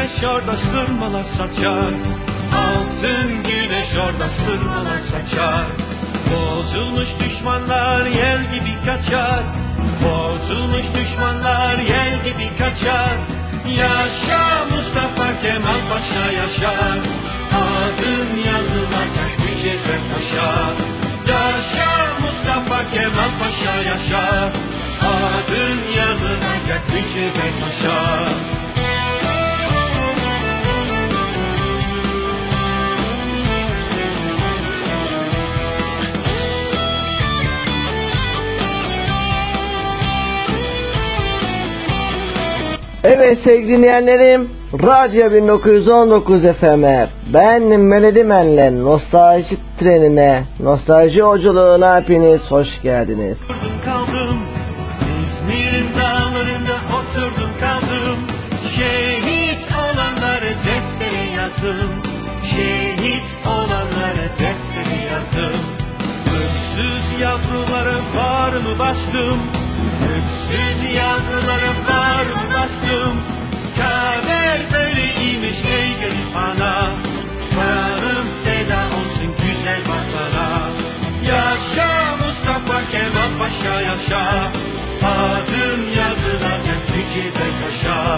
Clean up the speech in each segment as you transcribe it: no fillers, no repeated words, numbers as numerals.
güneş orada sırmalar saçar. Altın güneş orada sırmalar saçar. Bozulmuş düşmanlar yel gibi kaçar. Bozulmuş düşmanlar yel gibi kaçar. Yaşa Mustafa Kemal Paşa yaşa. Adın yazılacak mücevher taşa. Yaşa Mustafa Kemal Paşa yaşa. Adın yazılacak mücevher taşa. Evet sevgili dinleyenlerim, Radyo 1919 FM'e ben Melody Men'le nostalji trenine, nostalji yolculuğuna hepiniz hoş geldiniz. Kaldım, İzmir'in dağlarında oturdum kaldım. Şehit olanları deftere yazdım. Şehit olanları deftere yazdım. Öksüz yavruları var mı bastım. Öksüz yavruları var mı bastım. Kader böyleymiş ey garip ana. Canım feda olsun güzel vatana. Yaşa Mustafa Kemal Paşa yaşa. Adın yazılacak mücevher taşa.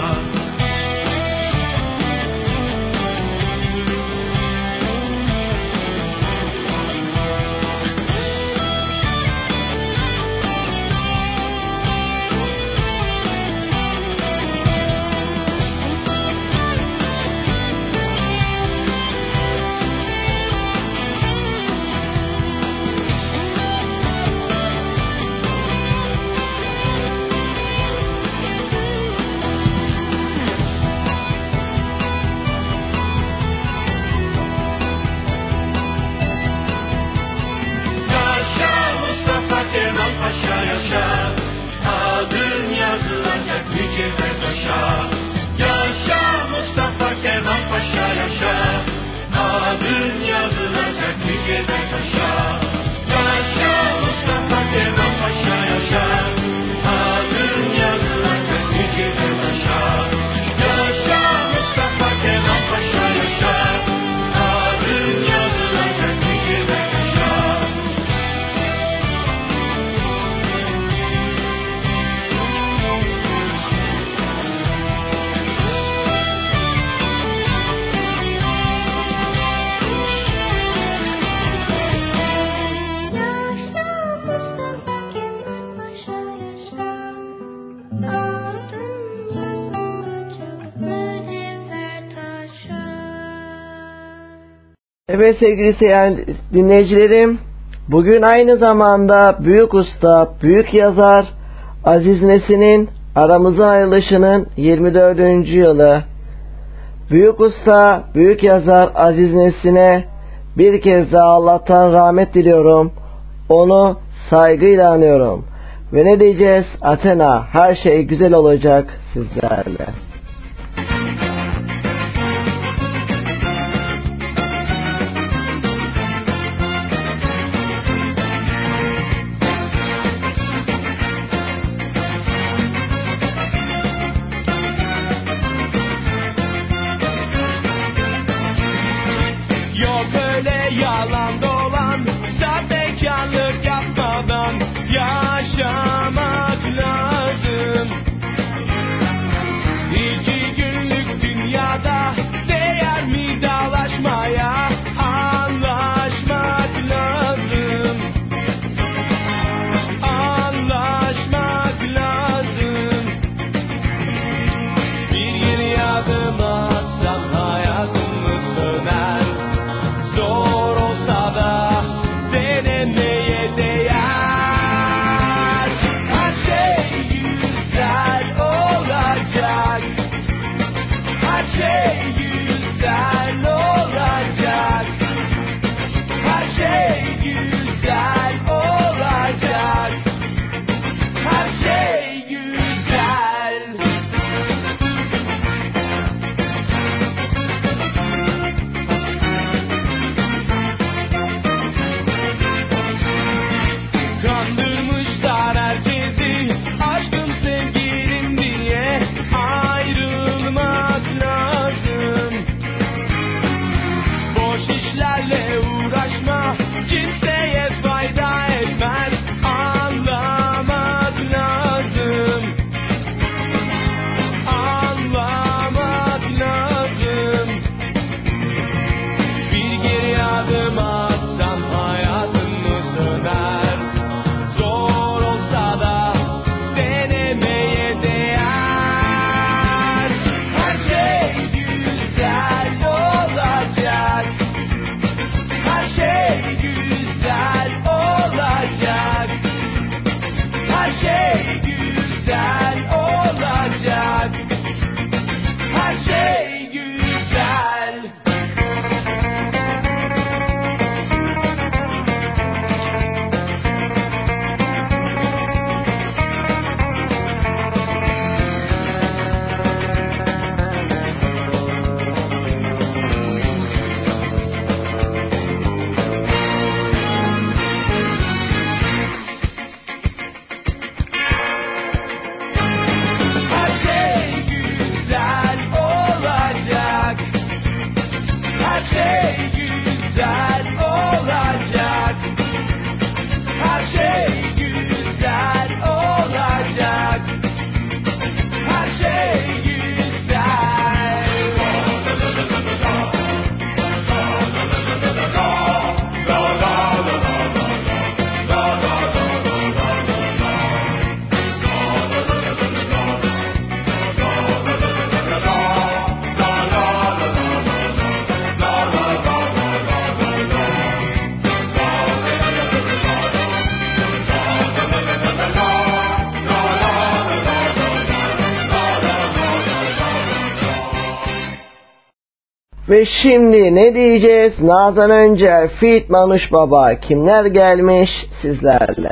Evet sevgili dinleyicilerim, bugün aynı zamanda büyük usta, büyük yazar Aziz Nesin'in aramıza ayrılışının 24. yılı. Büyük usta, büyük yazar Aziz Nesin'e bir kez daha Allah'tan rahmet diliyorum. Onu saygıyla anıyorum. Ve ne diyeceğiz? Athena, her şey güzel olacak sizlerle. şey güzel olacak. Her şey güzel. Ve şimdi ne diyeceğiz? Nazan Öncel, Fit Manuş Baba, kimler gelmiş sizlerle?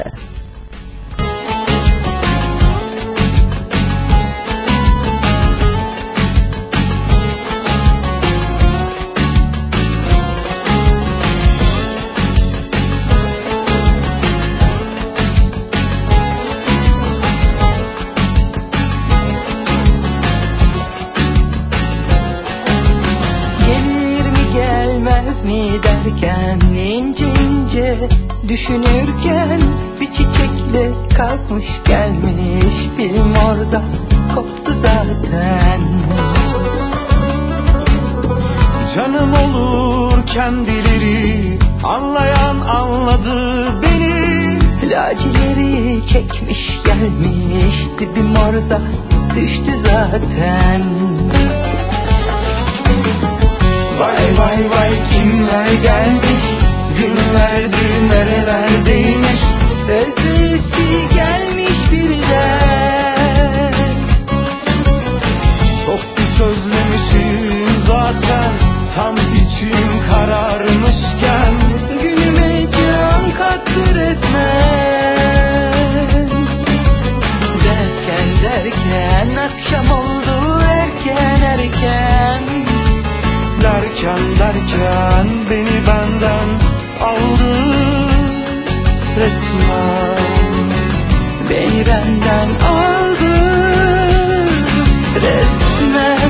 Düşünürken bir çiçekle kalkmış gelmiş, film orada koptu zaten. Canım olur kendileri, anlayan anladı beni. Lacileri çekmiş gelmiş, dibim orada düştü zaten. Vay vay vay kimler gelmiş, günlerdir nerelerdeymiş. Özlesi gelmiş birden. Çok bir sözlemişim zaten, tam içim kararmışken. Günüme can kattı resmen. Derken akşam oldu erken. Derken beni benden aldı resmen. Beni benden aldı resmen.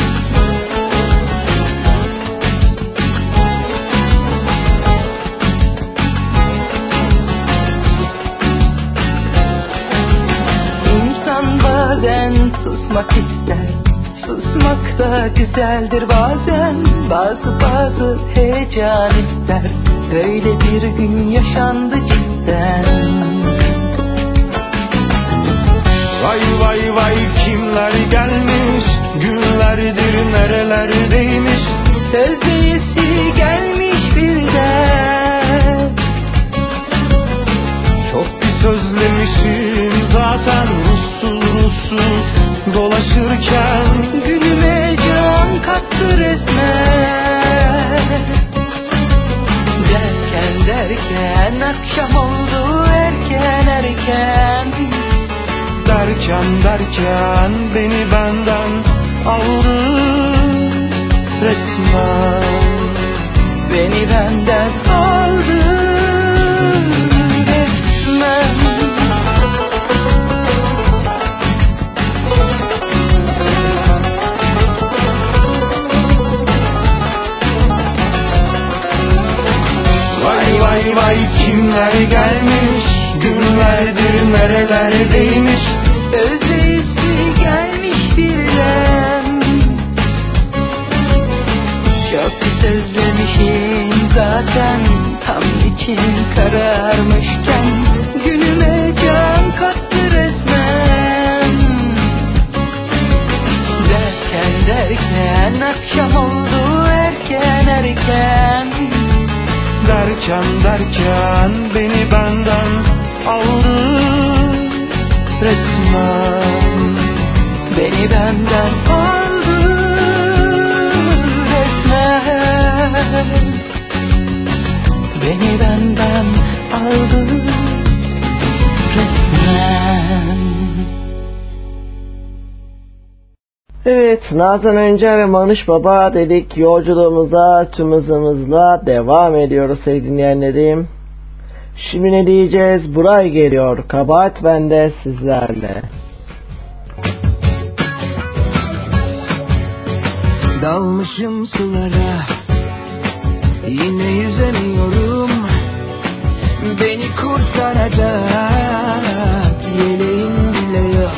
İnsan bazen susmak ister, susmak da güzeldir bazen. Bazı heyecan ister, böyle bir gün yaşandı cidden. Vay vay vay kimler gelmiş, günlerdir nerelerdeymiş. Özleyesi gelmiş birden. Çok bir sözlemişim zaten, ruhsuz dolaşırken. Günüme can kattı resmen. Derken akşam oldu erken. Derken beni benden aldı resmen. Beni benden aldı resmen. Vay vay kimler gelmiş, günlerdir nerelerdeymiş. Özleyesi gelmiş birden. Çok özlemişim zaten. resmen. Beni benden aldı resmen. Beni benden aldı resmen. Evet, Nazan Öncel ve Manuş Baba dedik, yolculuğumuza tüm hızımızla devam ediyoruz sevgili dinleyenlerim. Şimdi ne diyeceğiz? Buray geliyor, kabahat bende sizlerle. Dalmışım sulara, yine yüzemiyorum. Beni kurtaracak yeleğim bile yok.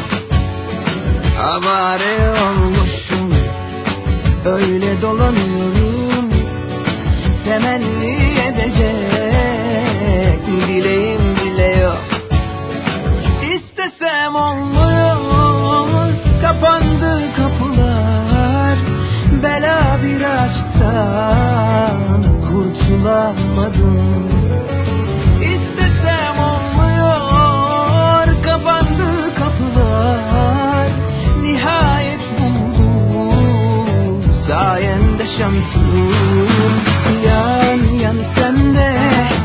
Avare olmuşum, öyle dolanıyorum. Temenni edecek dileğim bile yok. İstesem olmuyor, kapandı kapılar. Bela bir aşktan kurtulamadım. İstesem olmuyor, kapandı kapılar. Nihayet buldum sayende şansım. Yan yan sende,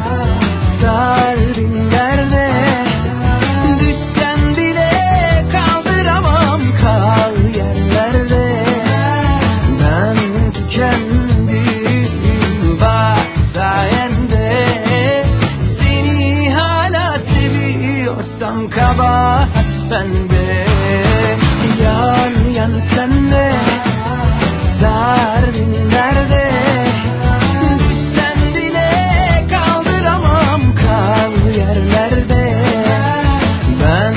sarın derde. Düşsen bile kaldıramam, kal yerlerde. Ben tükendim bak sayende. Seni hala seviyorsam kabahat bende. Yan yan sende, derdin nerede? Düşsen bile kaldıramam, kal yerlerde. Ben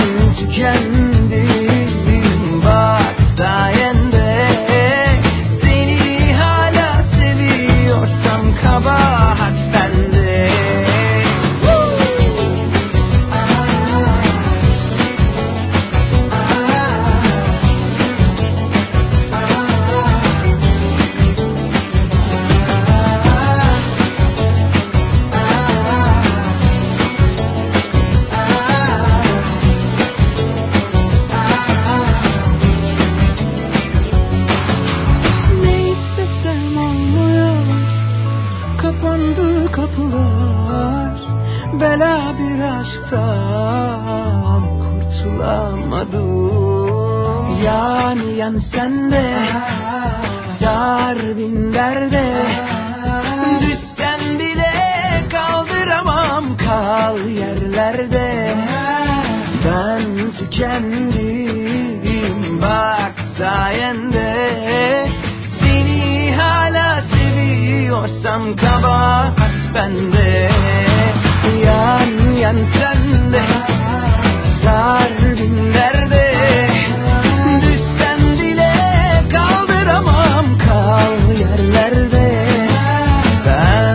tükendim bak sayende. Seni hala seviyorsam kabahat bende. Ne istesem olmuyor, kapandı kapılar. Bela bir aşktan kurtulamadım. Yan yan sende, zar bin derde. Düşsen bile kaldıramam, kal yerlerde. Ben tükendim bak sayende. Seni hala seviyorsam kabahat bende. Yan yan sende, zar bin derde. Düşsen bile kaldıramam, kal yerlerde. Ben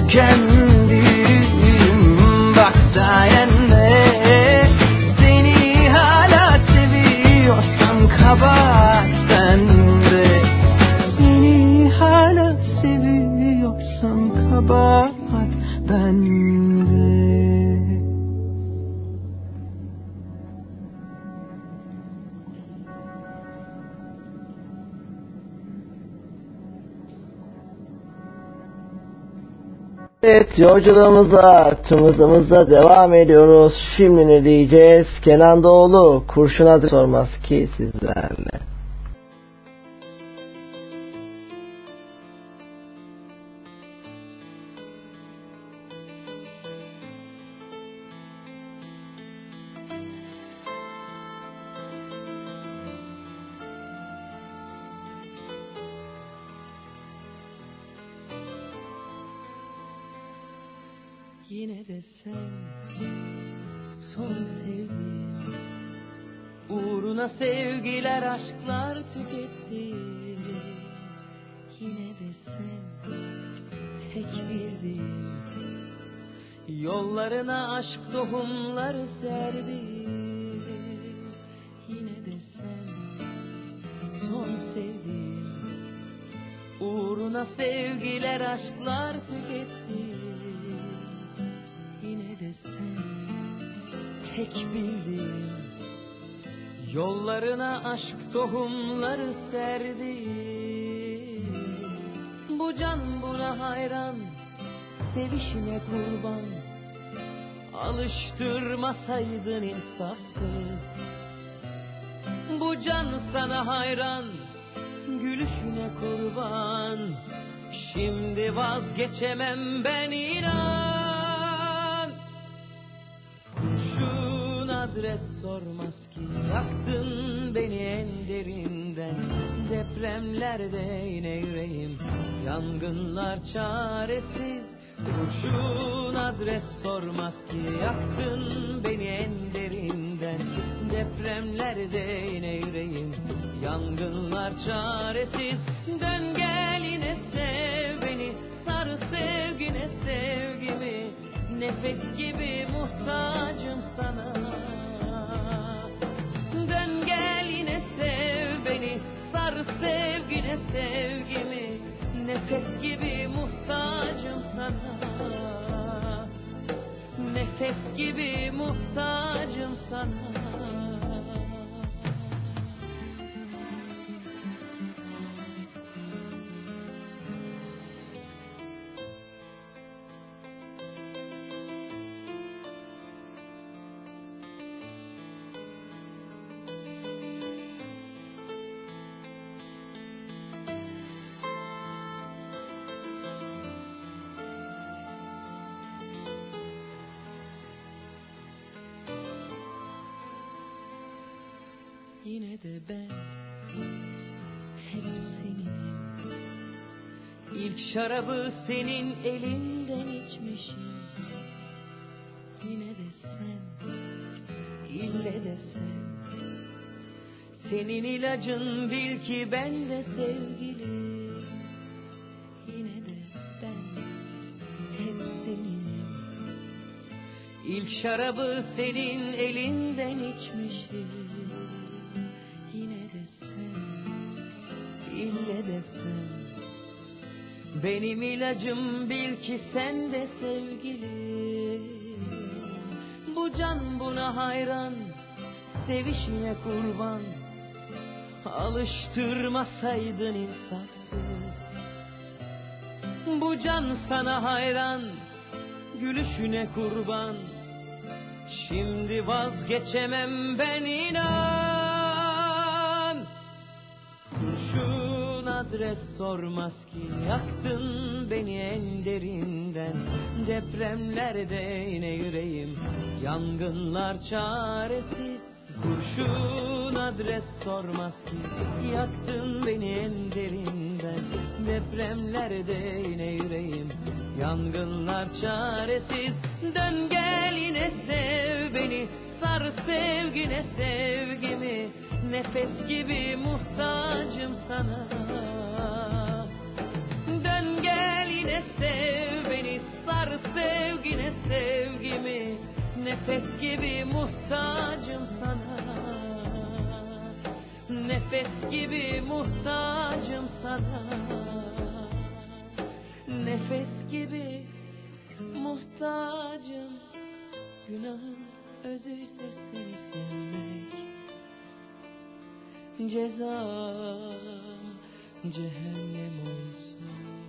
tükendim bak sayende. Seni hala seviyorsam kabahat bende. Seni hala seviyorsam kabahat bende. Evet, yolculuğumuza tüm hızımızla devam ediyoruz. Şimdi ne diyeceğiz? Kenan Doğulu, kurşun adı sormaz ki sizlerle. Yine de sen son sevdiğim, uğruna sevgiler aşklar tüketti. Yine de sen tek bildin, yollarına aşk tohumları serdi. Yine de sen son sevdiğim, uğruna sevgiler aşklar tüketti. Yine de sen tek bildin, Yollarına aşk tohumları serdi. Bu can buna hayran, sevişine kurban. Alıştırmasaydın insafsız. Bu can sana hayran, gülüşüne kurban. Şimdi vazgeçemem ben inan. Kurşun adres sormaz ki, yaktın beni en derinden. Depremlerde yine yüreğim, yangınlar çaresiz. Kurşun adres sormaz ki, yaktın beni en derinden. Depremlerde yine yüreğim, yangınlar çaresiz. Dön gel yine sev beni, sar sevgine sevgimi. Nefes gibi muhtacım sana. Dön gel yine sev beni, sar sevgine sevgimi. Nefes gibi muhtacım sana. Nefes gibi muhtacım sana. Yine de ben hep seninim. İlk şarabı senin elinden içmişim. Yine de sen, ille de sen. Senin ilacın bil ki ben de sevgili. Yine de ben hep seninim. İlk şarabı senin elinden içmişim. İlle de sen, benim ilacım bil ki sen de sevgili. Bu can buna hayran, sevişine kurban. Alıştırmasaydın insafsız. Bu can sana hayran, gülüşüne kurban. Şimdi vazgeçemem ben inan. Kurşun adres sormaz ki, yaktın beni en derinden. Depremlerde yine yüreğim, yangınlar çaresiz. Kurşun adres sormaz ki, yaktın beni en derinden. Depremlerde yine yüreğim, yangınlar çaresiz. Dön gel yine sev beni, sar sevgine sevgimi. Nefes gibi muhtacım sana. Dön gel yine sev beni, sar sevgine sevgimi. Nefes gibi muhtacım sana. Nefes gibi muhtacım sana. Nefes gibi muhtacım. Günahın özüyse seni sevmek, cezam cehennem olsun.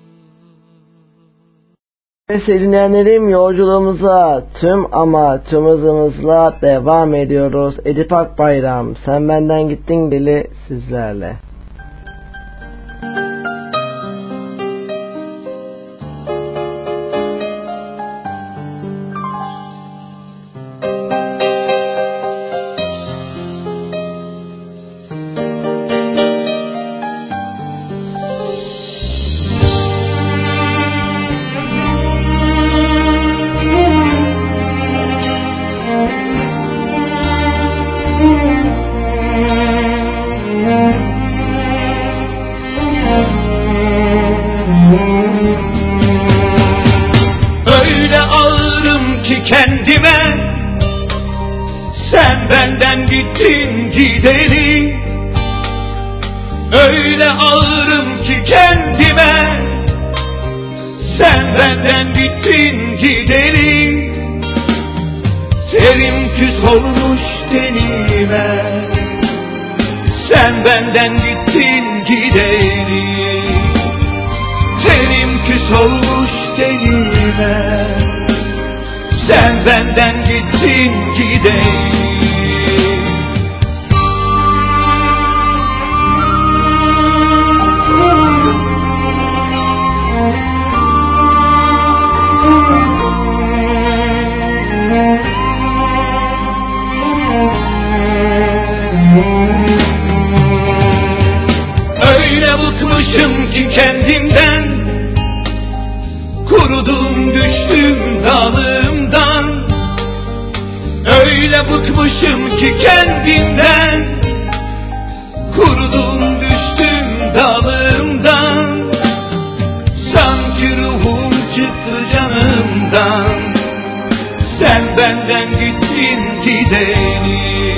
Sevgili dinleyenlerim, yolculuğumuza tüm hızımızla devam ediyoruz. Edip Akbayram, Sen Benden Gittin Dili sizlerle. Kendime sen benden gittin gideri, öyle ağırım ki kendime sen benden gittin gideri. Terim küs olmuş tenime, Sen benden gittin gideli, tenim küs olmuş tenime. Sen benden gittin gideli. Bıkmışım ki kendimden, kurudum düştüm dalımdan. Öyle bıkmışım ki kendimden, kurudum düştüm dalımdan. Sanki ruhum çıktı canımdan, sen benden gittin gideli.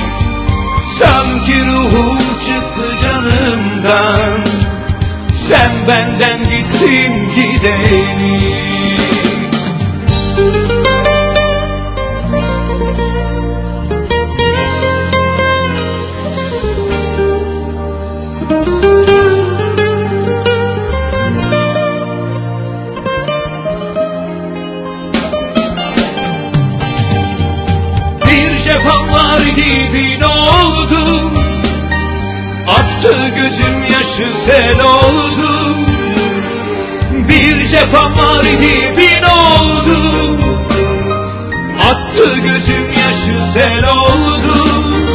Sanki ruhum çıktı canımdan, sen benden gittin gideli. Bir cefalar gibi oldu, aktı gözüm yaşı sel oldu. Bir cefalar gibi oldu, aktı gözüm yaşı sel oldu.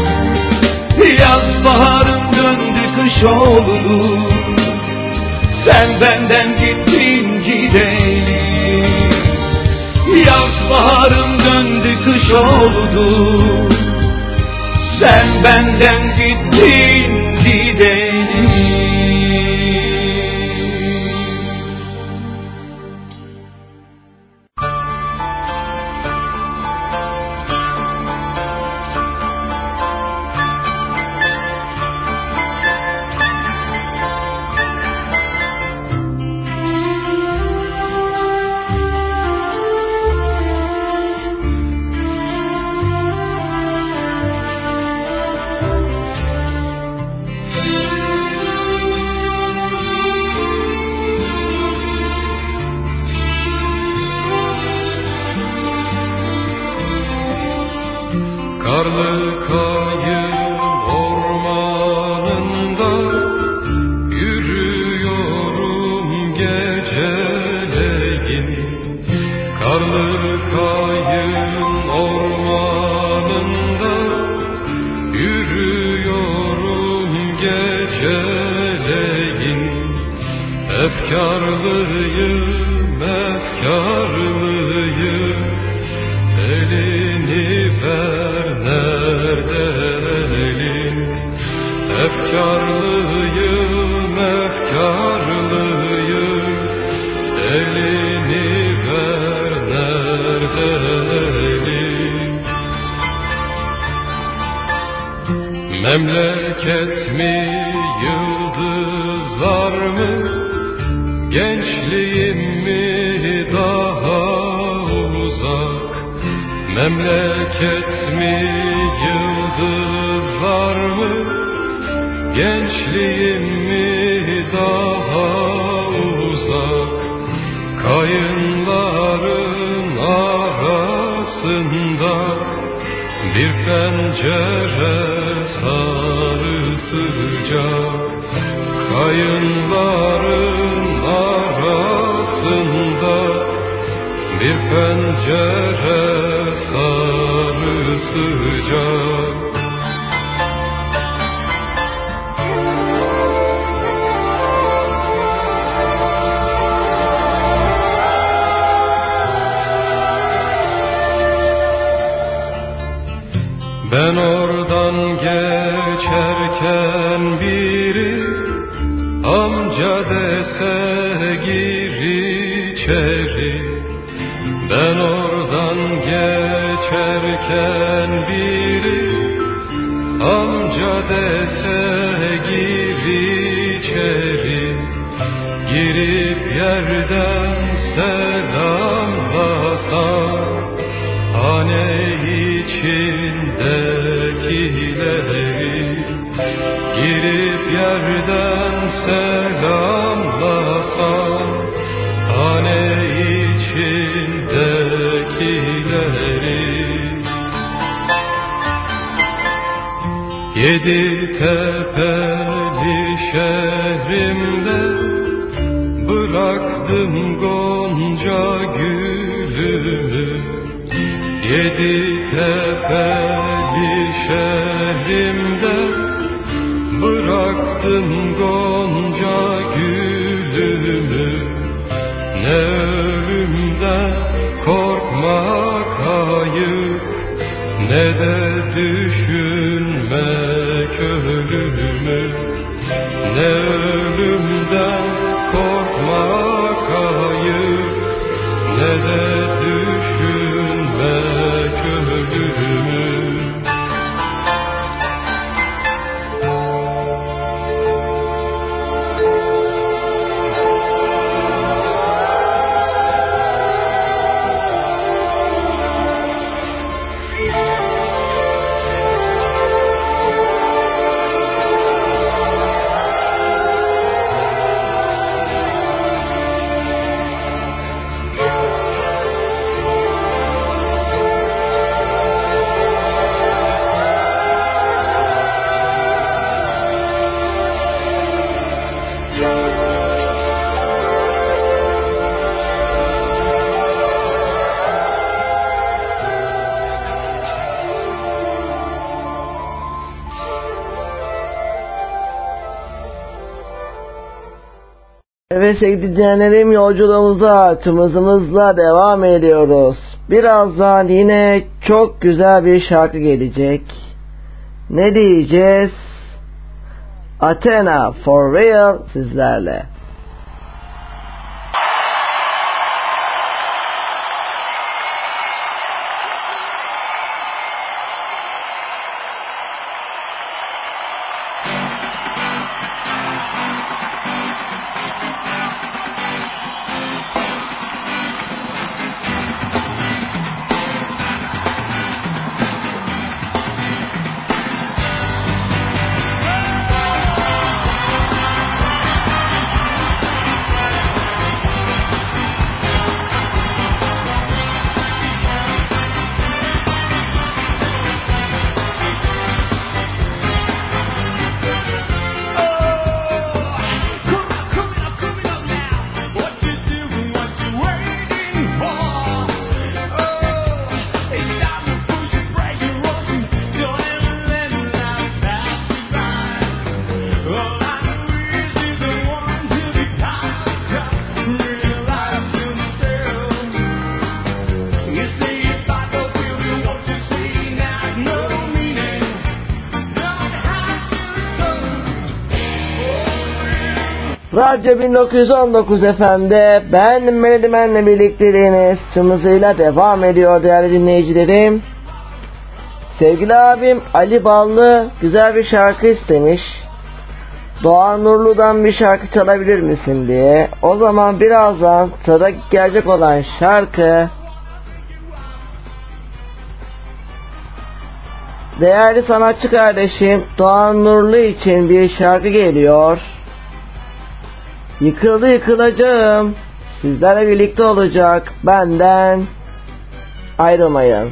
Yaz baharım döndü kış oldu, sen benden gittin gideli. Yaz baharım döndü kış oldu, sen benden gittin gideli. Karlı kayın ormanında yürüyorum geceleyin. Karlı kayın ormanında yürüyorum geceleyin. Efkarlıyım, efkarlıyım, elini ver nerede elin. Efkarlıyım, efkarlıyım, elini ver nerede elin. Memleket mi, yıldızlar mı, gençliğim mi daha uzak? Memleket mi, yıldızlar mı, gençliğim mi daha uzak? Kayınların arasında bir pencere sarı sıcak. Kayınların arasında bir pencere sarı sıcak. Ben oradan geçerken biri amca dese gir içeri. Ben oradan geçerken biri amca dese gir içeri. Girip yerden selamlasam hane içindekileri. Girip yerden selamlasam hane içindekileri, yedi tepeli şehrimde bıraktım gonca gülümü. Yedi tepeli şehrimde bıraktım gonca gülümü. Ne ölümden korkmak ayıp, ne de düşünmek ölümü. Ne ölümden korkmak ayıp, ne de düşünmek ölümü. Evet sevgili dinleyenlerim, yolculuğumuza tüm hızımızla devam ediyoruz. Birazdan yine çok güzel bir şarkı gelecek. Ne diyeceğiz? Athena for Real sizlerle. Radyo 1919 FM'de ben Melodimen'le birlikteliğiniz tüm hızıyla devam ediyor değerli dinleyicilerim. Sevgili abim Ali Ballı güzel bir şarkı istemiş. Doğan Nurlu'dan bir şarkı çalabilir misin diye. O zaman birazdan sırada gelecek olan şarkı değerli sanatçı kardeşim Doğan Nurlu için bir şarkı geliyor. Yıkıldı yıkılacağım, sizlerle birlikte olacak, benden ayrılmayın.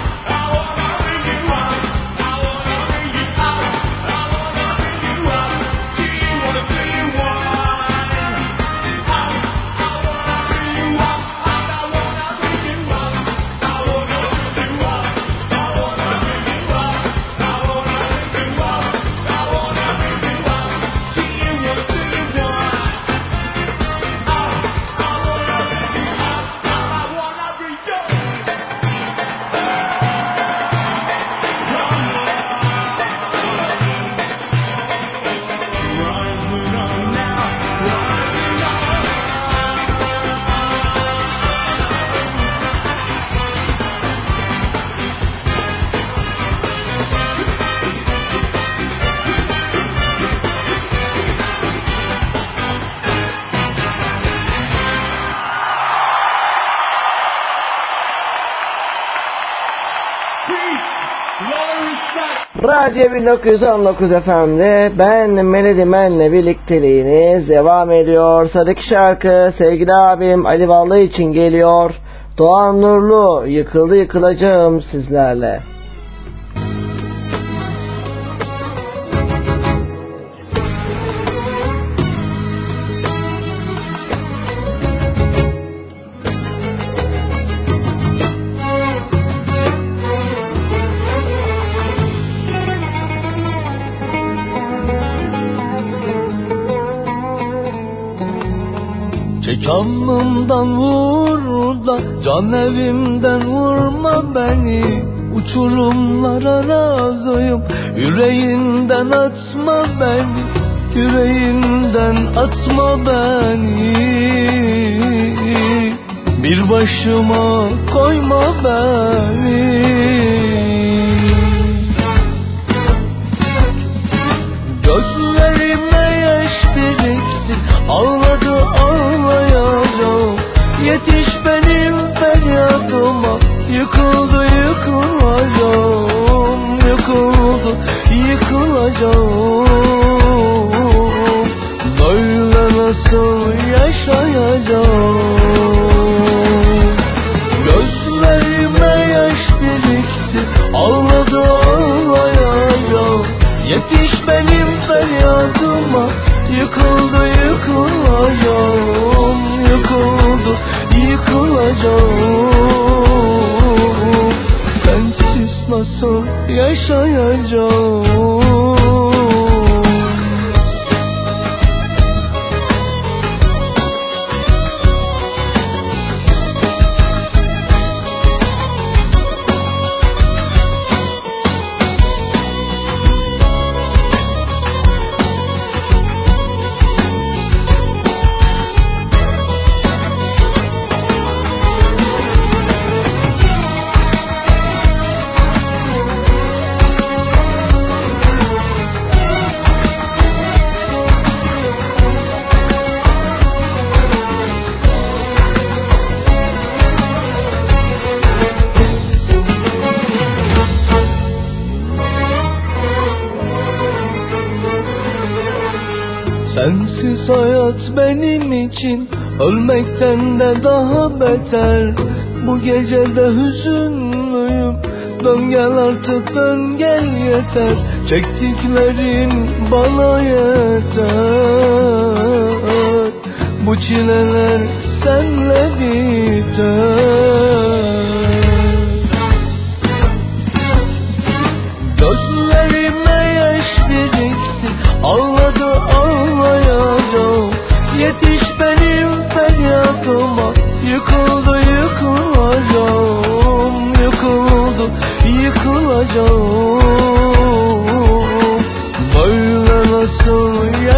Wow. Radyo 1919 FM'de ben Melody Man'le birlikteliğiniz devam ediyor. Sıradaki şarkı sevgili abim Ali Vallahi için geliyor. Doğan Nurlu, yıkıldı yıkılacağım sizlerle. Canımdan vur da can evimden vurma beni. Uçurumlara razıyım, yüreğinden atma beni. Yüreğinden atma beni. Bir başıma koyma beni. Gözlerime yaş birikti, ağladı ağlayacağım. Yetiş benim feryadıma, yıkıldı yıkılacağım. Yıkıldı yıkılacağım. Böyle nasıl yaşayacağım? Gözlerime yaş birikti, ağladı ağlayacağım. Yetiş benim feryadıma, yıkıldı yıkılacağım. Yıkıldı yıkılacağım. Sensiz nasıl yaşayacağım? Sensiz hayat benim için ölmekten de daha beter. Bu gecede hüzünlüyüm, dön gel artık dön gel yeter. Çektiklerin bana yeter. Bu çileler senle biter. Gözlerime yaş birikti, ağladı ağlayacağım. Yetiş benim feryadıma, yıkıldı yıkılacağım. Yıkıldı yıkılacağım. Böyle nasıl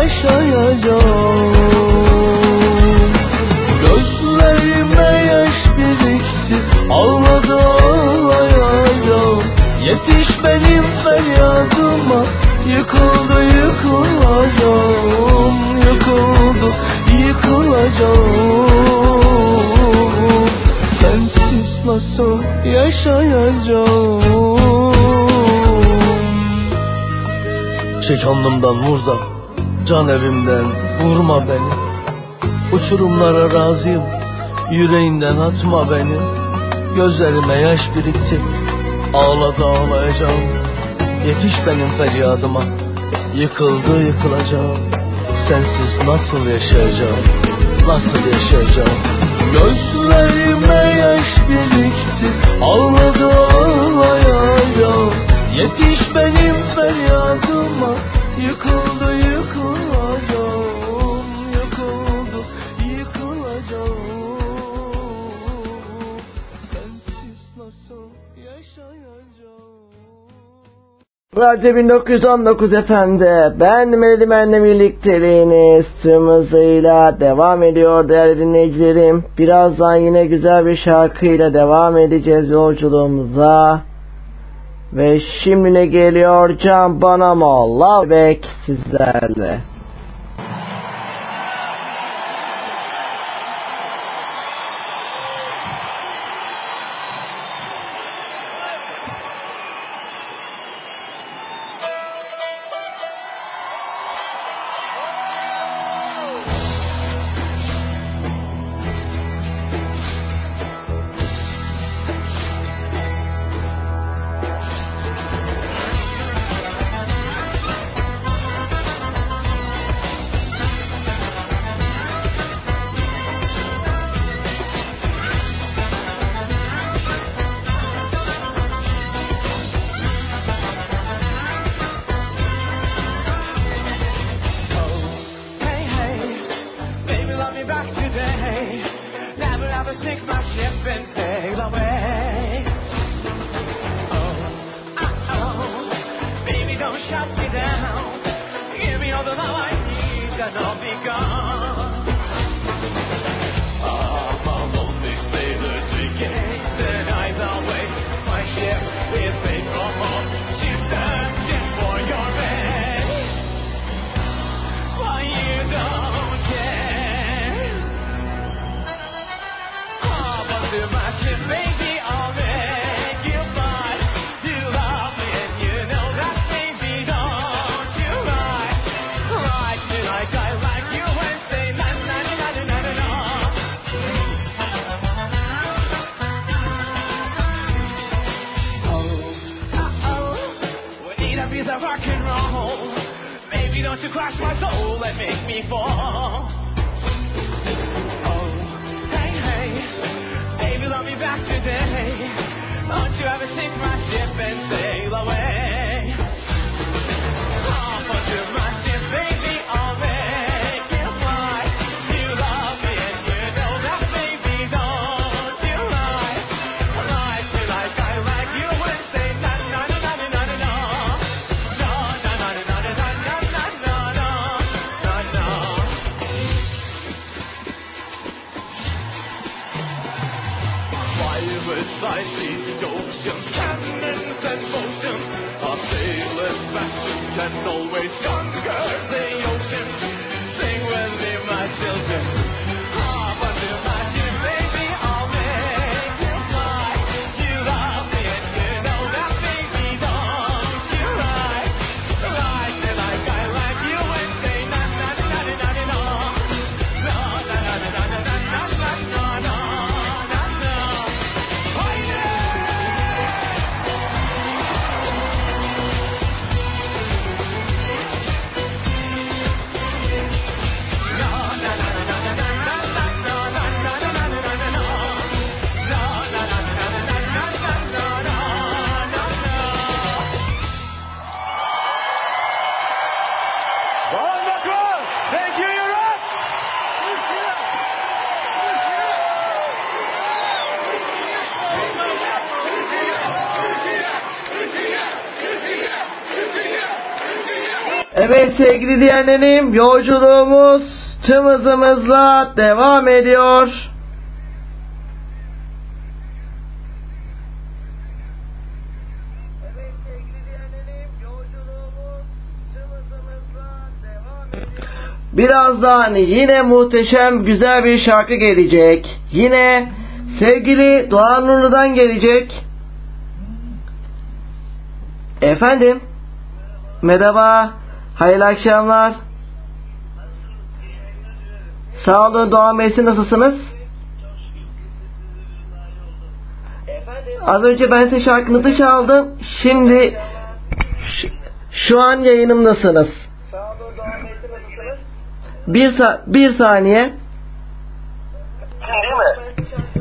yaşayacağım? Gözlerime yaş birikti, ağladı ağlayacağım. Yetiş benim feryadıma, yıkıldı yıkılacağım. Yıkıldı yıkılacağım. Sensiz nasıl yaşayacağım? Çek alnımdan vur da can evimden vurma beni. Uçurumlara razıyım, yüreğinden atma beni. Gözlerime yaş birikti, ağladı ağlayacağım. Yetiş benim feryadıma, yıkıldı yıkılacağım. Sensiz nasıl yaşayacağım? Nasıl yaşayacağım? Gözlerime yaş birikti, ağladı ağlayacağım. Yetiş benim feryadıma, yıkıldı yıkılacağım. Yıkıldı yıkılacağım. Sensiz nasıl yaşayacağım? Radyo 1919 FM'de ben Melody Man'le birlikteliğiniz tüm hızıyla devam ediyor değerli dinleyicilerim. Birazdan yine güzel bir şarkıyla devam edeceğiz yolculuğumuza. Ve şimdi ne geliyor? Can Bonomo, Love Back sizlerle. ever sink my ship and sail away. Oh, baby, don't shut me down. Give me all the love I need, and I'll be gone. I'm a lonely sailor drinking the night away. My ship is made from home. She's searching for your bed. Why you don't care? Oh, but too much, baby, I'll make you fly. You love me and you know that, baby, don't you lie. Lie to like I like you and say na na na na na na na. We need a piece of rock and roll. Baby, don't you crush my soul and make me fall. Oh, hey, hey, baby, love me back today. Don't you ever sink my ship and sail away. Oh, but you're my ship, baby, I'll make you fly. You love me and you know that, baby, don't you lie. Lie to like I like you and say na na na na na na na. No, na na na na na na na na na na na. Pirates, I see oceans, cannons and motions. A sailor's passion can always conquer the ocean. Sing with me, my children. Hop onto my ship, baby, I'll make you fly. You love me and you know that, baby, don't you lie. Lie till like I like you and say na na na na na na na. No, na na na na na na na na na na na. Thank you, you're up. Evet sevgili dinleyenlerim, yolculuğumuz tüm hızımızla devam ediyor. Birazdan yine muhteşem güzel bir şarkı gelecek. Yine sevgili Doğan Nurlu'dan gelecek. Efendim? Merhaba. Hayırlı akşamlar. Sağ olun Doğan Bey, siz nasılsınız? Az önce ben size şarkınızı çaldım. Şimdi şu an yayınımdasınız. Bir saniye. Değil mi?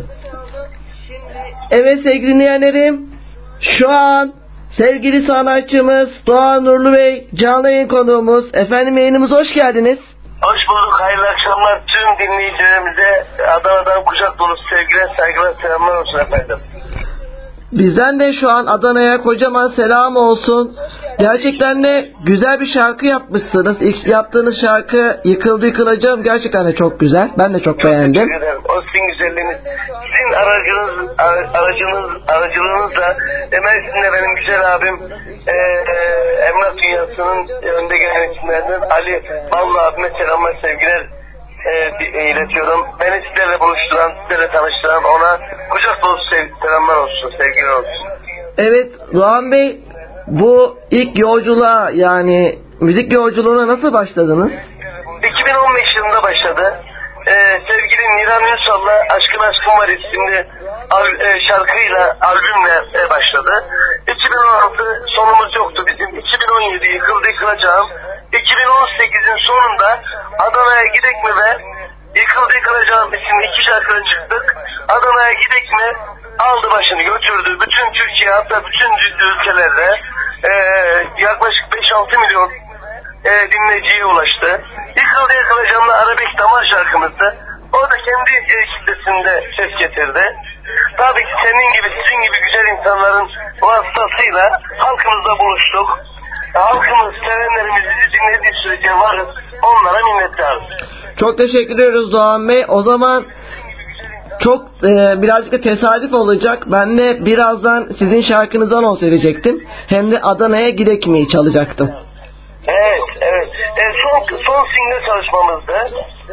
Evet sevgili dinleyenlerim, şu an sevgili sanatçımız Doğan Nurlu Bey canlı yayın konuğumuz. Efendim yayınımıza hoş geldiniz. Hoş bulduk. Hayırlı akşamlar tüm dinleyicilerimize. Adana'dan kucak dolusu sevgiler, saygılar, selamlar olsun efendim. Bizden de şu an Adana'ya kocaman selam olsun. Gerçekten de güzel bir şarkı yapmışsınız. İlk yaptığınız şarkı Yıkıldı Yıkılacağım gerçekten de çok güzel. Ben de çok beğendim. Teşekkür ederim. O sizin güzelliğiniz. Sizin aracılığınızla Mersin'de benim güzel abim Emlak Dünyası'nın önde gelen isimlerinden Ali Ballı abime selamlar, sevgiler iletiyorum. Beni sizlerle buluşturan, sizlerle tanıştıran ona kucak dolusu selamlar olsun, sevgiler olsun. Evet Doğan Bey, bu ilk yolculuğa yani müzik yolculuğuna nasıl başladınız? 2015 yılında başladı. Sevgili Niran Ünsal'la Aşkın Aşkın Var isimli şarkıyla, albümle başladı. 2016 sonumuz yoktu bizim. 2017 Yıkıldı Yıkılacağım. 2018'in sonunda Adana'ya gidek mi ve Yıkıldı Yıkılacağım isimli iki şarkıyla çıktık. Adana'ya gidek mi aldı başını götürdü. Bütün Türkiye, hatta bütün ülkelerde yaklaşık 5-6 milyon dinleyiciye ulaştı. Yıkıldı Yıkılacağım'la arabesk damar şarkımızdı. O da kendi kitlesinde ses getirdi. Tabii ki senin gibi, sizin gibi güzel insanların vasıtasıyla halkımızla buluştuk. Halkımız, sevenlerimiz bizi dinlediği sürece varız. Onlara minnettarız. Çok teşekkür ediyoruz Doğan Bey. O zaman çok birazcık da tesadüf olacak. Ben de birazdan sizin şarkınızdan olsa edecektim. Hem de Adana'ya Gidek mi'yi çalacaktım. Evet. Son single çalışmamızda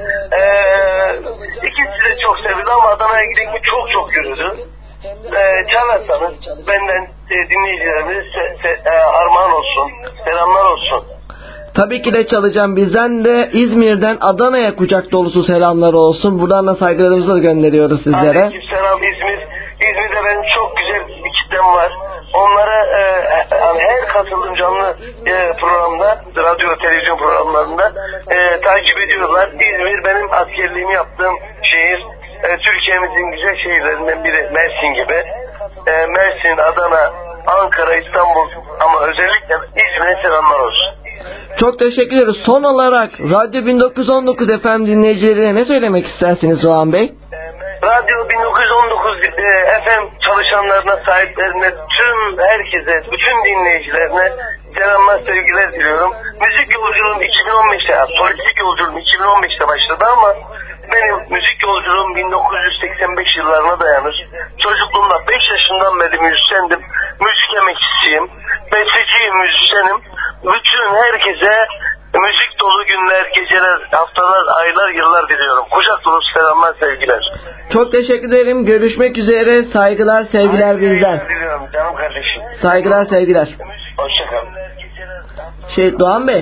ikisi de çok sevildi ama Adana'ya Gidek mi çok yürüdü. Çalarsanız benden dinleyicilerimize armağan olsun, selamlar olsun. Tabii ki de çalacağım. Bizden de İzmir'den Adana'ya kucak dolusu selamlar olsun. Buradan da saygılarımızı da gönderiyoruz sizlere. Aleykümselam İzmir. İzmir'de benim çok güzel bir kitlem var. Onlara her katıldığım canlı programda, radyo, televizyon programlarında takip ediyorlar. İzmir benim askerliğimi yaptığım şehir. Türkiye'mizin güzel şehirlerinden biri Mersin gibi. Mersin, Adana, Ankara, İstanbul ama özellikle İzmir'e selamlar olsun. Çok teşekkür ediyoruz. Son olarak Radyo 1919 FM dinleyicilerine ne söylemek istersiniz Doğan Bey? Radyo 1919 FM çalışanlarına, sahiplerine, tüm herkese, bütün dinleyicilerine selamlar, sevgiler diliyorum. Müzik yolculuğum 2015'te, solistik yolculuğum 2015'te başladı ama benim müzik yolculuğum 1985 yıllarına dayanır. Çocukluğumda 5 yaşından beri müzisyendim. Müzik emekçisiyim. Besteciyim, müzisyenim. Bütün herkese müzik dolu günler, geceler, haftalar, aylar, yıllar diliyorum. Kucak dolusu selamlar, sevgiler. Çok teşekkür ederim. Görüşmek üzere. Saygılar, sevgiler bizden. Diliyorum canım kardeşim. Saygılar, sevgiler. Hoşçakalın. Doğan Bey.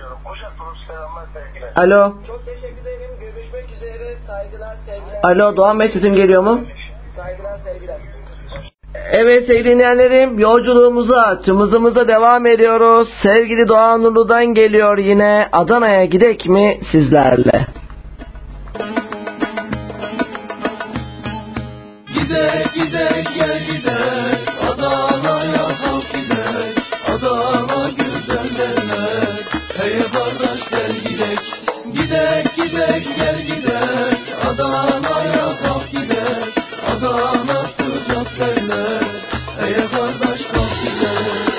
Alo. Alo Doğan Bey, sesim geliyor mu? Evet sevgili dinleyenlerim, yolculuğumuza, tımızımıza devam ediyoruz. Sevgili Doğan Nurlu'dan geliyor yine Adana'ya Gidek mi sizlerle. Gidek gidek gel gidek, Adana'ya kalk gidek, Adana güzel derler, hey kardeş gel gidek. Gidek gidek gel gidek, Adana'ya kalk gidek, Adana sıcak derler, hey kardeş kalk gidek.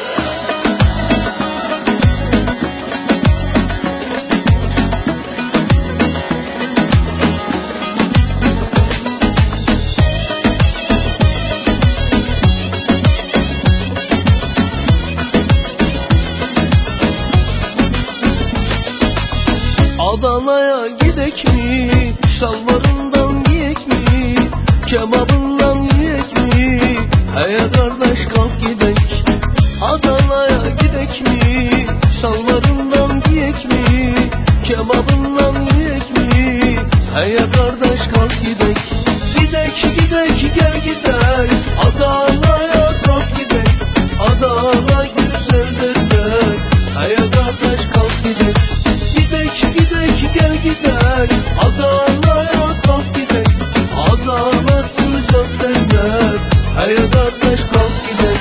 Adana'ya gidek mi, şalvarından giyek mi, kebabından yiyek mi, hey kardeş kalk gidek. Adana'ya gidek mi, şalvarından giyek mi, kebabından yiyek mi, hey kardeş kalk gidek. Gidek gidek gel gidek, Adana'ya kalk gidek, Adana güzel derler, hey kardeş kalk gidek. Gidek gidek gel gidek, Adana'ya kalk gidek, Adana sıcak derler, hey kardeş kalk gidek.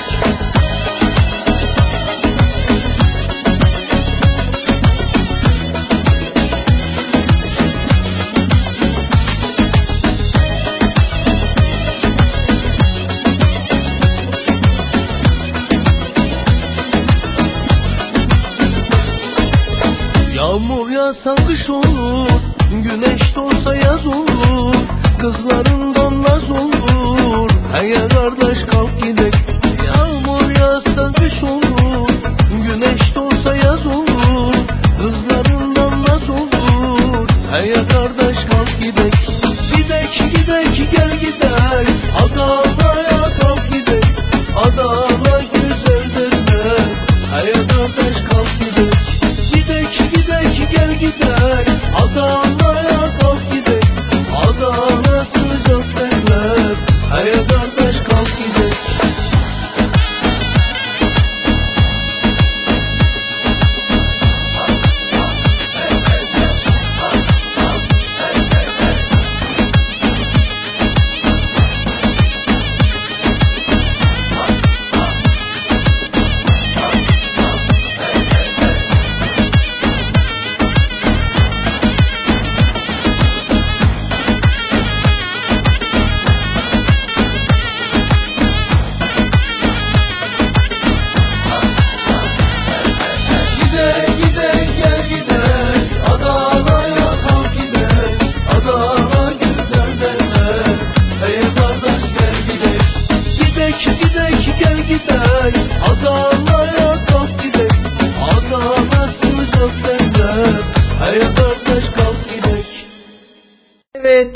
Yağmur yağsa kış olur, güneş doğsa yaz olur, kızlarından naz olur, hey kardeş kalk gidek. Yağmur yağsa kış olur, güneş doğsa yaz olur, kızlarından naz olur, hey kardeş kalk gidek. Gidek gidek gel gidek, Adana'ya kalk gidek, Adana güzel derler, hey kardeş kalk gidek. Gidek gidek gel gidek, Adana'ya kalk gidek, Adana sıcak derler, hey kardeş kalk gidek.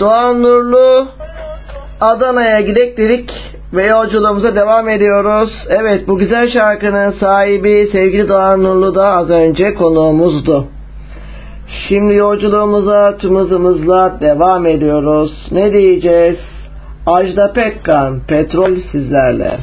Doğan Nurlu, Adana'ya gidek dedik ve yolculuğumuza devam ediyoruz. Evet, bu güzel şarkının sahibi sevgili Doğan Nurlu da az önce konuğumuzdu. Şimdi yolculuğumuza tüm hızımızla devam ediyoruz. Ne diyeceğiz? Ajda Pekkan, Petrol sizlerle.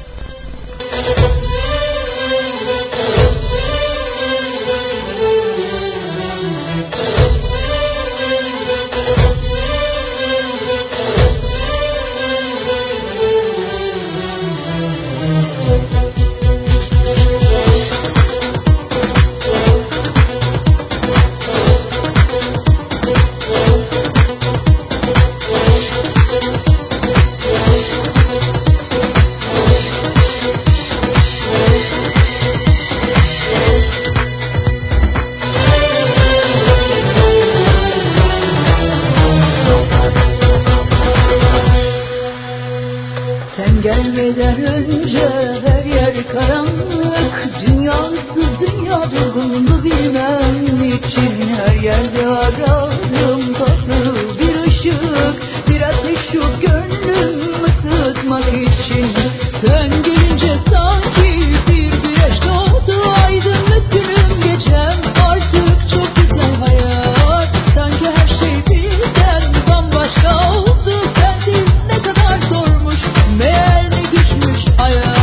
Gelmeden önce her yer karanlık, dünyası dünya durgundu bilmem niçin. Her yerde aradım tatlı bir ışık, bir ateş şu gönlümü ısıtmak için. Sen gelince sanki bir güneş doğdu, aydınlık günüm geçem artık çok güzel hayat. Sanki her şey birden bambaşka oldu, sensiz ne kadar zormuş meğer ne güçmüş hayat.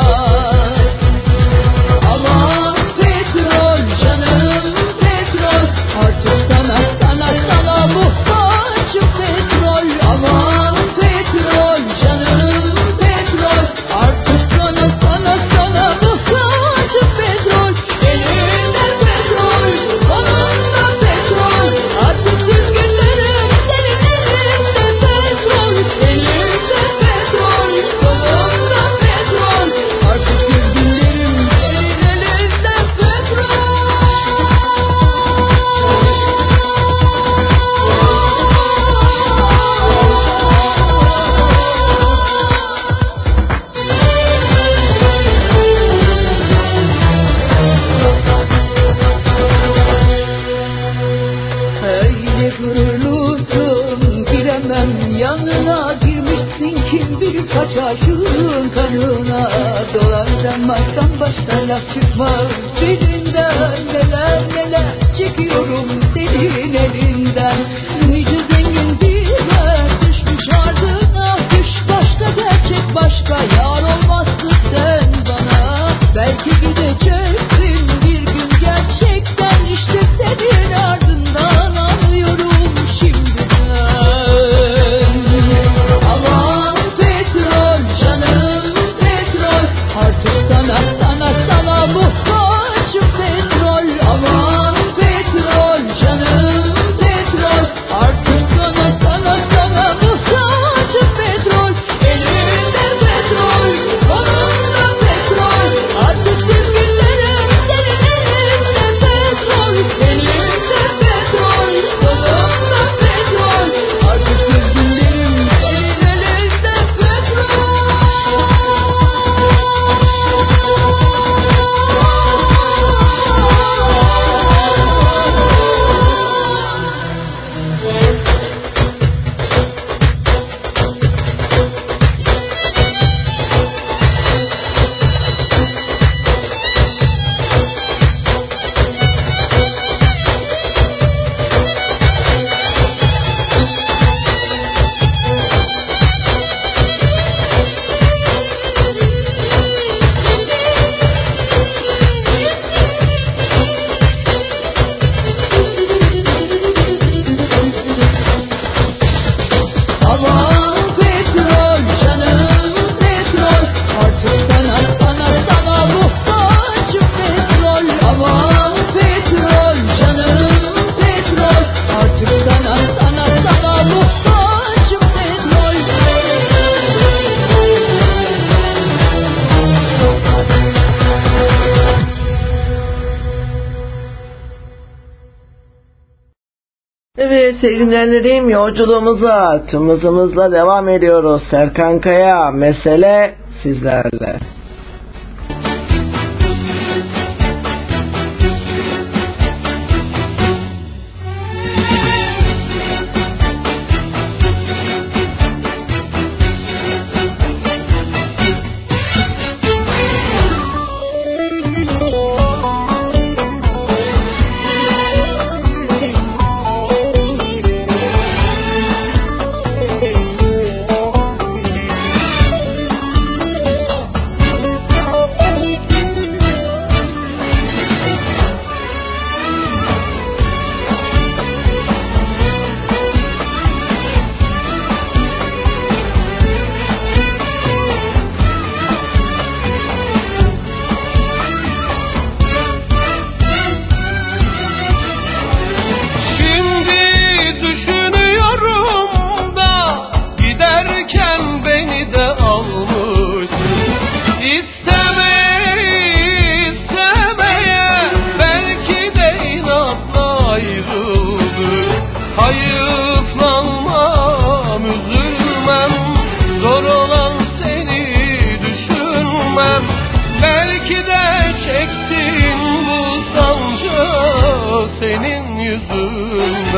Aman petrol canım petrol, artık sana muhtacım petrol. Aman petrol canım petrol, artık sana muhtacım petrol. Elimde petrol, kolumda petrol, ateşsiz günlerim senin elinde petrol. Elimde petrol, kolumda petrol, artık günlerim senin elinde petrol. Öyle gururlusun giremem yanına, girmişsin kim bilir kaç aşığın kanına. Dolanacakmaktan başka laf çıkmaz dilinden, neler neler çekiyorum senin elinden. Nice zengin diler düşmüş ardına, düş başka gerçek başka, yar olmazsın sen bana. Belki gideceksin bir gün gerçekten, işte senin ardından anlıyorum şimdiden. Aman petrol canım petrol, artık sana muhtacım petrol. Aman petrol canım petrol, artık sana muhtacım petrol. Elimde petrol, kolumda petrol, ateşsiz günlerim senin elinde petrol. Elimde petrol, kolumda petrol, ateşsiz günlerim senin elinde petrol. Aman petrol canım petrol, artık sana muhtacım petrol. Aman petrol canım petrol, artık sana muhtacım petrol. Evet sevgili dinleyenlerim, yolculuğumuza tüm hızımızla devam ediyoruz. Serkan Kaya, Mesele sizlerle.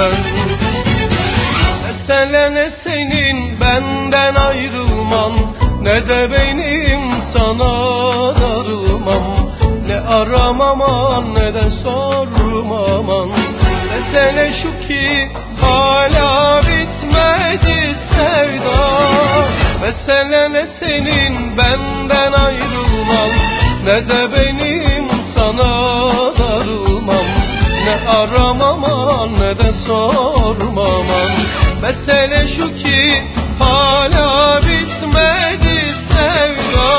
yüzünden. Mesele ne senin benden ayrılman, ne de benim sana darılmam. Ne aramaman ne de sormaman. Mesele şu ki hala bitmedi sevda. Mesele ne senin benden ayrılman, ne de benim sana darılmam. Ne aramaman ne de sormaman. Mesele şu ki hala bitmedi sevda.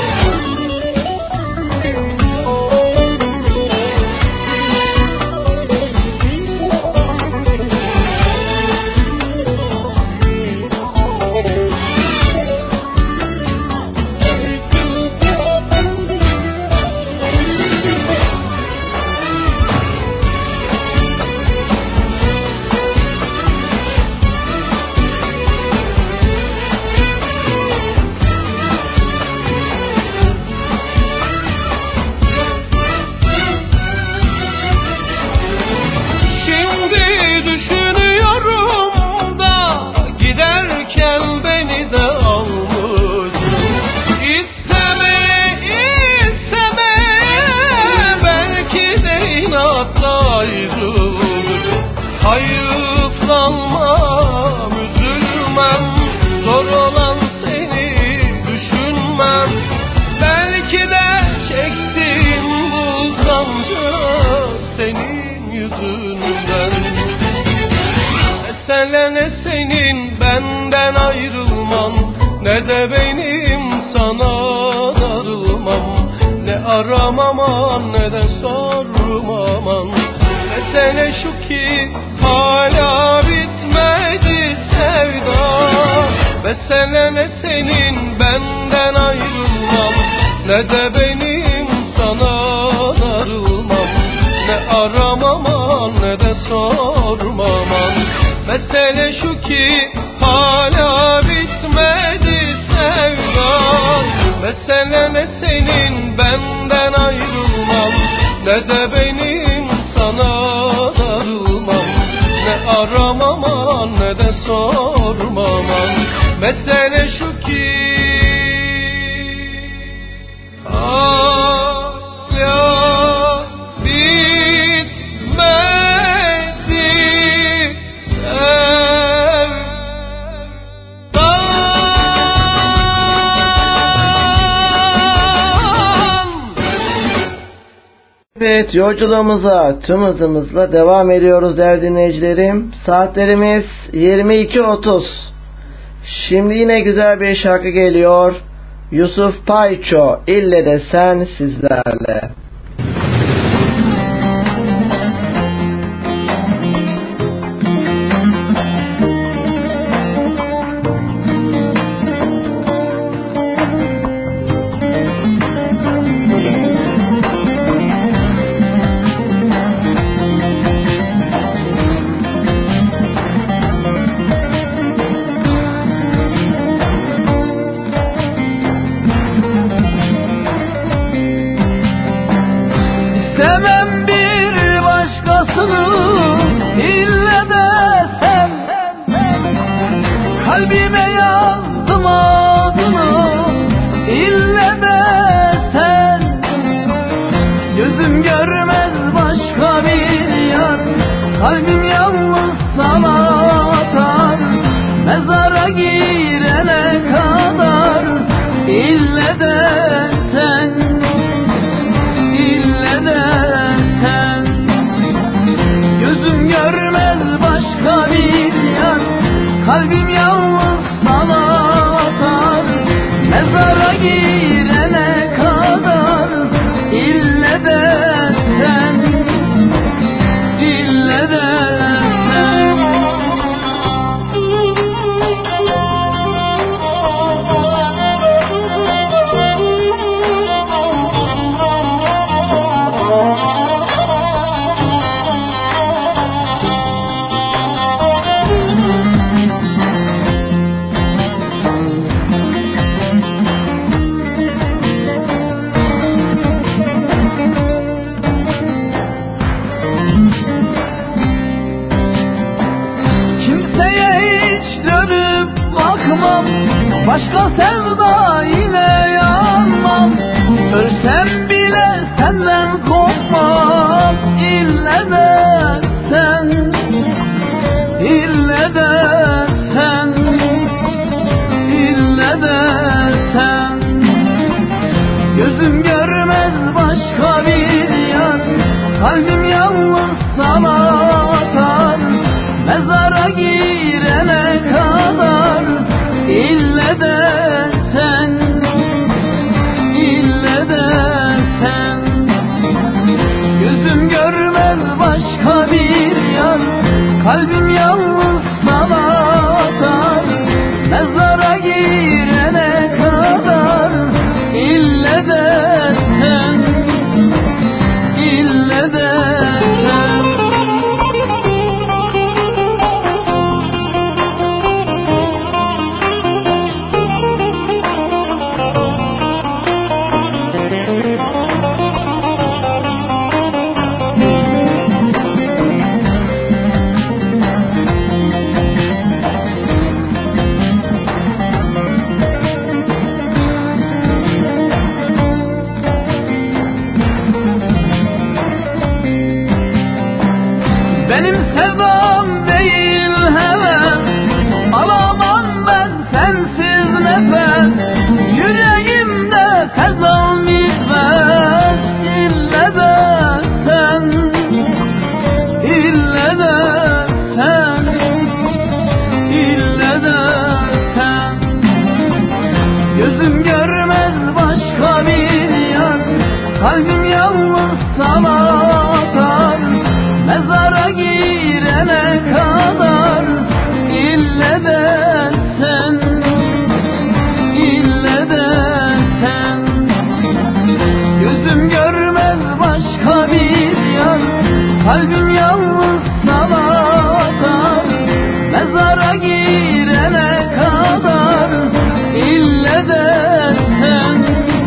Hayıflanmam, üzülmem, zor olan seni düşünmem. Belki de çektim bu sancı senin yüzünden. Mesele ne senin benden ayrılman, ne de benim sana darılmam. Ne aramaman ne de sormaman. Mesele şu ki hala bitmedi sevda. Mesele ne senin benden ayrılmam, ne de benim sana darılmam. Ne aramaman ne de sormaman. Mesele şu ki hala bitmedi sevda. Mesele ne senin benden ayrılmam, ne de benim sana darılmam. Ne aramaman ne de sormaman. Mesele şu ki hala bitmedi Evet, yolculuğumuza tüm hızımızla devam ediyoruz değerli dinleyicilerim. Saatlerimiz 22.30. Şimdi yine güzel bir şarkı geliyor. Yusuf Payço, ille de sen sizlerle. Kalbime yazdım adını, ille de sen. Gözüm görmez başka bir yar, kalbim yalnız sana atar. Mezara girene kadar ille de sen, ille de sen. Gözüm görmez başka bir yar, kalbim yalnız sana atar. Mezara girene kadar ille de sen, ille de sen. yanmam, başka sevda ile yanmam. Ölsem bile senden korkmam. İlle de sen, ille de sen, ille de sen. Gözüm görmez başka bir yar, kalbim yalnız sana atar. Mezara girene kadar ille de sen, ille de sen. Gözüm görmez başka bir yar, kalbim yalnız sana atar. Mezara girene kadar ille de sen, ille de sen. Benim sevdam değil hevem, alamam ben sensiz nefes. Yüreğimde fezam bitmez. İlle de sen, ille de sen, ille de sen. Gözüm görmez başka bir yar, kalbim yalnız sana atar. Mezara girene kadar ille de sen, ille de sen. Gözüm görmez başka bir yar, kalbim yalnız sana atar. Mezara girene kadar ille de sen,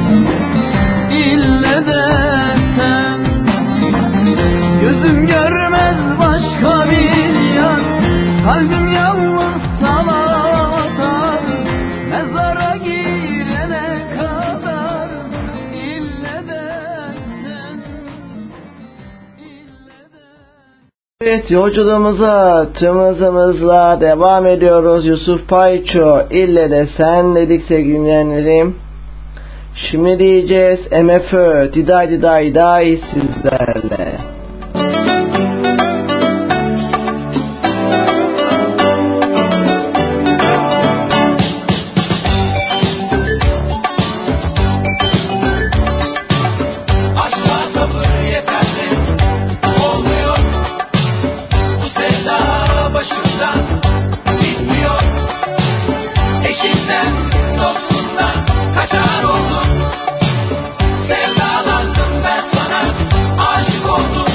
ille de sen. Gözüm görmez başka bir yar, kalbim yalnız sana atar. Mezara girene kadar ille de sen, ille de. Evet, yolculuğumuza tüm hızımızla devam ediyoruz. Yusuf Payço, ille de sen dedik sevgili dinleyenlerim. Şimdi diyeceğiz MFÖ, Diday Diday Day sizlerle. Sevdalandım ben sana, aşık oldum.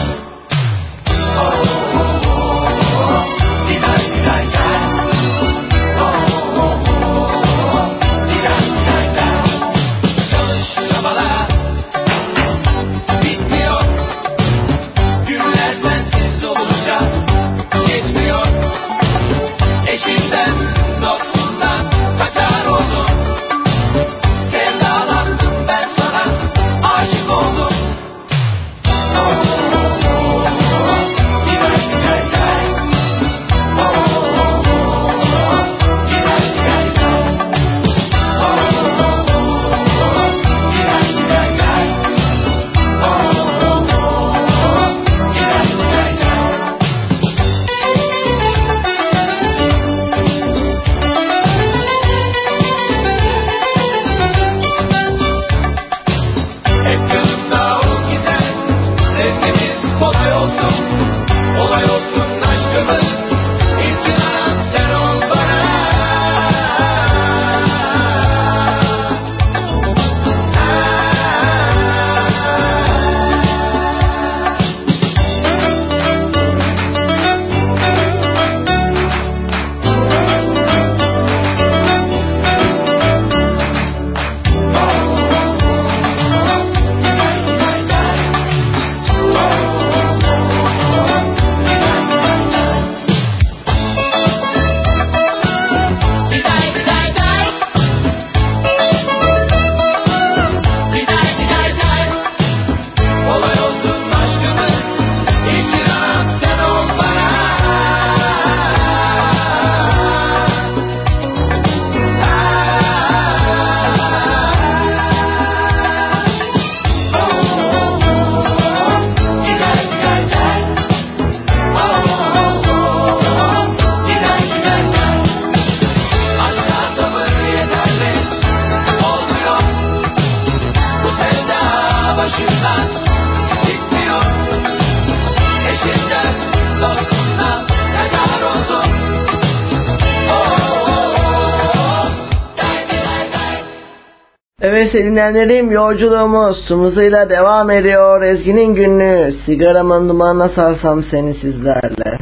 Evet dinleyenlerim, yolculuğumuz tüm hızıyla devam ediyor. Ezgi'nin günlüğü, sigaramın dumanına sarsam seni sizlerle.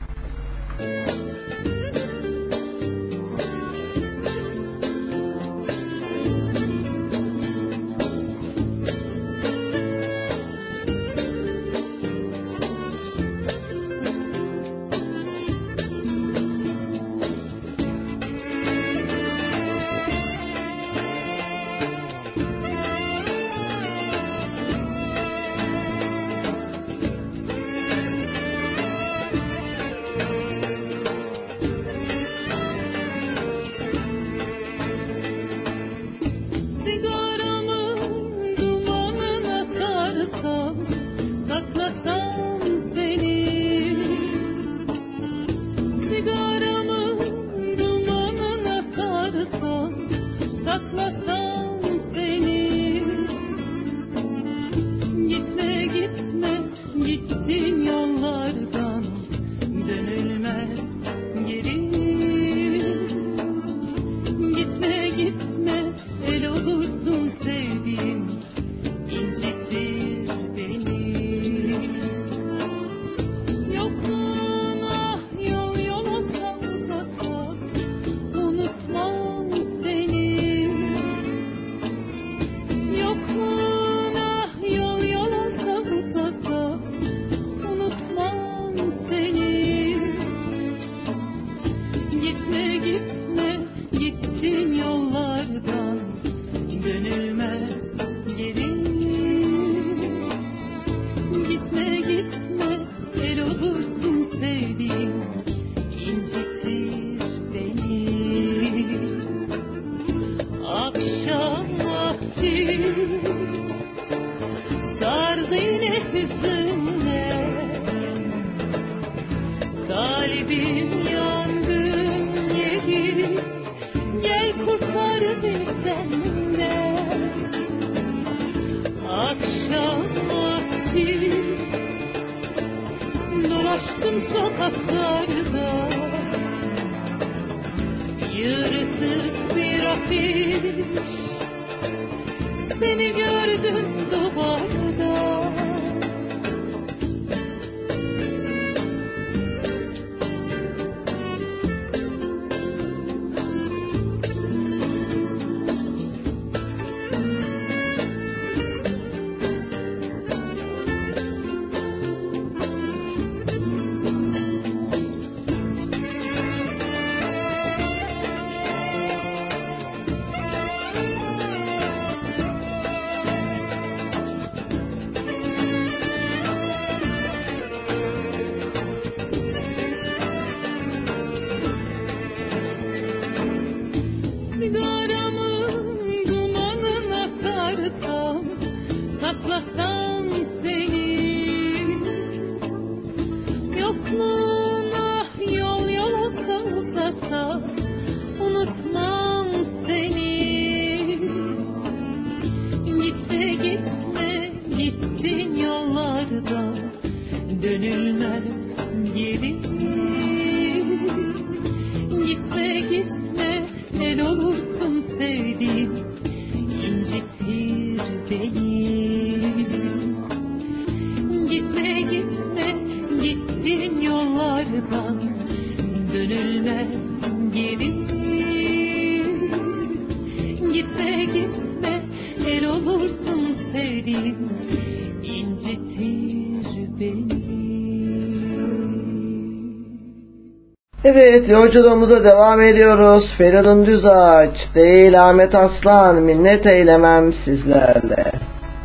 Evet, yolculuğumuza devam ediyoruz. Feridun Düzağaç değil Ahmet Aslan, minnet eylemem sizlerle.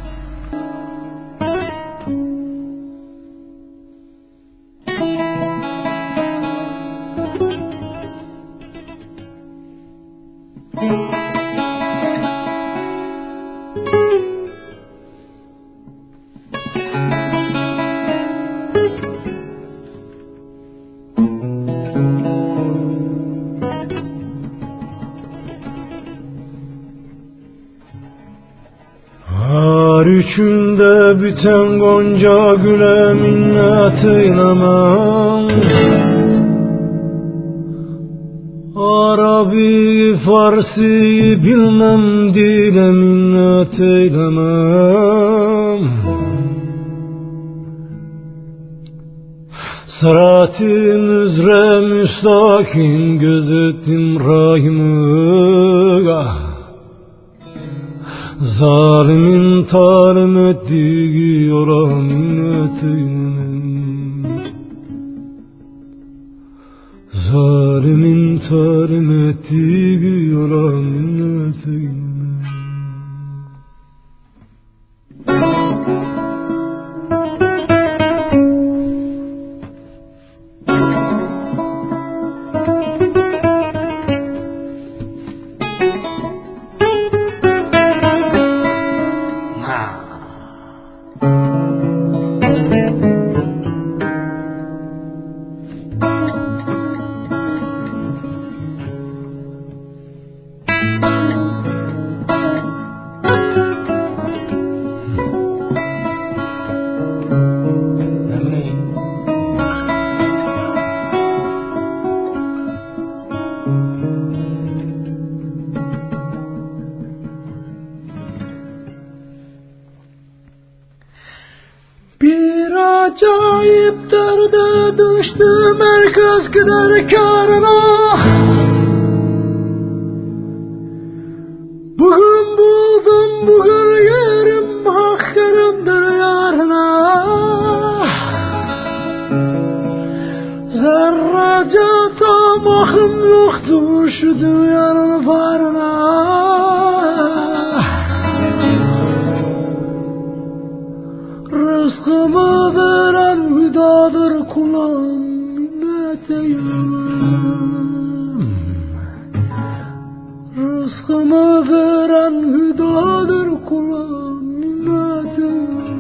Üçünde biten gonca güle minnet eylemem. Arabi Farsi bilmem dile minnet eylemem. Sırat-ı üzre müstakim gözettim rahimı. Zalimin talim ettiği yola minnet eylemem. Zalimin talim ettiği yola minnet eylemem. Acayip derde düştüm herkes gider karına. Bugün buldum bugün yerim hak yerimdir yarına. Zerrece tamahım yoktu şu dünyanın varına. Rızkımı veren hüdadır kulağım minnet eylemem. Rızkımı veren hüdadır kulağım minnet eylemem.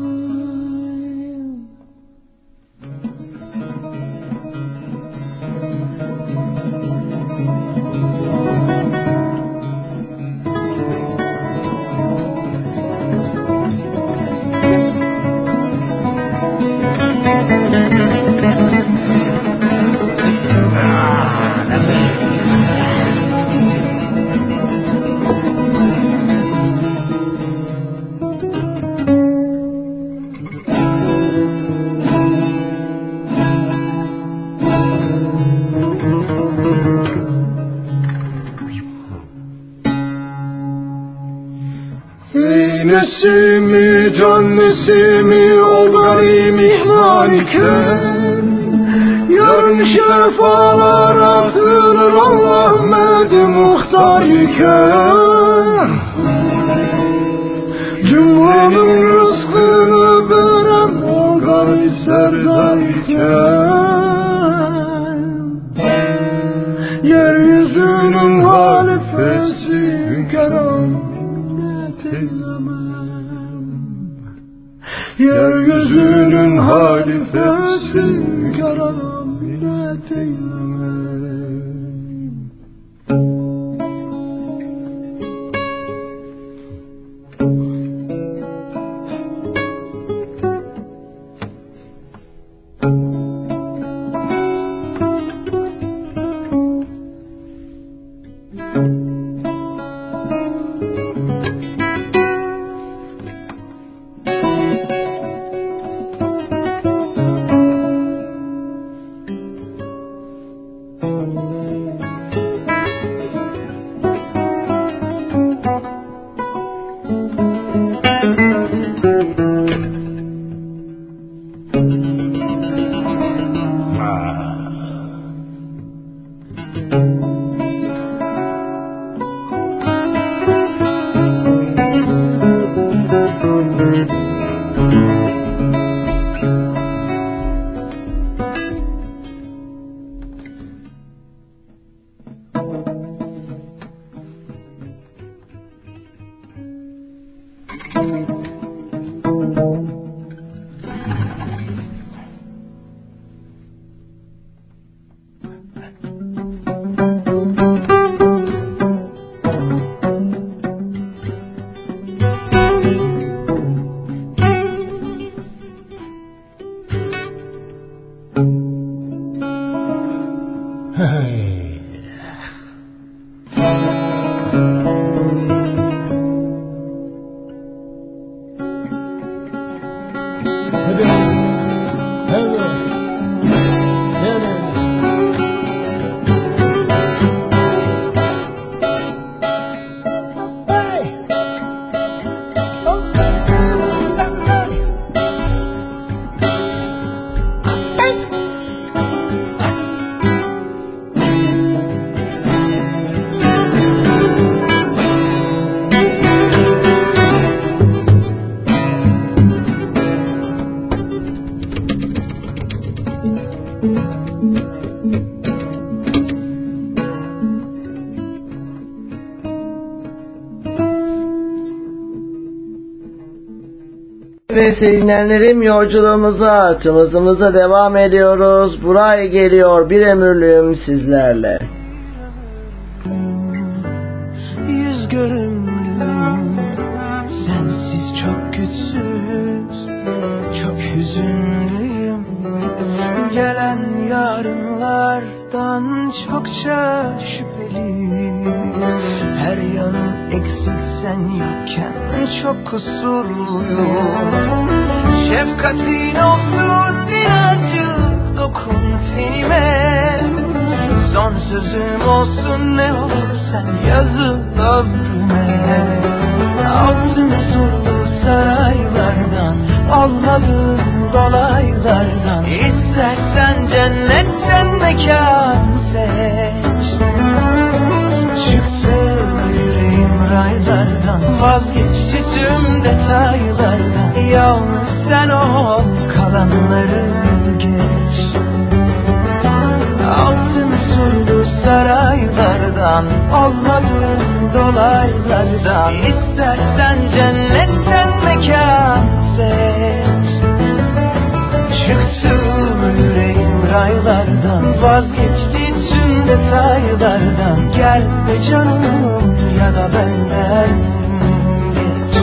Nesimi can nesimi ol garip ihmal iken. Yarın şefalar atılır Allah Ahmet-i Muhtar iken. Cümlenin rızkını veren o garip serdar iken. Yeryüzünün halifesi hünkârım yeryüzünün halifesi karam minnet eylemem. Ve sevgilenlerim, yolculuğumuza, tımızımıza devam ediyoruz. Buraya geliyor bir ömürlüğüm sizlerle. Yüz görümlüm, sensiz çok güçsüz, çok hüzünlüyüm. Gelen yarınlardan çokça şüpheli. Her yanım eksik sen yokken çok kusurluyum. Şefkatin olsun birazcık dokun tenime. Son sözüm olsun ne olursan yazı ömrüme. Altın surlu saraylardan, olmadığım dolaylardan, İstersen cennetten mekan seç. Çıktı yüreğim raylardan, vazgeçti tüm detaylardan. Yalnız sen ol, kalanları geç. Altın surlu saraylardan, olmadığım dolaylardan, İstersen cennetten mekan seç. Çıktı yüreğim raylardan, vazgeçti tüm detaylardan. Gel be canım ya da benden geç.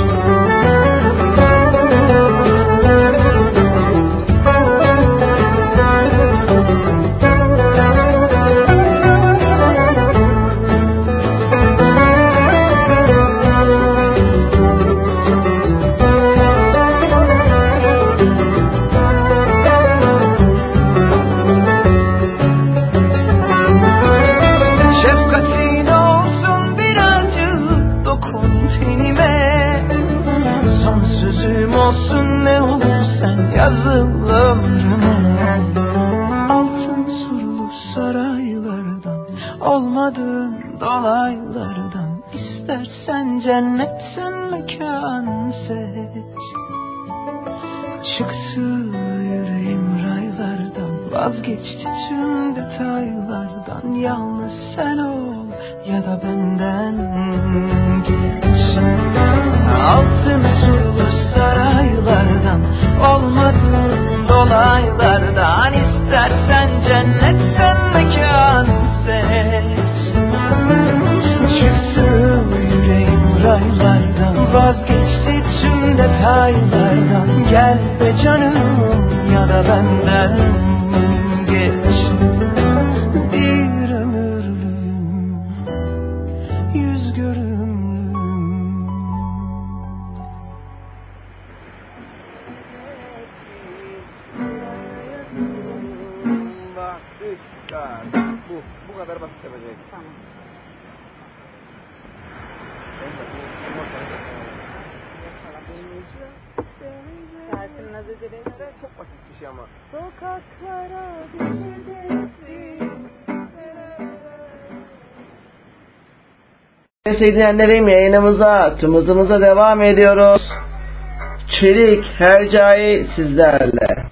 Olsun ne olursan yazıl ömrüme. Altın surlu saraylardan, olmadığın dolaylardan, İstersen cennetten mekan seç. Çıktı yüreğim raylardan, vazgeçti tüm detaylardan. Yalnız sen ol ya da benden geç. Altın surlu saraylardan, olmadığın dolaylardan, İstersen cennetten mekan seç. Çıktı yüreğim raylardan, vazgeçti tüm detaylardan. Gel be canım ya da benden geç. Bir ömürlüğüm, yüz görümlüğüm. Bu kadar basit yapacak. Tamam. Şarkının adı direkt çok basit bir şey ama. Sokaklara düşürdüğüm. Sevgilenlerim, yayınımıza, tımızımıza devam ediyoruz. Çelik Hercai sizlerle.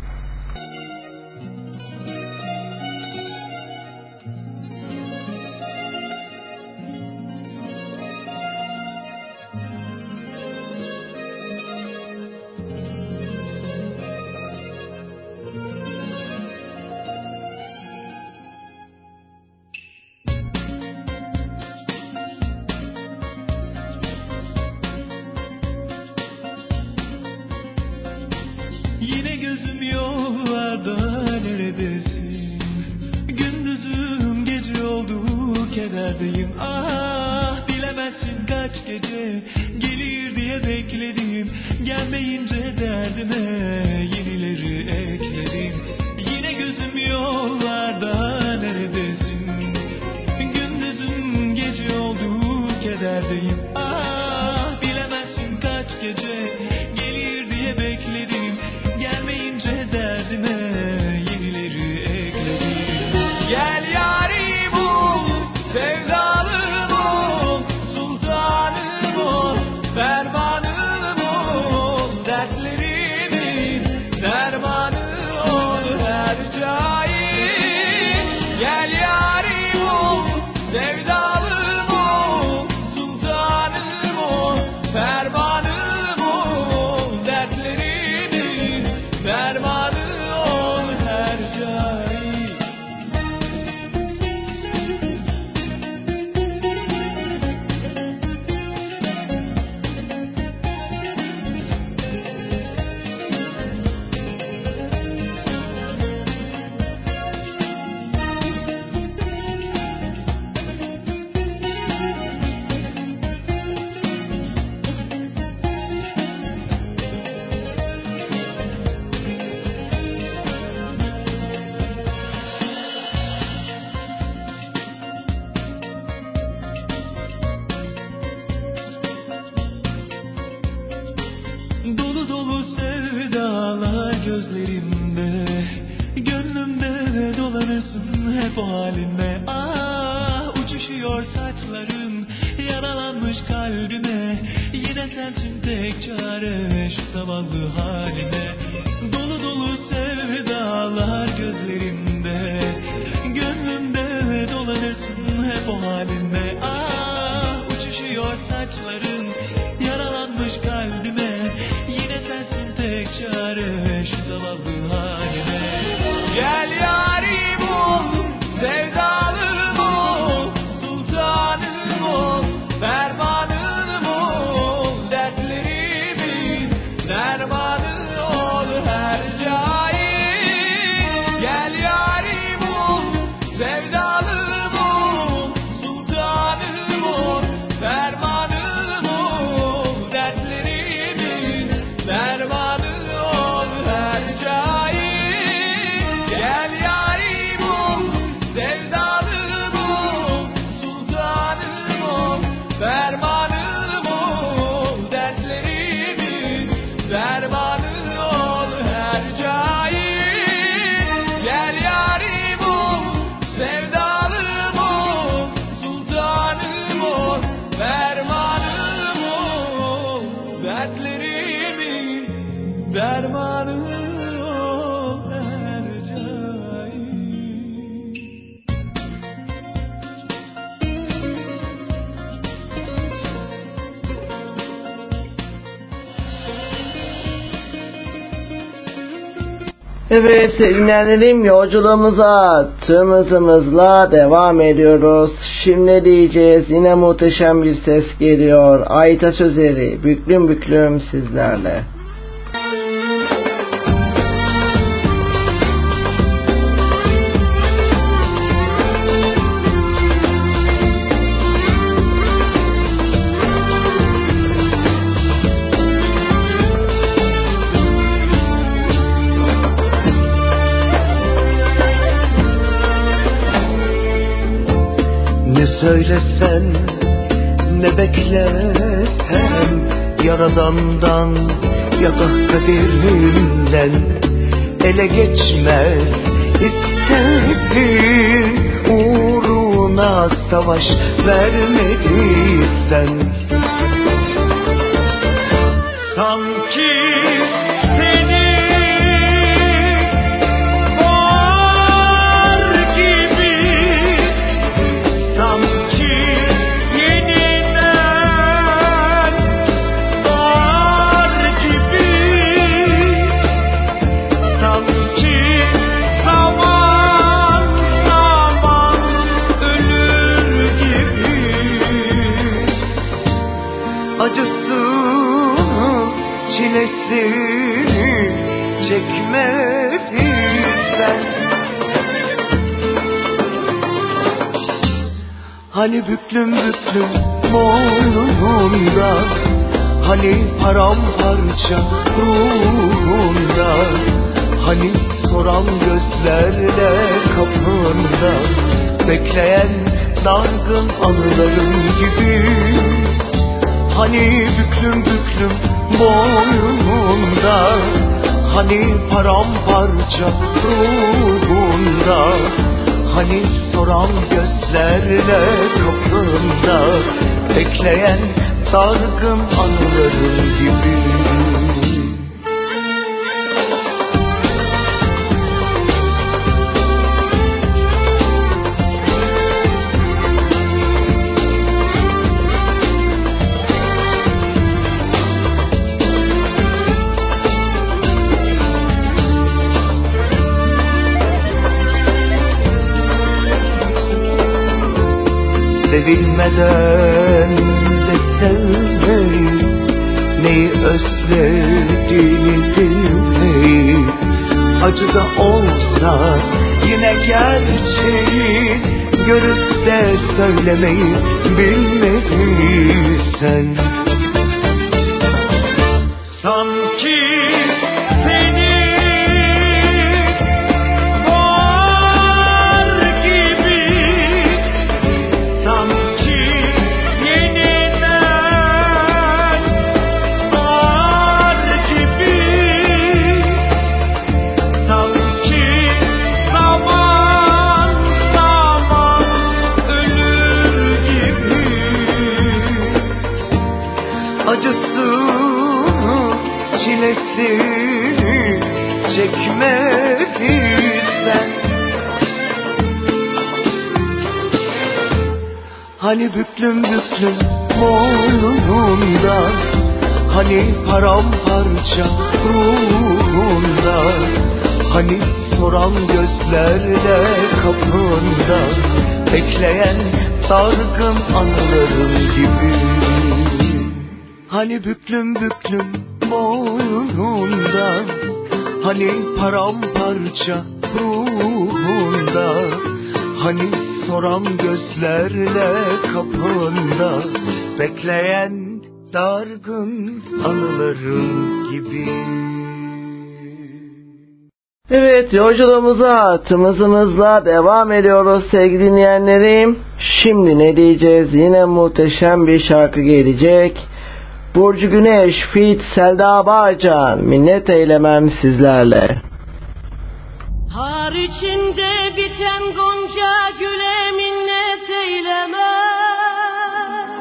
Yine gözüm yollarda, neredesin? Gündüzüm gece oldu, kederdeyim. Ah, bilemezsin kaç gece gelir diye bekledim. Gelmeyince derdime yenileri ekledim. Yine gözüm yollarda, neredesin? Gündüzüm gece oldu, kederdeyim. Ah, bilemezsin kaç gece gelir diye bekledim. Gelmeyince derdime yenileri ekledim. Gel yarim ol, sevdalım ol, sultanım ol, fermanım ol. Dertlerimin Yaralanmış kalbime yine sensin tek çare şu zavallı halime. Dolu dolu sevdalar gözlerimde, gönlümde dolanırsın hep o halime. Ah uçuşuyor saçların yaralanmış kalbime, yine sensin tek çare şu zavallı halime. Gel yarim ol, sevdalım ol, sultanım ol, fermanım ol, dertlerimin dermanı ol her cahil. Gel yarim ol, sevdalım ol, sultanım ol, fermanım ol, dertlerimin dermanı ol her cahil. Gel yarim ol, sevdalım ol, sultanım ol, fermanım ol, dertlerimin dermanı ol her cahil. Gel yarim ol, sevdalım ol, sultanım ol, fermanım ol, dertlerimin dermanı ol her cahil. Evet sevgili dinleyenlerim, yolculuğumuza tüm hızımızla devam ediyoruz. Şimdi diyeceğiz, yine muhteşem bir ses geliyor. Aytaç Özeri, büklüm büklüm sizlerle. Ne söylesen ne beklesem Yaradan'dan ya da kaderinden ele geçmez istedin uğruna savaş vermediysen. Sanki çilesini çekmediysen. Hani büklüm büklüm boynunda, hani paramparça ruhunda, hani soran gözlerle kapında bekleyen dargın anıların gibi. Hani büklüm büklüm boynunda, hani paramparça ruhunda, hani soran gözlerle kapında bekleyen dargın anıların gibi. Sevilmeden de sevmeyi, neyi özlediğini bilmeyi, acı da olsa yine gerçeği görüp de söylemeyi bilmediysen. sanki acısını, çilesini çekmediysen. Hani büklüm büklüm boynunda, hani paramparça ruhunda, hani soran gözlerle kapında bekleyen dargın anılarım gibi. Hani büklüm büklüm boynunda, hani paramparça ruhunda, hani soran gözlerle kapında bekleyen dargın anılarım gibi. Evet, yolculuğumuza tımızımızla devam ediyoruz sevgili dinleyenlerim. Şimdi ne diyeceğiz? Yine muhteşem bir şarkı gelecek. Burcu Güneş feat. Selda Bağcan, minnet eylemem sizlerle. Har içinde biten gonca güle minnet eylemem.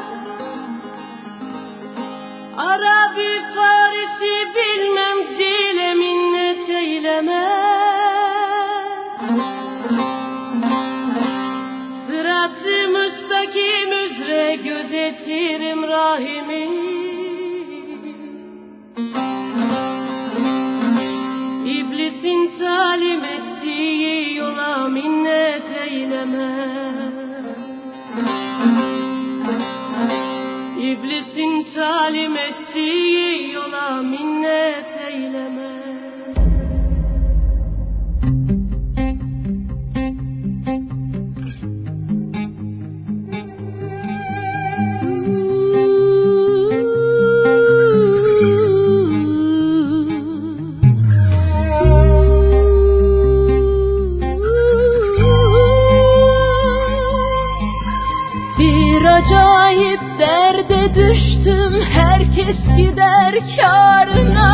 Arabi Farisi bilmem dile minnet eylemem. Sırat-ı müstakim üzere gözetirim rahimi. İblisin talim ettiği yola minnet eylemem. İblisin talim ettiği yola minnet eylemem. Acayip derde düştüm, herkes gider kârına.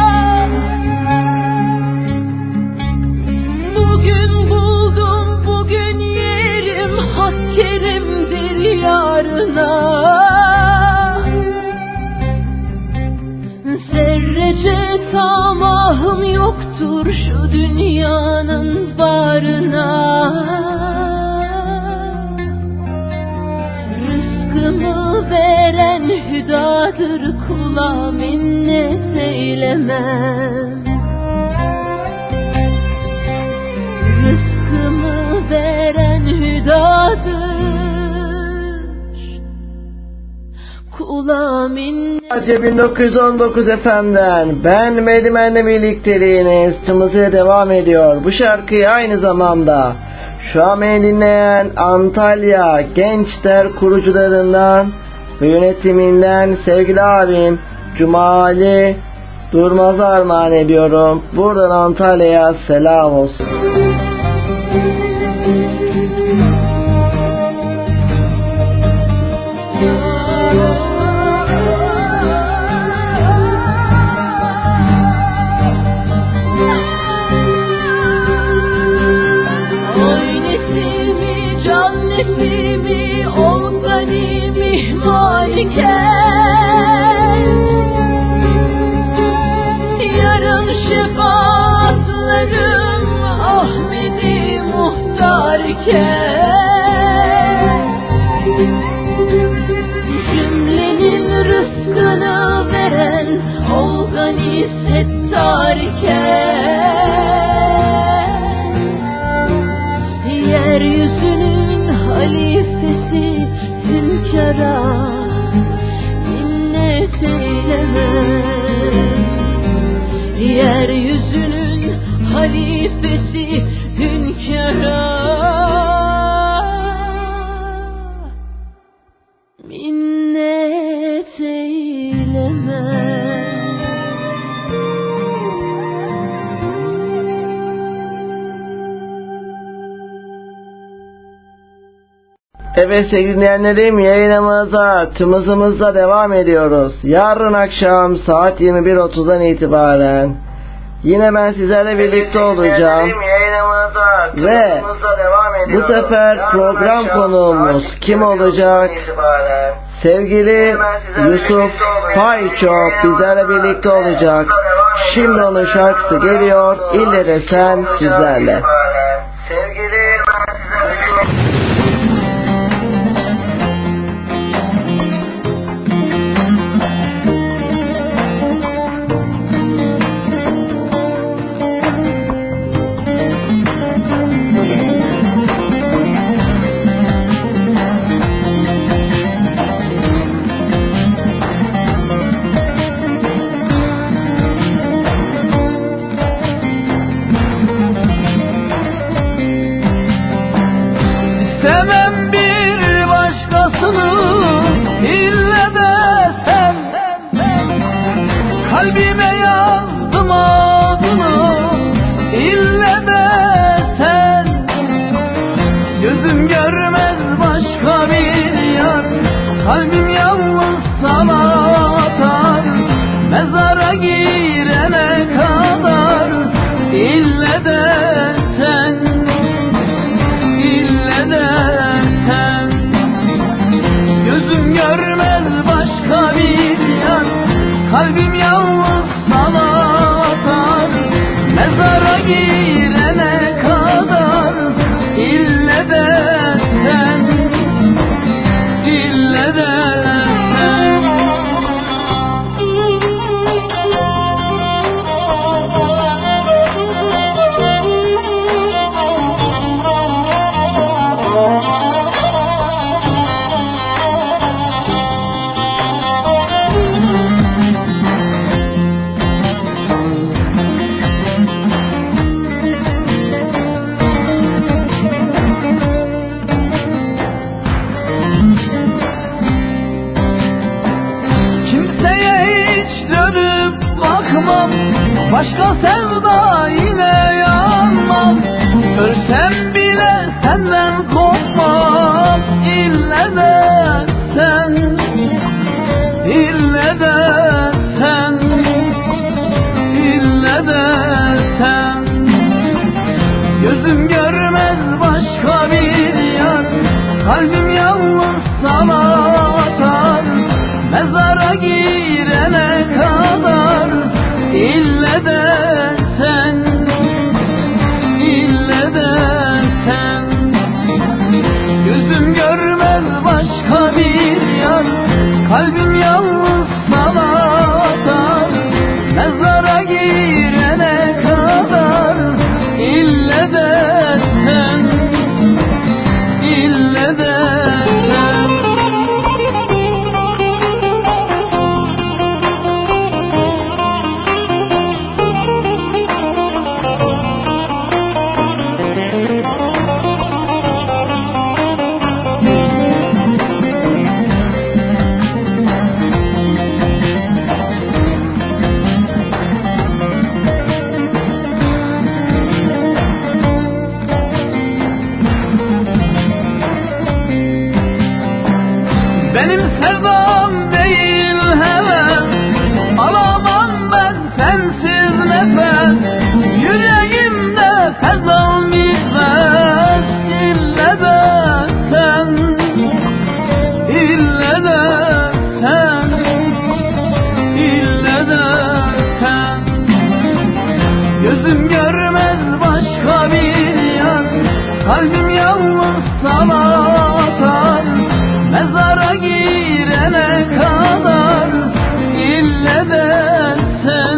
Bugün buldum, bugün yerim, hak kerimdir yarına. Zerrece tamahım yoktur şu dünyanın barına. Rızkımı veren hüdadır, kula minnet eylemem. Rızkımı veren hüdadır, kula minnet. 1919 FM'den ben Medimen'le birlikteliğiniz tımızıya devam ediyor. Bu şarkıyı aynı zamanda şu an beni dinleyen Antalya Gençler kurucularından ve yönetiminden sevgili abim Cumali Durmaz'a armağan ediyorum. Buradan Antalya'ya selam olsun. Nesimi ol ganimi maliken, yarın şefaatlerim Ahmedi muhtar iken, cümlenin rızkını veren ol gani settar iken, yeryüzünün halifesi hünkâra minnet eylemem. Yeryüzünün halifesi hünkâra minnet eylemem. Evet sevgili dinleyenlerim, yayınımıza tımızımızla devam ediyoruz. Yarın akşam saat 21.30'dan itibaren yine ben sizlerle birlikte olacağım. Ve bu sefer program konuğumuz kim olacak? Sevgili Yusuf Payço bizlerle birlikte olacak. Şimdi onun şarkısı geliyor. İlle de sen sizlerle. Sevmem bir başkasını, ille de sen. Kalbime yazdım adını, ille de sen. Gözüm görmez başka bir yar, kalbim yalnız sana atar. Mezara girene kadar ille de sen. İlle de sen. Gözüm görmez başka bir yar, kalbim yalnız sana atar. Mezara girene kadar ille de sen. İlle de sen. Başka sevda ile yanmam, ölsem bile senden kopmam. İlle de sen, ille de sen, ille de sen. Gözüm görmez başka bir yar, kalbim yalnız sana atar. Mezara girene kadar İlle de sen, ille de sen. Gözüm görmez başka bir yar, kalbim yalnız sana atar. Mezara girene kadar ille de sen, ille de sen. Benim sevdam değil heves, alamam ben sensiz nefes. Yüreğimde fezam bitmez, ille de sen, ille de sen, ille de sen. Gözüm görmez başka bir yar, kalbim yalnız sana atar. Mezara girene kadar ille de sen,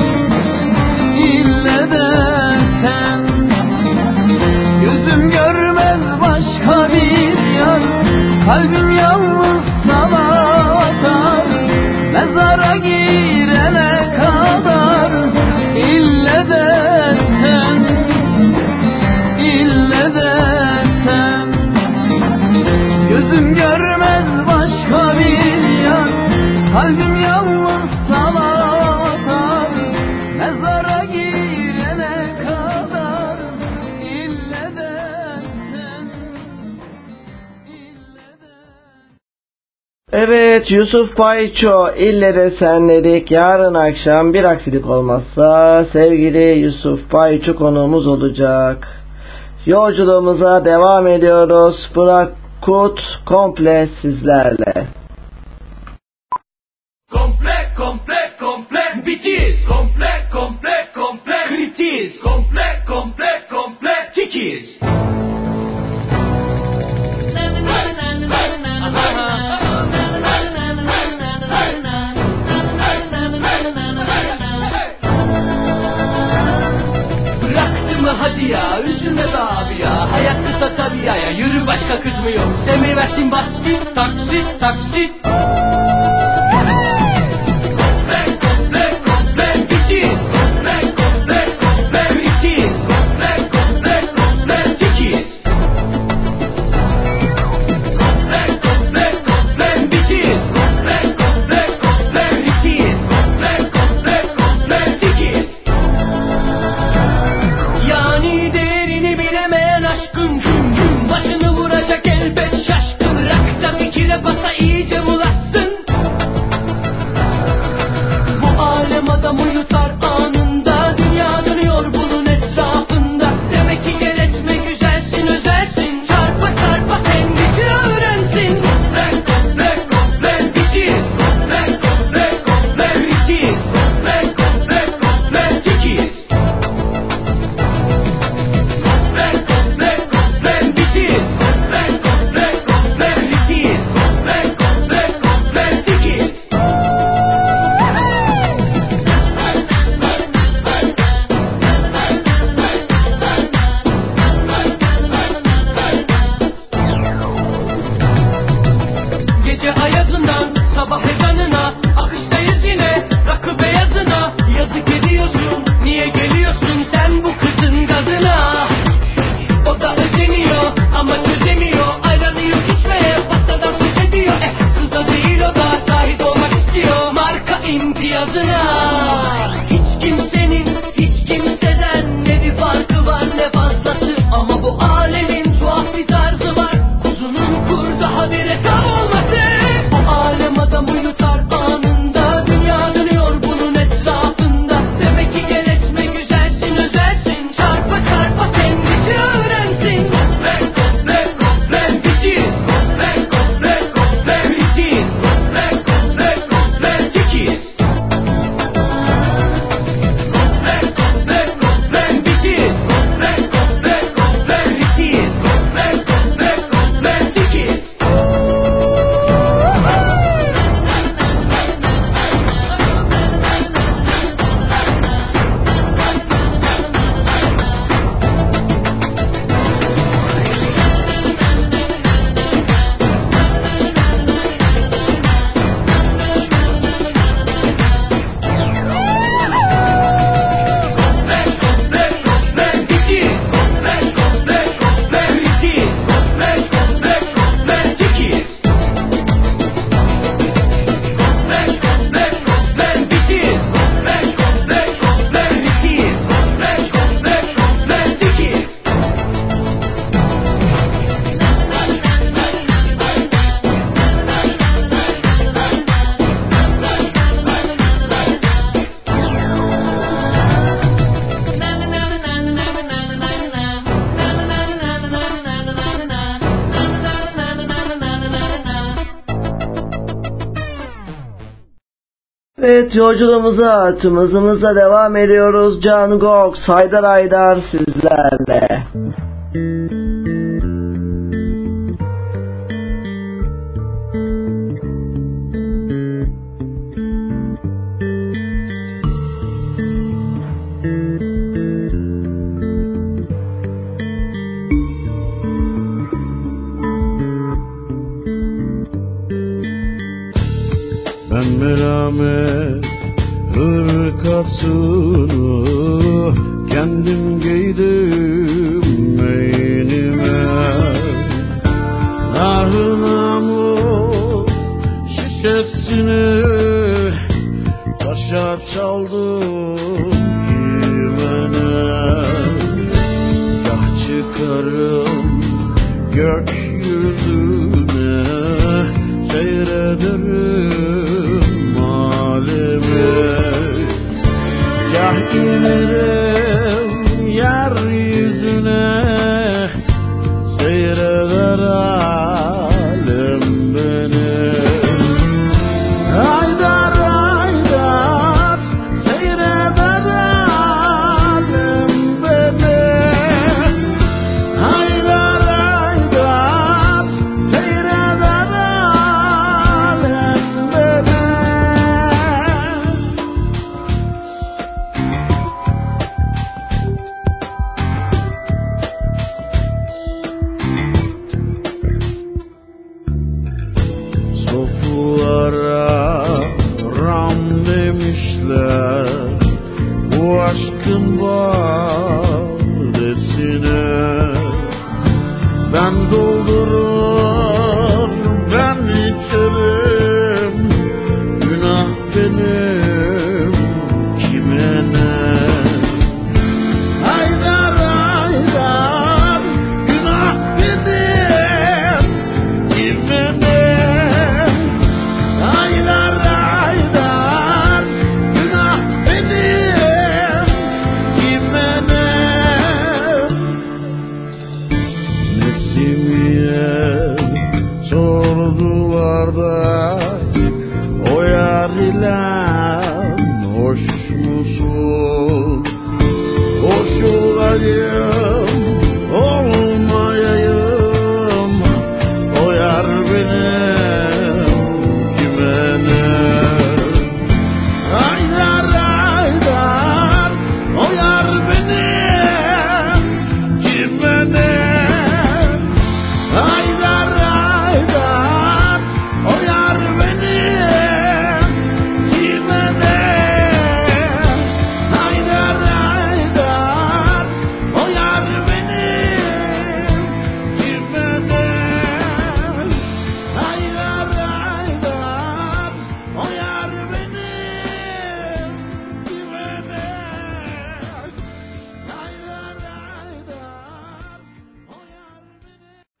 ille de sen. Gözüm görmez başka bir yar, kalbim yalnız sana atar. Mezara girene kadar ille de sen, ille de sen. Gözüm görmez başka bir yar, kalbim yalnız sana atar. Mezara girene kadar ille de sen, ille de. Evet, Yusuf Payço ille de sen dedik. Yarın akşam bir aksilik olmazsa sevgili Yusuf Payço konuğumuz olacak. Yolculuğumuza devam ediyoruz. Burak Kut komple sizlerle. Komple bitiz. Komple komple komple kritiz. Komple komple komple tikiz. Hadi ya, üzülme be abi ya. Hayat kısa tabii ya, yürü başka kız mı yok? Semih versin basket, taksit, taksit. Basa iyice bulaşsın. Bu alem adamı yutar anında. Dünya dönüyor bunun etrafında. Demek ki gel etme güzelsin özelsin. Çarpa çarpa kendisi öğrensin. Komple komple komple bitiz. Komple komple komple bitiz. Komple komple komple tikiz. Komple komple komple bitiz. Komple komple komple bitiz. Gece ayazından sabah ezanına akıştayız yine rakı beyazına. Yazık ediyorsun, niye geliyorsun sen bu kızın gazına? O da özeniyor ama çözemiyor. Ayranı yok içmeye pastadan söz ediyor. Kız da değil o da şahit olmak istiyor marka imtiyazına. Hiç kimsenin hiç kimseden ne bir farkı var ne fazlası. Ama bu alemin tuhaf bir tarzı var. Kuzunun kurdu habire tam olması. Bu alem adamı yutar anında. Dünya dönüyor bunun etrafında. Demek ki gel etme güzelsin özelsin. Çarpa çarpa kendisi öğrensin. Komple komple komple bitiz. Komple komple komple bitiz. Komple komple komple tikiz. Komple komple komple bitiz. Komple komple komple bitiz. Komple komple komple tikiz. Evet, yolculuğumuza, tımızımıza devam ediyoruz. Can Gox, Haydar Haydar sizlerle. Ben merhamet hırkasını kendim giydim beynime. Nar-ı namus şişesini taşa çaldım kimene. Kah çıkarım gökyüzüne, seyrederim alemi. Kah inerim yeryüzüne, seyreder alem beni. Haydar haydar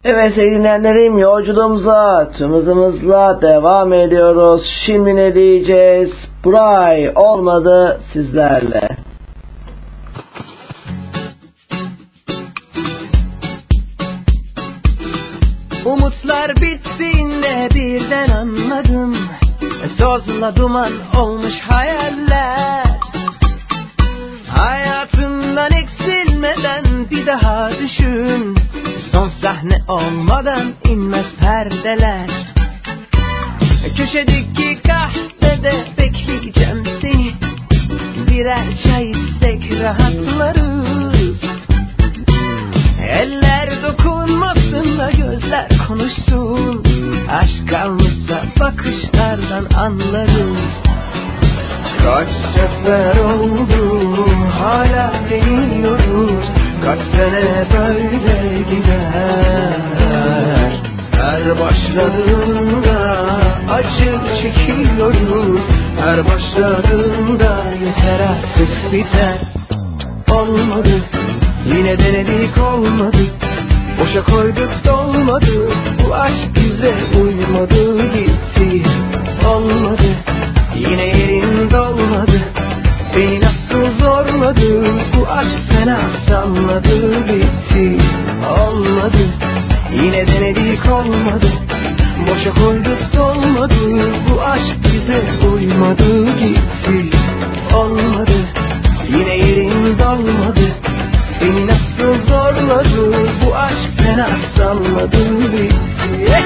Evet sevgili dinleyenlerim, yolculuğumuza tüm hızımızla devam ediyoruz. Şimdi ne diyeceğiz? Buray olmadı sizlerle. Umutlar bittiğinde birden anladım, tozla duman olmuş hayaller. Hayatından eksilmeden bir daha düşün, son sahne olmadan inmez perdeler. Köşedeki kahvede bekleyeceğim seni, birer çay içsek rahatlarız. Eller dokunmasın da gözler konuşsun, aşk kalmışsa bakışlardan anlarız. Kaç sefer oldu hala deniyoruz, kaç sene böyle gider. Her başladığında acı çekiyoruz, her başladığında yeter artık biter. Olmadı, yine denedik olmadı, boşa koyduk dolmadı, bu aşk bize uymadı gitti. Olmadı, yine yerinde olmadı, beni nasıl zorladı, bu aşk fena salladı bitti. Olmadı, yine denedik olmadı, boşa koyduk dolmadı, bu aşk bize uymadı gitti. Olmadı, yine yerinde olmadı, beni nasıl zorladı, bu aşk fena salladı bitti.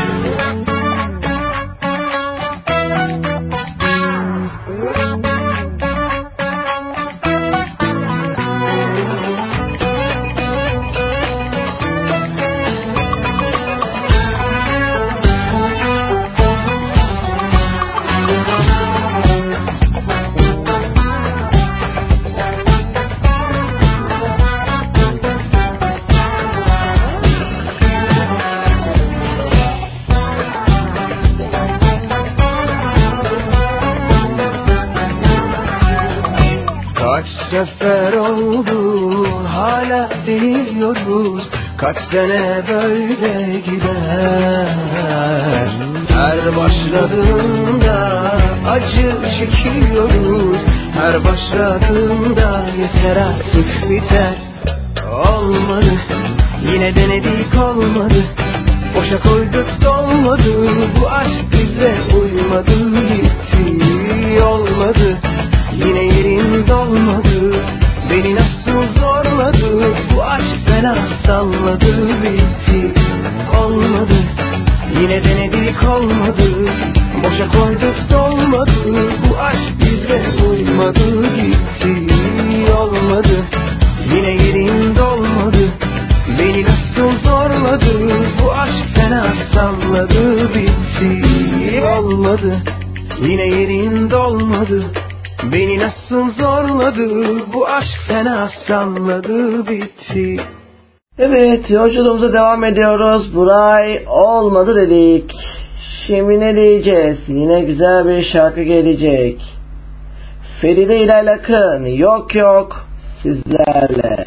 Sefer oldu hala deniyoruz, kaç sene böyle gider. Her başladığında acı çekiyoruz, her başladığında yeter artık biter. Olmadı, yine denedik olmadı, boşa koyduk dolmadı, bu aşk bize uymadı gitti. Olmadı, yine yerinde olmadı, beni nasıl zorladı, bu aşk fena salladı bitti. Olmadı, yine denedik olmadı, boşa koyduk dolmadı, bu aşk bize uymadı gitti. Olmadı, yine yerinde olmadı, beni nasıl zorladı, bu aşk fena salladı bitti. Olmadı, yine yerinde olmadı, beni nasıl zorladı, bu aşk fena salladı bitti. Evet, yolculuğumuza devam ediyoruz. Buray olmadı dedik. Şimdi ne diyeceğiz? Yine güzel bir şarkı gelecek. Feride İlay Akın, yok yok sizlerle.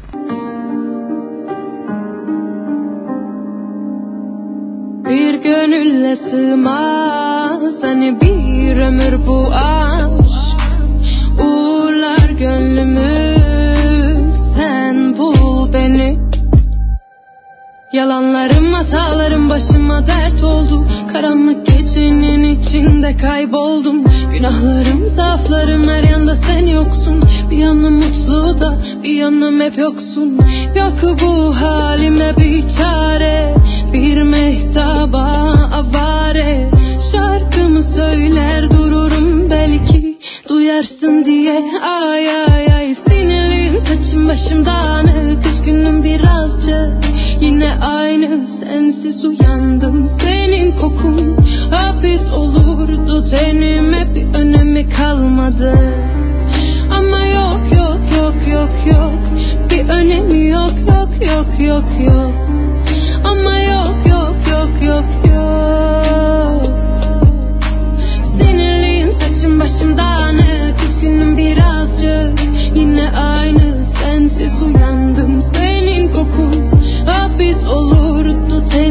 Bir gönülle sığmaz hani bir ömür bu aşk, uğurlar gönlümü, sen bul beni. Yalanlarım, hatalarım başıma dert oldu, karanlık gecenin içinde kayboldum. Günahlarım, zaaflarım, her yanda sen yoksun. Bir yanım mutlu da bir yanım hep yoksun. Yok bu halime bir çare, bir mehtaba avare. Şarkımı söyler dururum belki, duyarsın diye. Ay ay ay, sinirliyim, saçım başım dağınık, üzgünüm birazcık. Yine aynı, sensiz uyandım, senin kokun hapis olurdu tenime, bir önemi kalmadı. Ama yok yok yok yok yok, bir önemi yok yok yok yok yok. Ama yok yok yok yok yok. Sinirliyim, saçım başım dağınık, üzgünüm birazcık. Yine aynı, sensiz uyandım, senin kokun hapis olurdu tenime.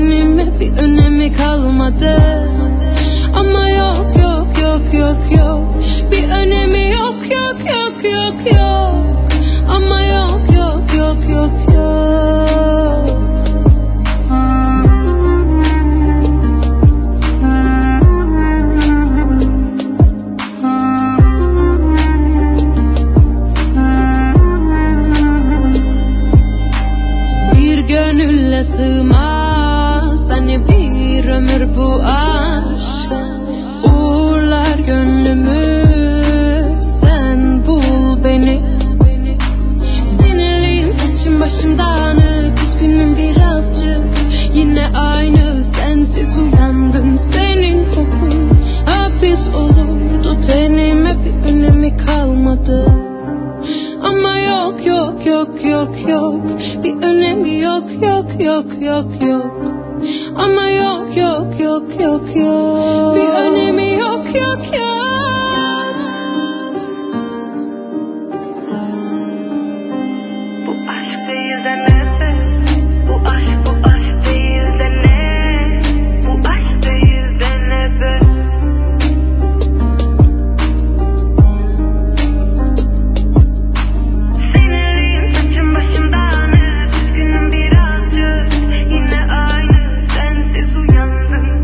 önemi kalmadı. Ama yok yok yok yok yok, bir önemi yok yok yok yok yok. Ama yok yok yok yok yok, bir önemi yok yok yok. Bu aşk değil de nedir? Bu aşk değil de ne? Bu aşk değil de nedir? Sinirliyim, saçım başım dağınık, üzgünüm birazcık, yine aynı sensiz uyandım.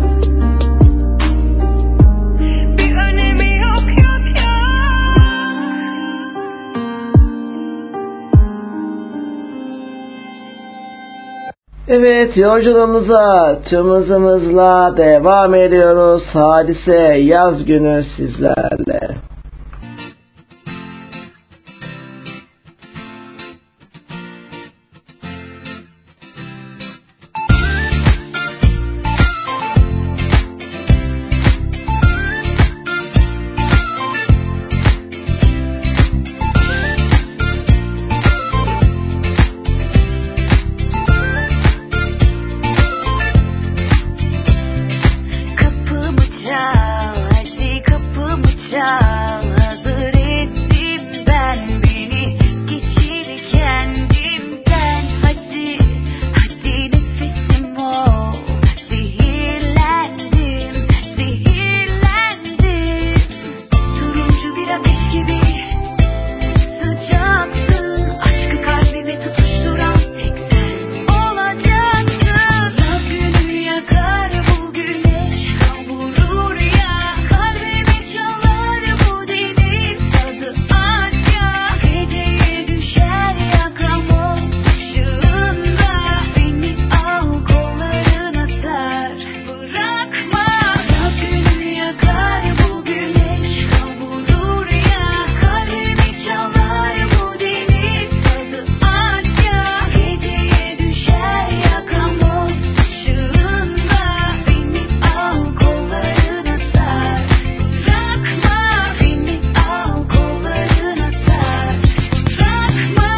Bir önemi yok yok yok. Evet, yolculuğumuza tüm hızımızla devam ediyoruz. Hadise yaz günü sizlerle. Kapımı çal, hadi kapımı çal. Hazır ettim ben beni, geçir kendimden. Hadi, hadi nefesim ol. Zehirlendim, zehirlendim. Turuncu bir ateş gibi sıcaksın. Aşkı kalbime tutuşturan tek sen olacaksın. Yaz günü yakar bu güneş, kavurur ya. Kalbimi çalar bu deniz tadı aç ya. Geceye düşer yakamoz ışığında. Beni al kollarına sar, bırakma. Yaz günü yakar bu güneş, kavurur ya. Kalbimi çalar bu deniz tadı aç ya. Geceye düşer yakamoz ışığında. Beni al kollarına sar, bırakma. Beni al kollarına sar, bırakma.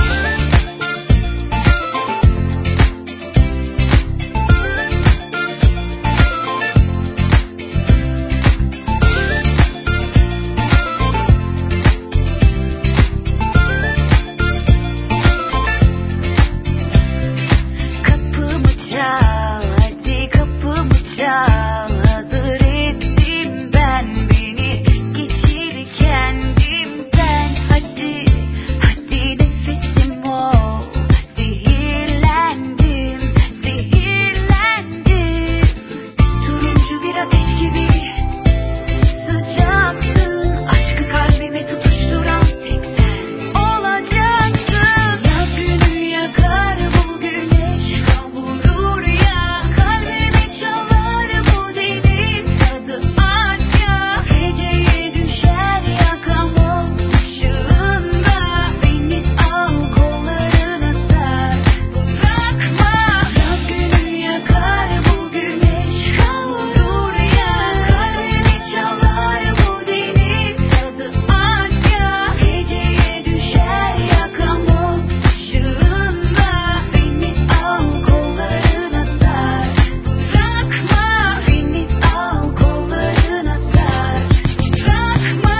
Kapımı çal, hadi kapımı çal. Hazır ettim ben beni, geçir kendimden. Hadi, hadi nefesim ol. Zehirlendim, zehirlendim. Turuncu bir ateş gibi sıcaksın. Aşkı kalbime tutuşturan tek sen olacaksın. Yaz günü yakar bu güneş, kavurur ya. Kalbimi çalar bu deniz tadı aç ya. Geceye düşer yakamoz ışığında. Beni al kollarına sar, bırakma. Yaz günü yakar bu güneş, kavurur ya. Kalbimi çalar bu deniz tadı aç ya. Geceye düşer yakamoz ışığında. Beni al kollarına sar, bırakma. Beni al kollarına sar, bırakma.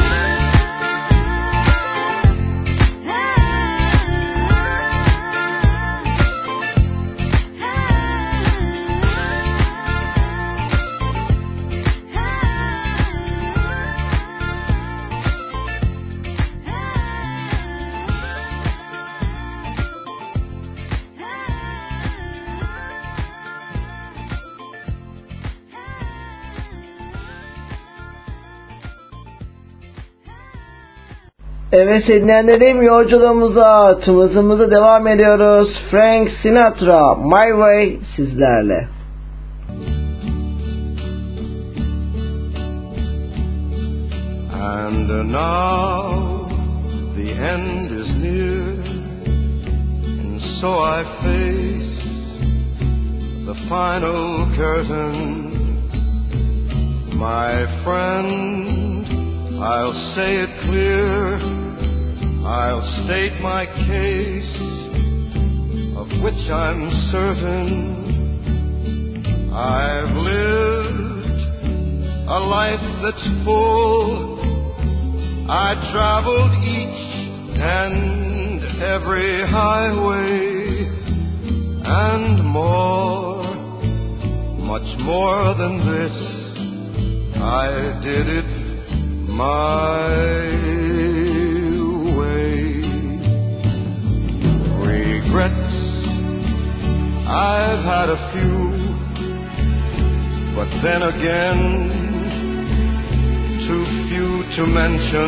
Evet dinleyenlerim, yolculuğumuza tüm hızımızla devam ediyoruz. Frank Sinatra, My Way sizlerle. And now the end is near, and so I face the final curtain. My friend, I'll say it clear, I'll state my case, of which I'm certain. I've lived a life that's full. I traveled each and every highway and more, much more than this. I did it my way. Regrets, I've had a few, but then again, too few to mention.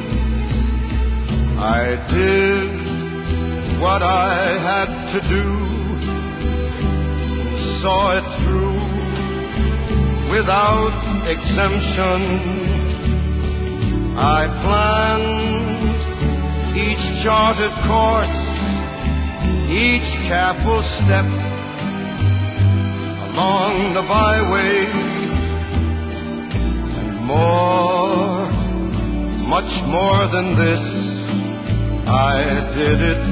I did what I had to do, saw it through without exemption. I planned each charted course, each careful step along the byway, and more, much more than this, I did it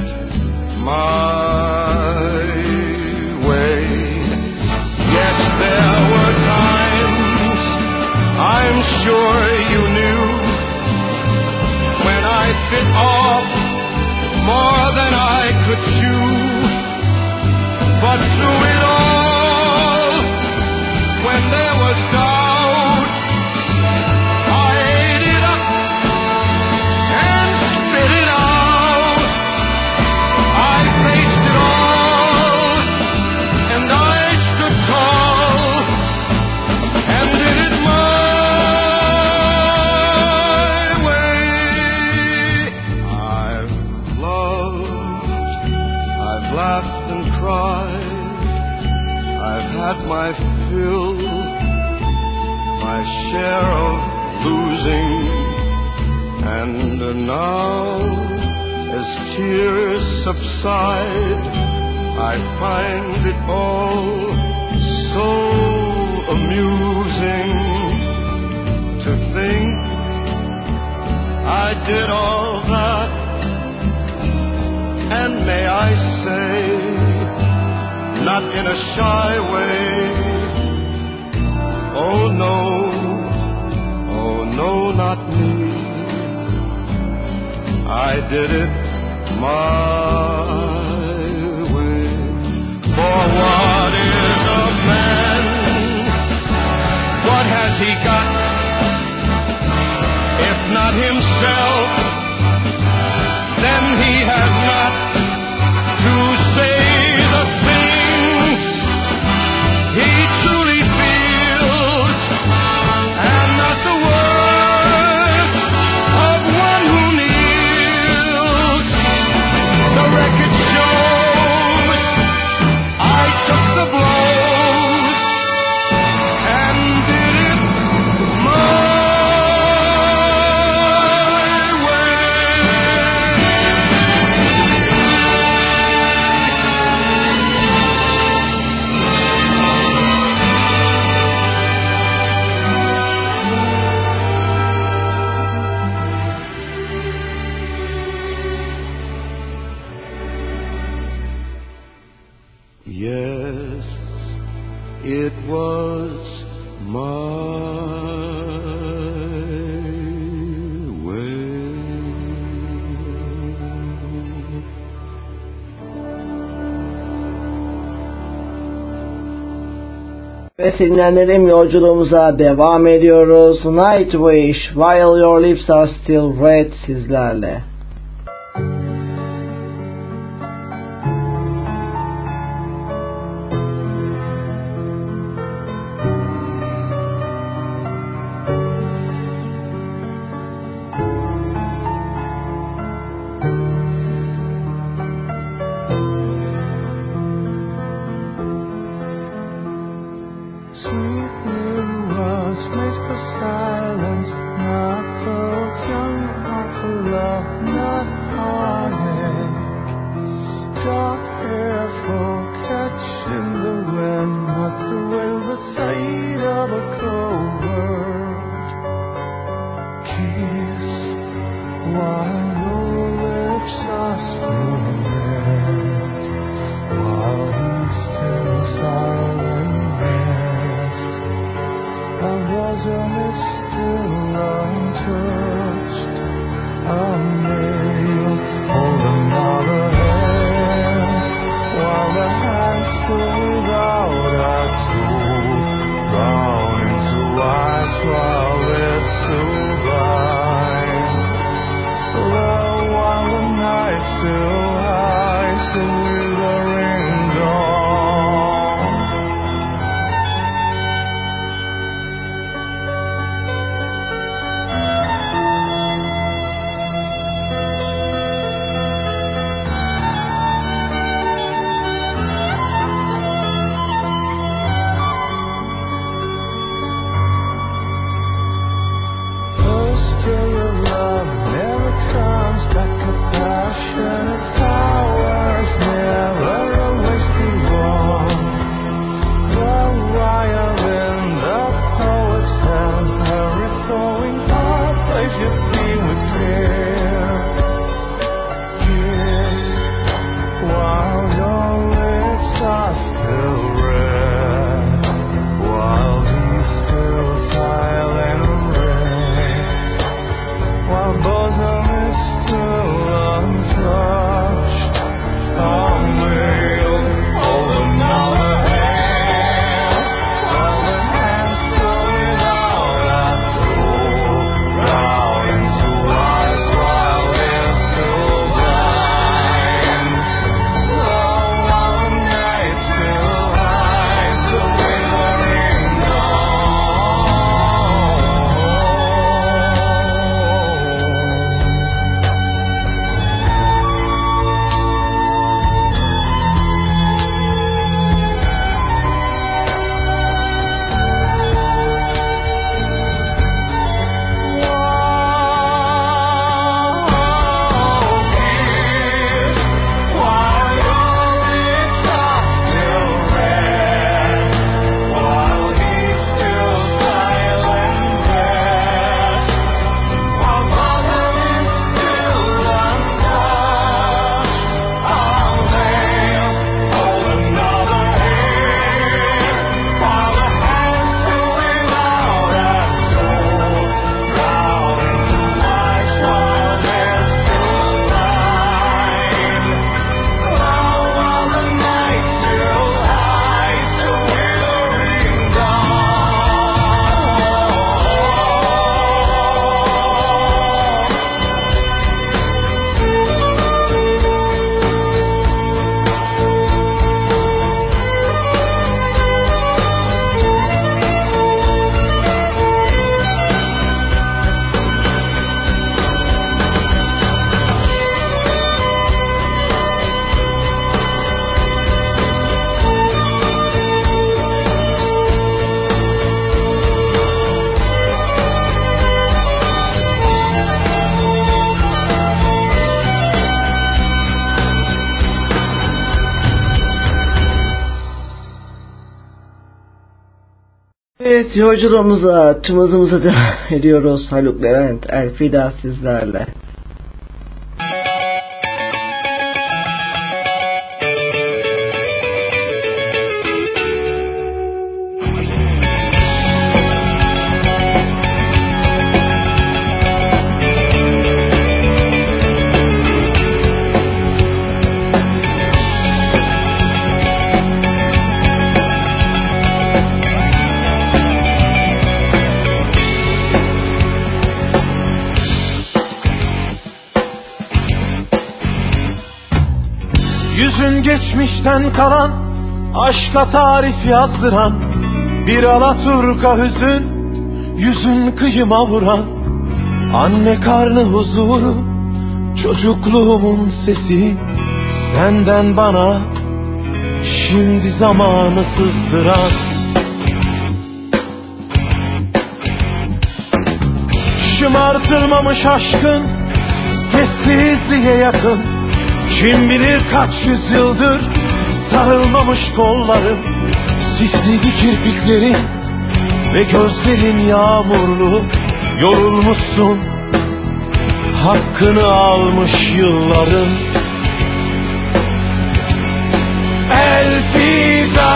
my way. Yes, there were times, I'm sure you knew, when I bit off more than I could chew. But through it all, when there was doubt, I ate it up and spit it out. I faced it all, and I stood tall, and did it my way. I've loved, I've laughed and cried, I've had my fill, my share of losing, and now, as tears subside, I find it all so amusing to think I did all that, and may I say, not in a shy way, oh no, not me. I did it my way. For what is a man? What has he got? If not himself, then he has not to say the things he truly feels, and not the words of one who kneels. The record shows I took the blows and did it my Yes, it was my way. Ve dinleyenlerim, yolculuğumuza devam ediyoruz. Nightwish, While Your Lips Are Still Red sizlerle. Sweet little words, makes the silence not so young, not for love. Evet, yolculuğumuza, tüm hızımıza devam ediyoruz. Haluk Levent, Elfida sizlerle. Geçmişten kalan, aşka tarif yazdıran, bir alaturka hüzün, yüzün kıyıma vuran, anne karnı huzuru, çocukluğumun sesi, senden bana, şimdi zamanı sızdıran. Şımartılmamış aşkın, sessizliğe yakın, kim bilir kaç yüzyıldır sarılmamış kollarım, sisli kirpiklerin ve gözlerin yağmurlu, Yorulmuşsun, hakkını almış yılların. Elfida,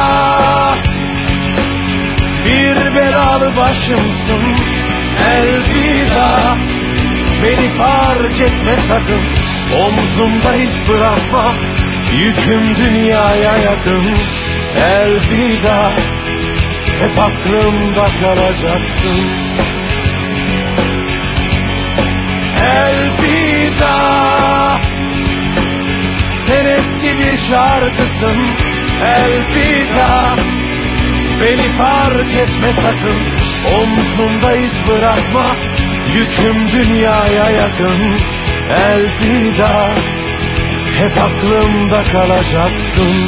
bir belalı başımsın. Elfida, beni fark etme sakın. Omzumda hiç bırakma, yüküm dünyaya yakın. Elfida, hep aklımda kalacaksın. Elfida, sen eski bir şarkısın. Elfida, beni fark etme sakın. Omzumda iz bırakma, yüküm dünyaya yakın. Elfida, hep aklımda kalacaksın.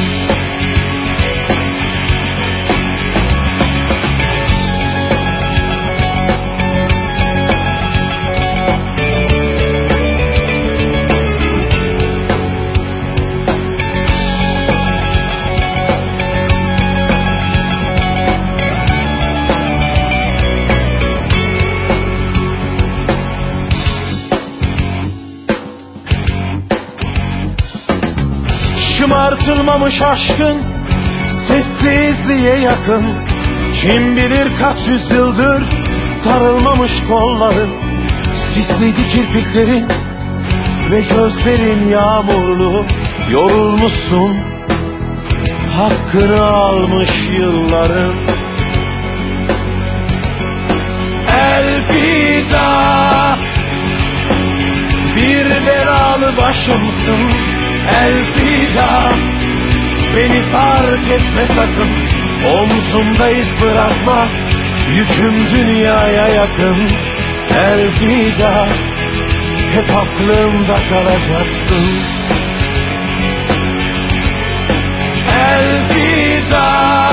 Şımartılmamış aşkın sessizliğe yakın. Kim bilir kaç yüzyıldır sarılmamış kolların. Sisliydi kirpiklerin ve gözlerin yağmurlu. Yorulmuşsun, hakkını almış yılların. Elfida, bir belalı başımsın. Elfida, beni fark etme sakın. Omzumda iz bırakma, yüküm dünyaya yakın. Elfida, hep aklımda kalacaksın. Elfida,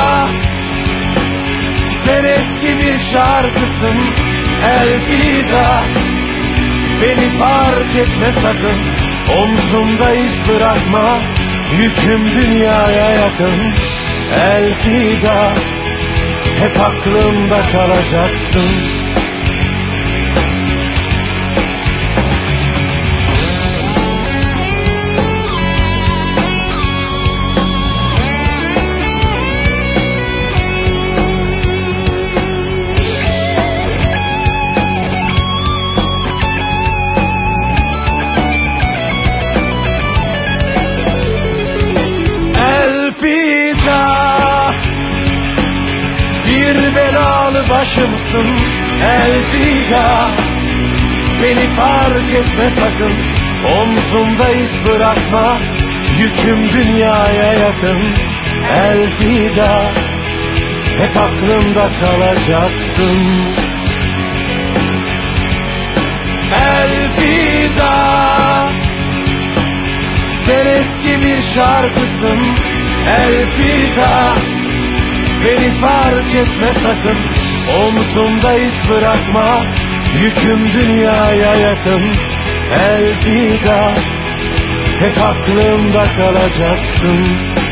sen eski bir şarkısın. Elfida, beni fark etme sakın. Omzumda iz bırakma, yüküm dünyaya yakın. Elfida, hep aklımda kalacaksın. Başımsın Elfida, beni fark etme sakın. Omzumda iz bırakma, yüküm dünyaya yakın. Elfida, hep aklımda kalacaksın. Elfida, sen eski bir şarkısın. Elfida, beni fark etme sakın. Omzumda iz bırakma, yüküm dünyaya yakın. Elfida, hep aklımda kalacaksın.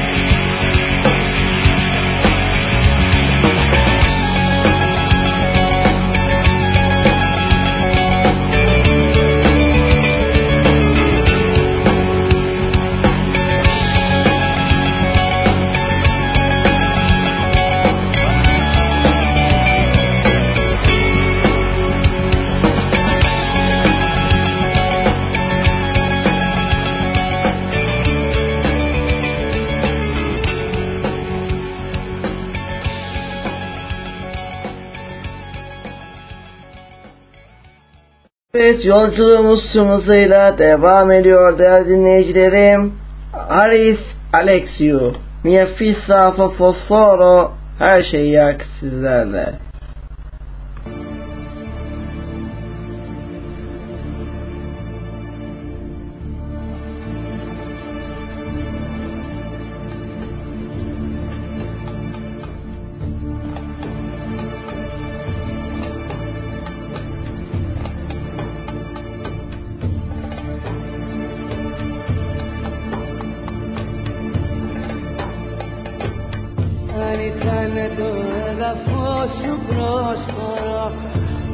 Evet, yolculuğumuz tüm hızıyla devam ediyor değerli dinleyicilerim. Haris Alexiou, Mia Fissa Fosforo, her şeyi yak sizlerle.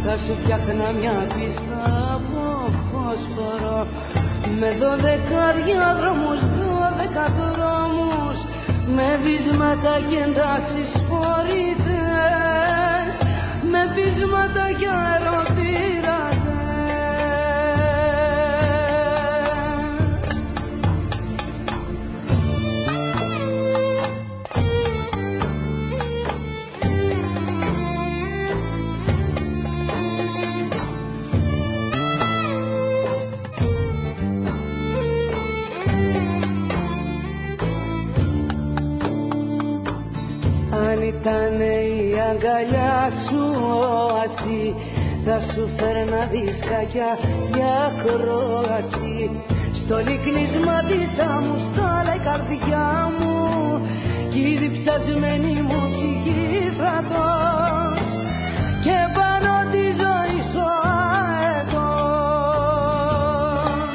θα σου φτιάχνα μια πίστα από φωσφορό με 12 διαδρόμους, 12 δρόμους με βίσματα και εντάξεις φορητές με βίσματα και αεροπειρατές. Αν ήτανε η αγκαλιά σου όαση θα σου φέρνα δισκάκια για ακρόαση στο λυκνίσμα της άμμου στάλα η καρδιά μου κι η διψασμένη μου ψυχή στρατός και πάνω τη ζωή σου αετός.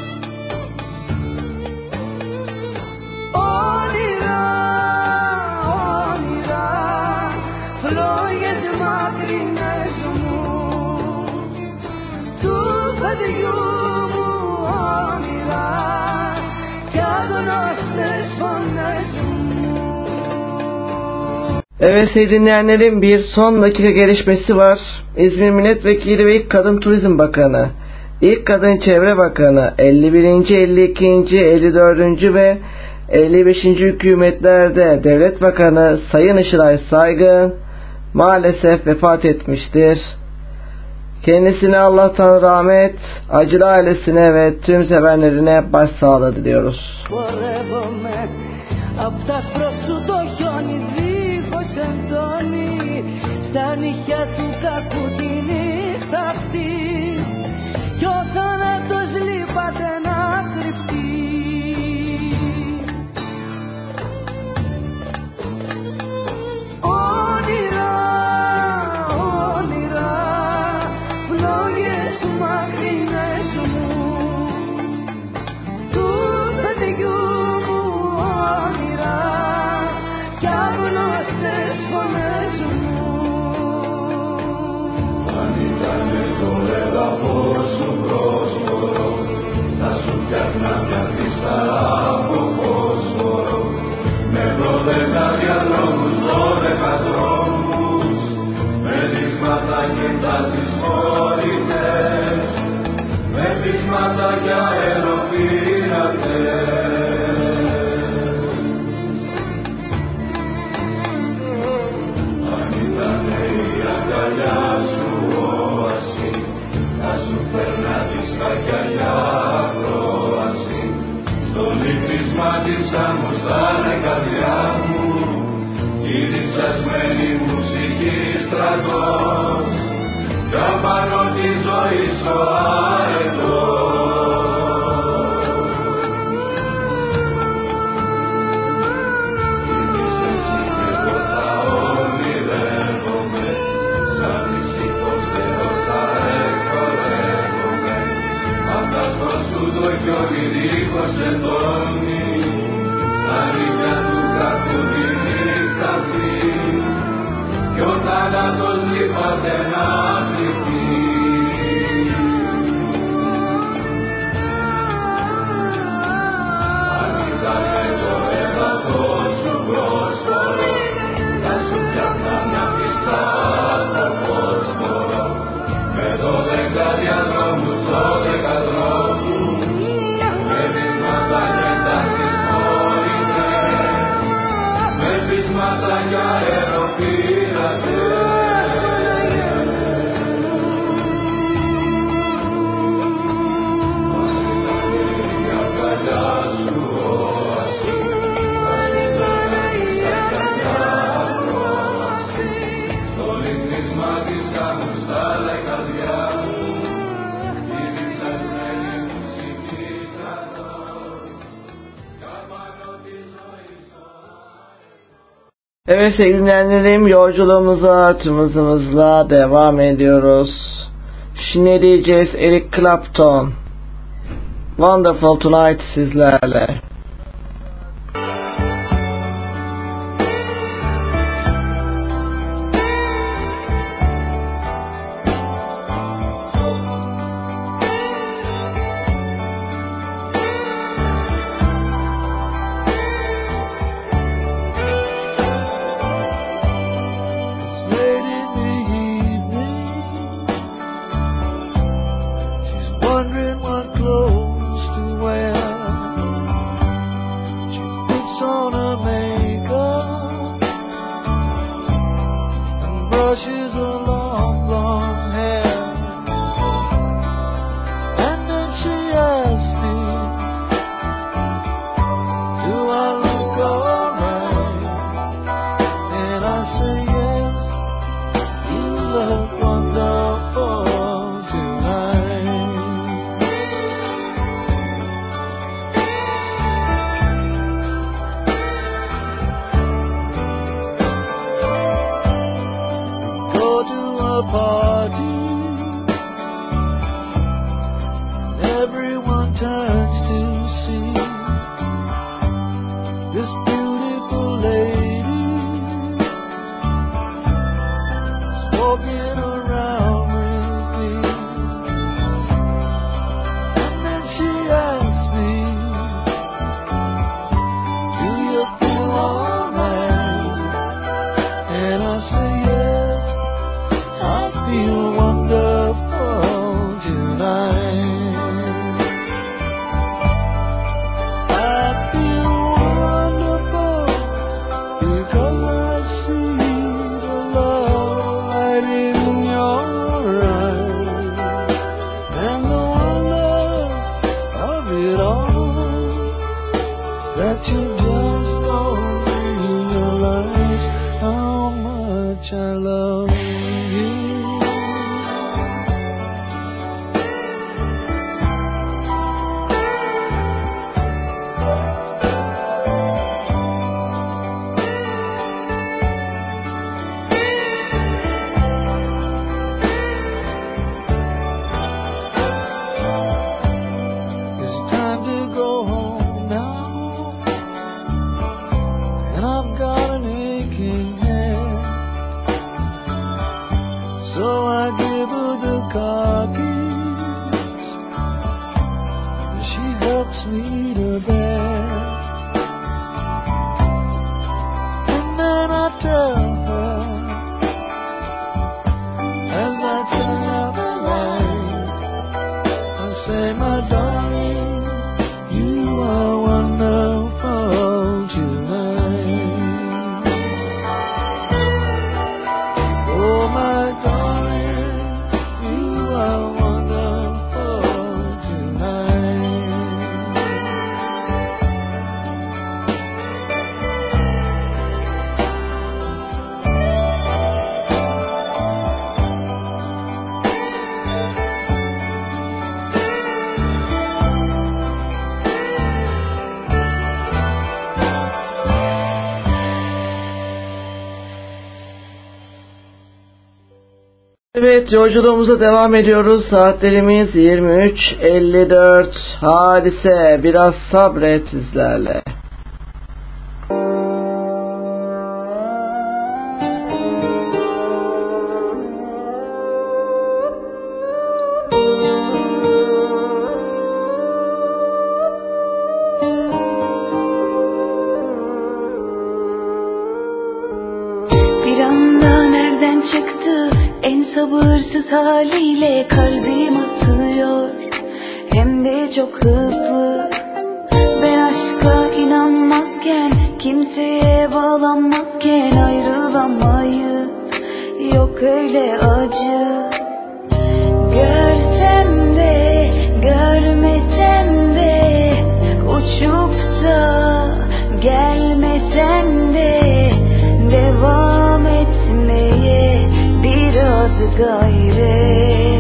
Φλόγες μακρινές μου του παιδιού μου όνειρα κι αγνώστες φωνές μου. Evet sevgili dinleyenlerim, bir son dakika gelişmesi var. İzmir Milletvekili ve ilk kadın turizm bakanı, ilk kadın çevre bakanı, 51. 52. 54. ve 55. hükümetlerde devlet bakanı Sayın Işılay Saygın maalesef vefat etmiştir. Kendisine Allah'tan rahmet, acılı ailesine ve tüm sevenlerine başsağlığı diliyoruz. Evet sevgili dinleyenlerim, yolculuğumuza tüm hızımızla devam ediyoruz. Şimdi diyeceğiz Eric Clapton, Wonderful Tonight sizlerle. Evet, yolculuğumuza devam ediyoruz. Saatlerimiz 23:54. Hadise, biraz sabret sizlerle. Bir anda nereden çıktı en sabırsız haliyle kalbim atıyor, hem de çok hızlı. Ben aşka inanmazken, kimseye bağlanmazken ayrılamayız, yok öyle acı. Görsem de görmesem de, uçup da gelmesem de devam etmeye biraz gayret.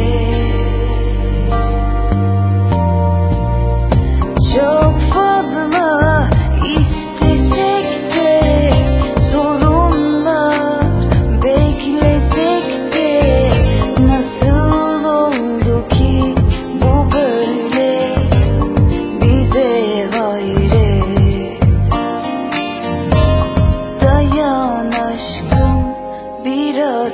Çok fazla istesek de, sorunlar beklesek de, nasıl oldu ki bu böyle, bize hayret. Dayan aşkım biraz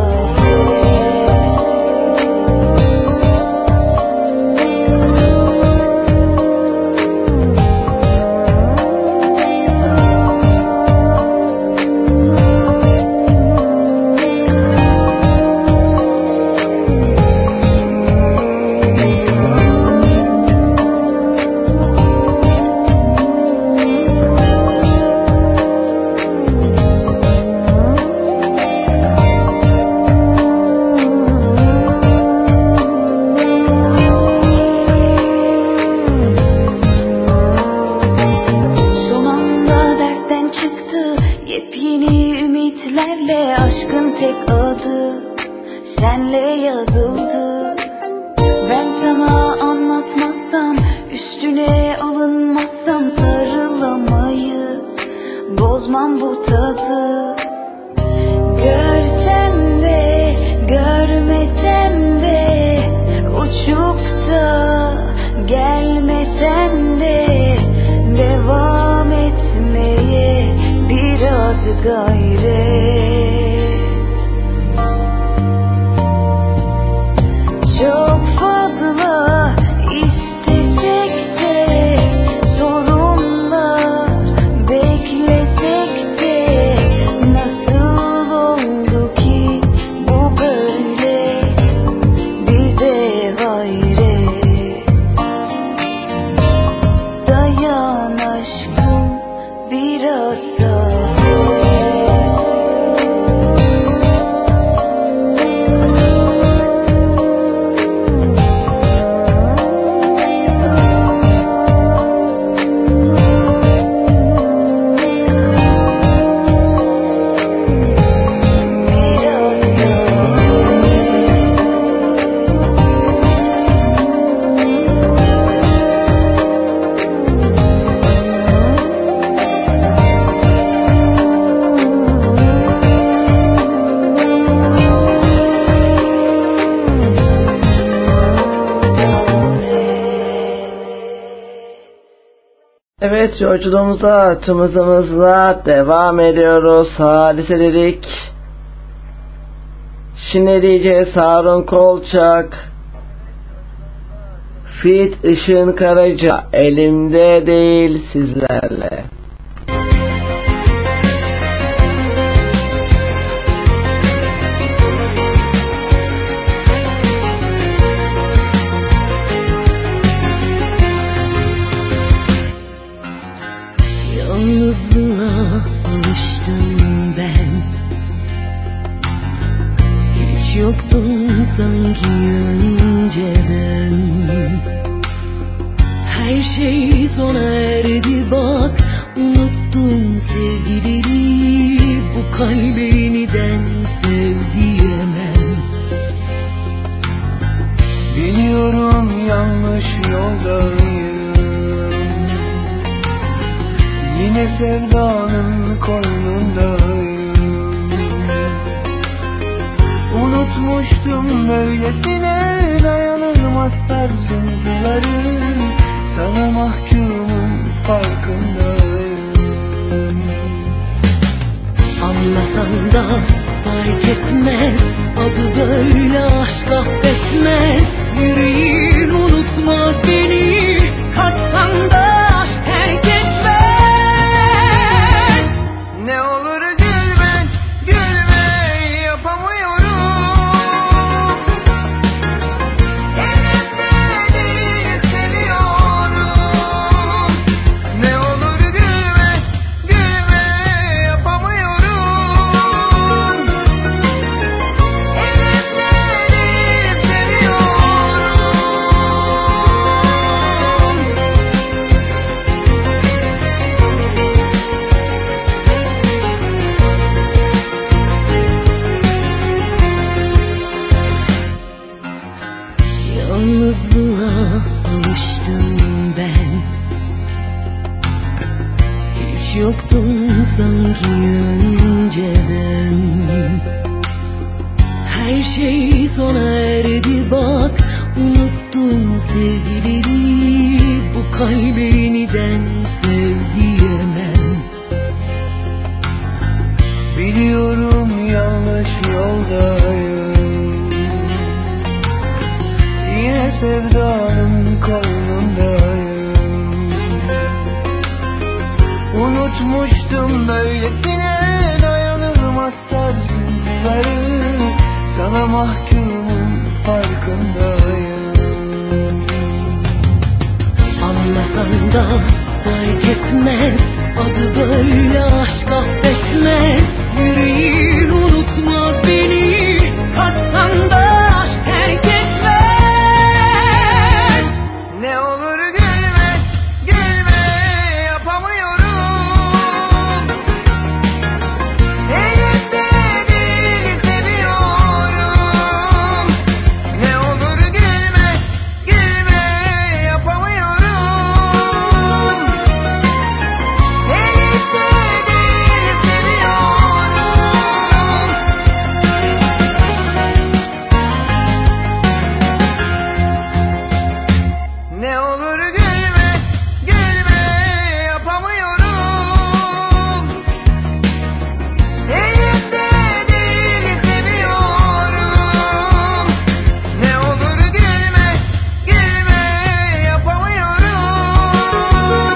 son anda dertten çıktı yepyeni ümitlerle, aşkın tek adı senle yazıldı. Ben sana anlatmazsam, üstüne alınmazsam sarılamayız, bozmam bu tadı. Görsem de görmesem de, uçup da gelmesem de devam etmeye biraz gayret. Çok fazla istesek de, sorunlar beklesek de, nasıl oldu ki bu böyle, bize hayret. Dayan aşkım biraz Evet, yolculuğumuza tımızımızla devam ediyoruz. Hadise dedik. Şimdi diyeceğiz Harun Kolçak, Fit Işın Karaca, elimde değil sizlerle. Yalnızlığa alıştım ben, hiç yoktun sanki önceden. Her şey sona erdi bak, unuttum sevgileri, bu kalbe yeniden sev diyemem. Biliyorum yanlış yoldayım, yine sevdanın koynundayım. Unutma Unutmuştum böylesine dayanılmaz sarsıntıları. Sana mahkumum farkındayım. Anlasan da fark etmez, adı böyle aşk affetmez. Yüreğin unutmaz beni, katsan da aşk terk etmez. Ne olur gülme, gülme, yapamıyorum. Elimde değil, seviyorum. Ne olur gülme, gülme, yapamıyorum. Elimde değil, seviyorum. Yalnızlığa alıştım ben, hiç yoktum sanki önceden. Her şey sona erdi bak, unuttum sevgileri. Bu kalbe yeniden sev diyemem. Biliyorum yanlış yoldayım. Yine sevdanın koynundayım. Unutmuştum böylesine dayanılmaz sarsıntıları. Sana mahkumum farkındayım. Anlasan da fark etmez, adı böyle aşk affetmez. Yüreğin unutmaz beni, katsan da aşk terk etmez. Ne olur gülme, gülme, yapamıyorum. Elimde değil, seviyorum. Ne olur gülme, gülme, yapamıyorum. Elimde değil, seviyorum. Ne olur gülme, gülme, yapamıyorum. Elimde değil, seviyorum. Ne olur gülme, gülme, yapamıyorum.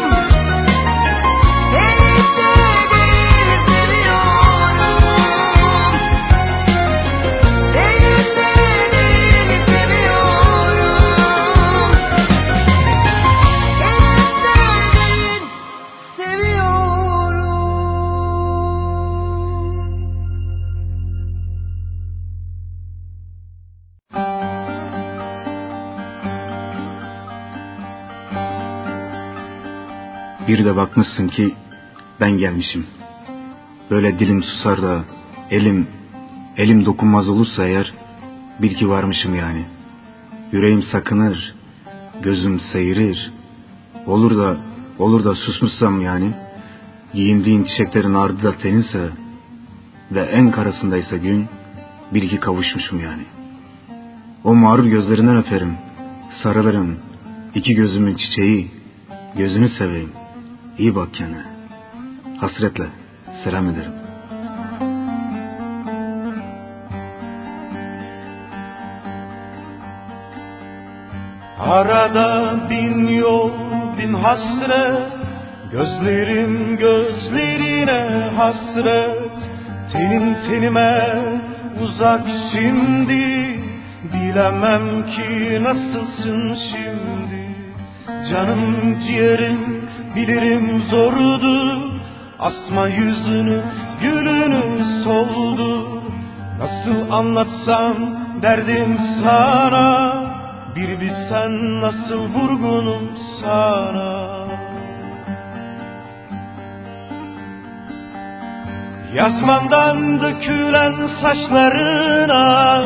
Elimde değil, seviyorum. Elimde değil, Bir de bakmışsın ki ben gelmişim. Böyle dilim susar da elim dokunmaz olursa eğer, bil ki varmışım yani. Yüreğim sakınır, gözüm seyirir. Olur da susmuşsam yani, giyindiğin çiçeklerin ardı da teninse ve en karasındaysa gün, bil ki kavuşmuşum yani. O mağrur gözlerinden öperim, sarılırım, iki gözümün çiçeği, gözünü seveyim. İyi bak kendine. Hasretle selam ederim. Arada bin yol bin hasret, gözlerim gözlerine hasret. Tenim tenime uzak şimdi, bilemem ki nasılsın şimdi. Canım ciğerim bilirim zordu, asma yüzünü gülünü soldu. Nasıl anlatsam derdim sana, bir bilsen nasıl vurgunum sana. Yazmandan dökülen saçlarına,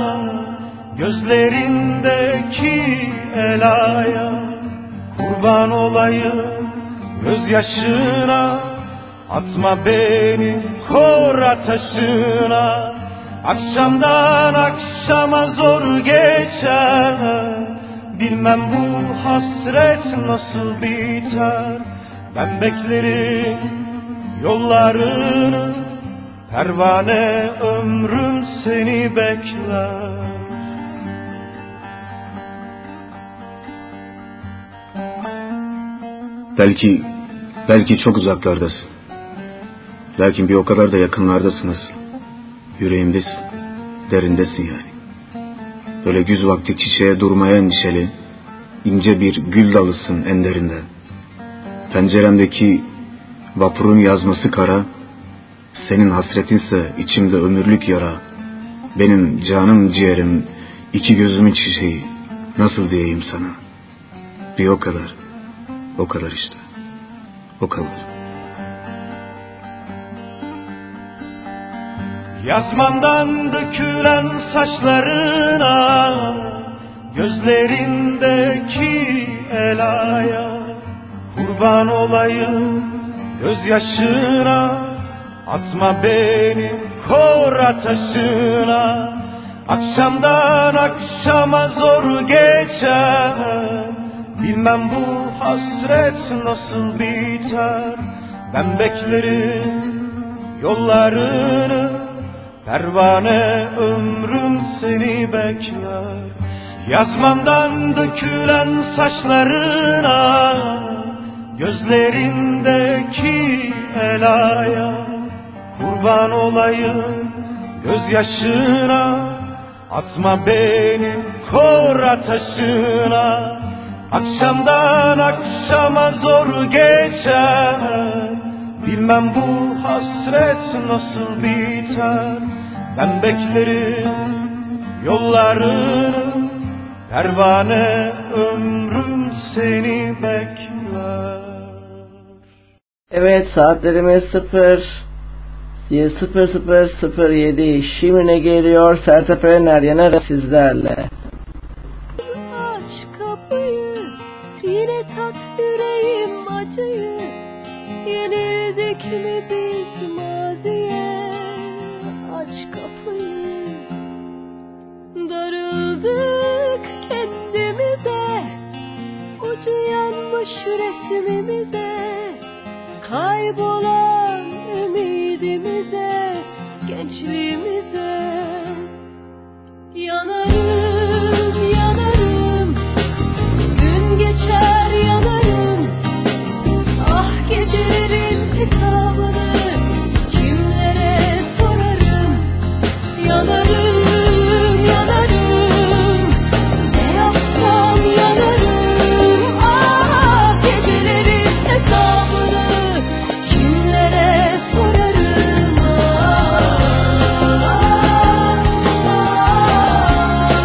gözlerindeki elaya kurban olayım gözyaşına. Atma beni kor ateşine, akşamdan akşama akşama zor geçer. Bilmem bu hasret nasıl biter. Ben beklerim yollarını, pervane ömrüm seni bekler. Belki çok uzaklardasın. Lakin bir o kadar da yakınlardasın asıl. Yüreğimdesin, derindesin yani. Böyle güz vakti çiçeğe durmaya endişeli, ince bir gül dalısın en derinden. Penceremdeki vapurun yazması kara, senin hasretinse içimde ömürlük yara. Benim canım ciğerim, iki gözümün çiçeği, nasıl diyeyim sana? Bir o kadar işte, o kadar. Yazmandan dökülen saçlarına, gözlerindeki elaya, kurban olayım gözyaşına. Atma beni kor ateşine, akşamdan akşama zor geçer. Bilmem bu hasret nasıl biter. Ben beklerim yollarını, pervane ömrüm seni bekler. Yazmamdan dökülen saçlarına, gözlerindeki elaya, kurban olayım gözyaşına. Atma beni kor ateşine, akşamdan akşama zor geçer. Bilmem bu hasret nasıl biter. Ben beklerim yollarını, pervane ömrüm seni bekler. Evet, saatlerimiz 00:07. Şimdi geliyor Sertab Erener Yener sizlerle. Aç kapıyı, yine tat yüreğim acıyı. Yenildik mi biz maziye? Aç kapıyı. Darıldık kendimize, ucu yanmış resmimize. Kaybolan ümidimize, gençliğimize. Yanarım, yanarım, gün geçer yanarım. Ah gecelerin hesabını kimlere sorarım. Yanarım, yanarım, ne yapsam yanarım. Ah gecelerin hesabını kimlere sorarım. Ah, ah, ah.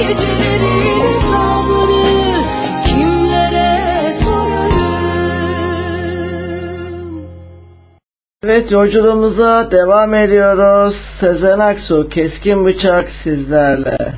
gecelerin hesabını kimlere sorarım? Evet, yolculuğumuza devam ediyoruz. Sezen Aksu, Keskin Bıçak sizlerle.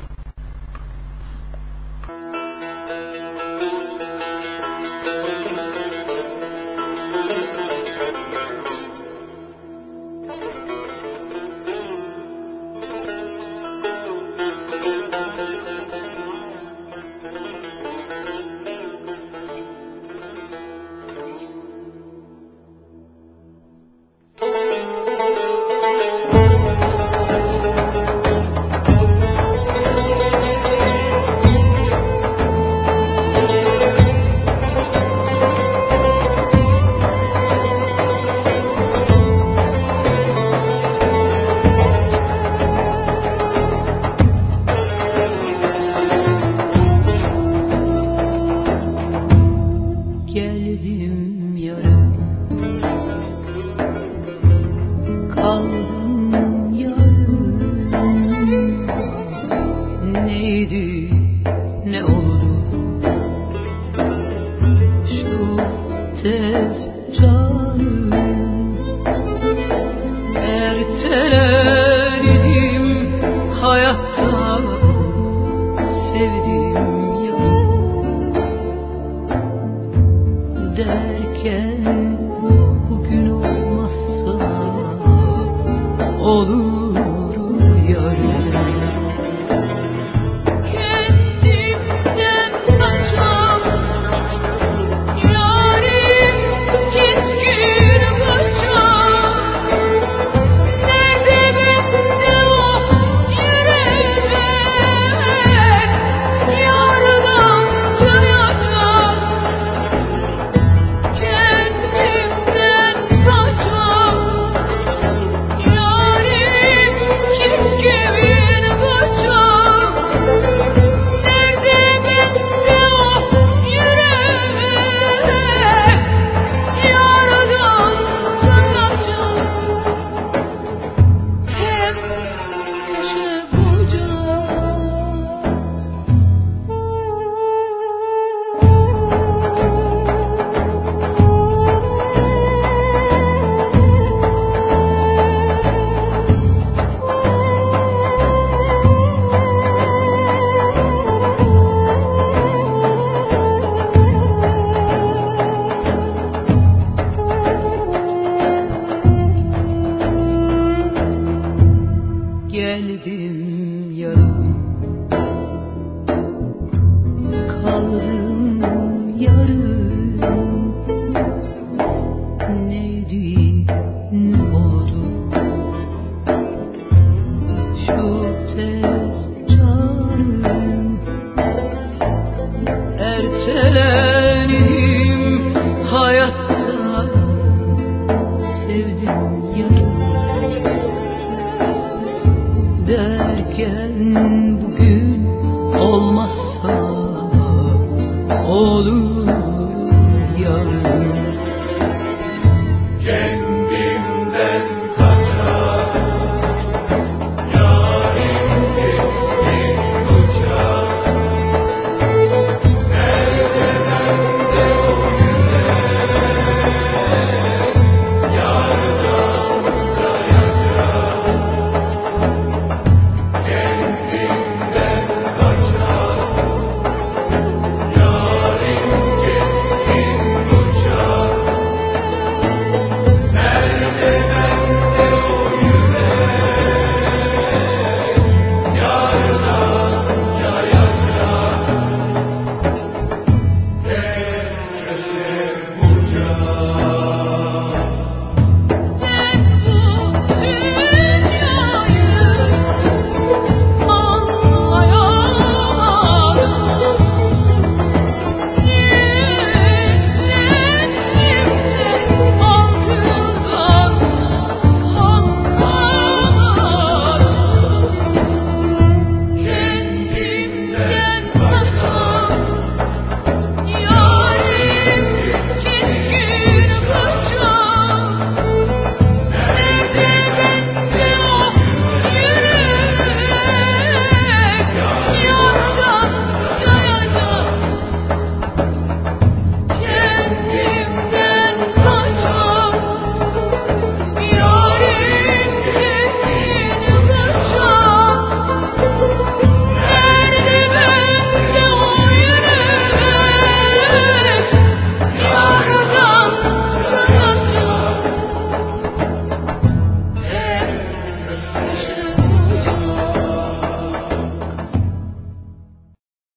Kendimden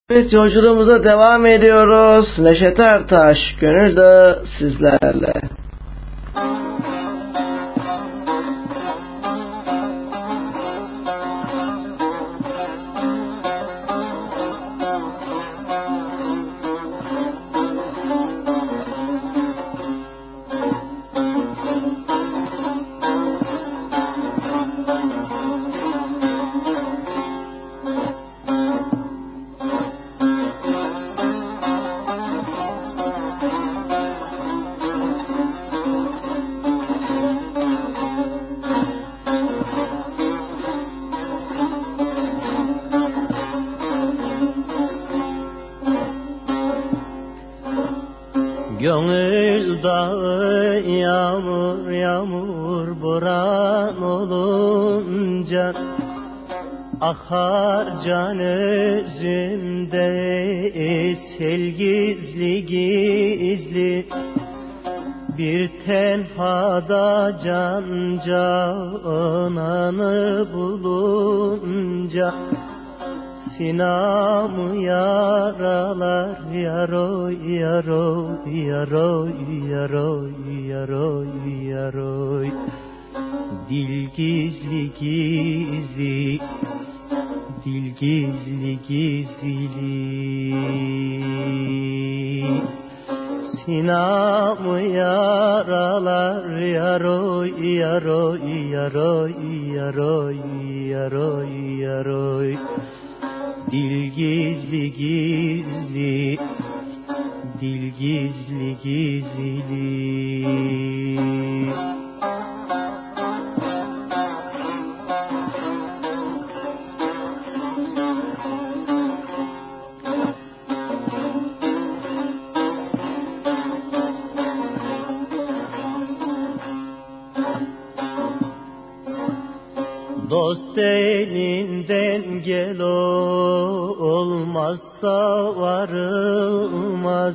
Evet, yolculuğumuza devam ediyoruz. Neşet Ertaş, Gönül Dağı sizlerle. Gönül dağı yağmur yağmur boran olunca akar can özümde sel gizli gizli bir tenhada can cananı bulunca sinamı yaralar yaroy yaroy yaroy yaroy yaroy yaroy dil gizli gizli dil gizli gizli sinamı yaralar yaroy yaroy yaroy yaroy yaroy yaroy dil gizli gizli dil gizli gizli Dost elinden gel olmazsa varılmaz,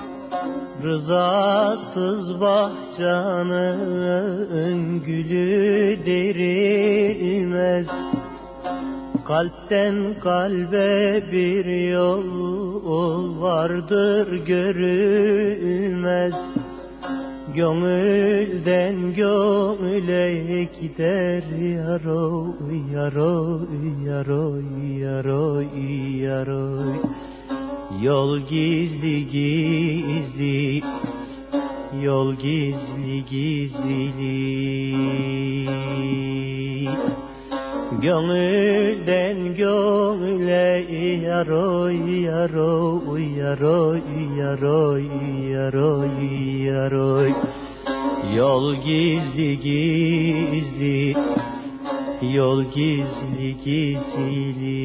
rızasız bahçanın gülü derilmez. Kalpten kalbe bir yol vardır görülmez. Gönülden gönüle gider yaroy yaroy yaroy yaroy yaroy. Yol gizli gizli, yol gizli gizli. Gönülden gönüle yaroy yaroy yaroy yaroy yaroy yaroy. Yol gizli gizli, yol gizli gizli.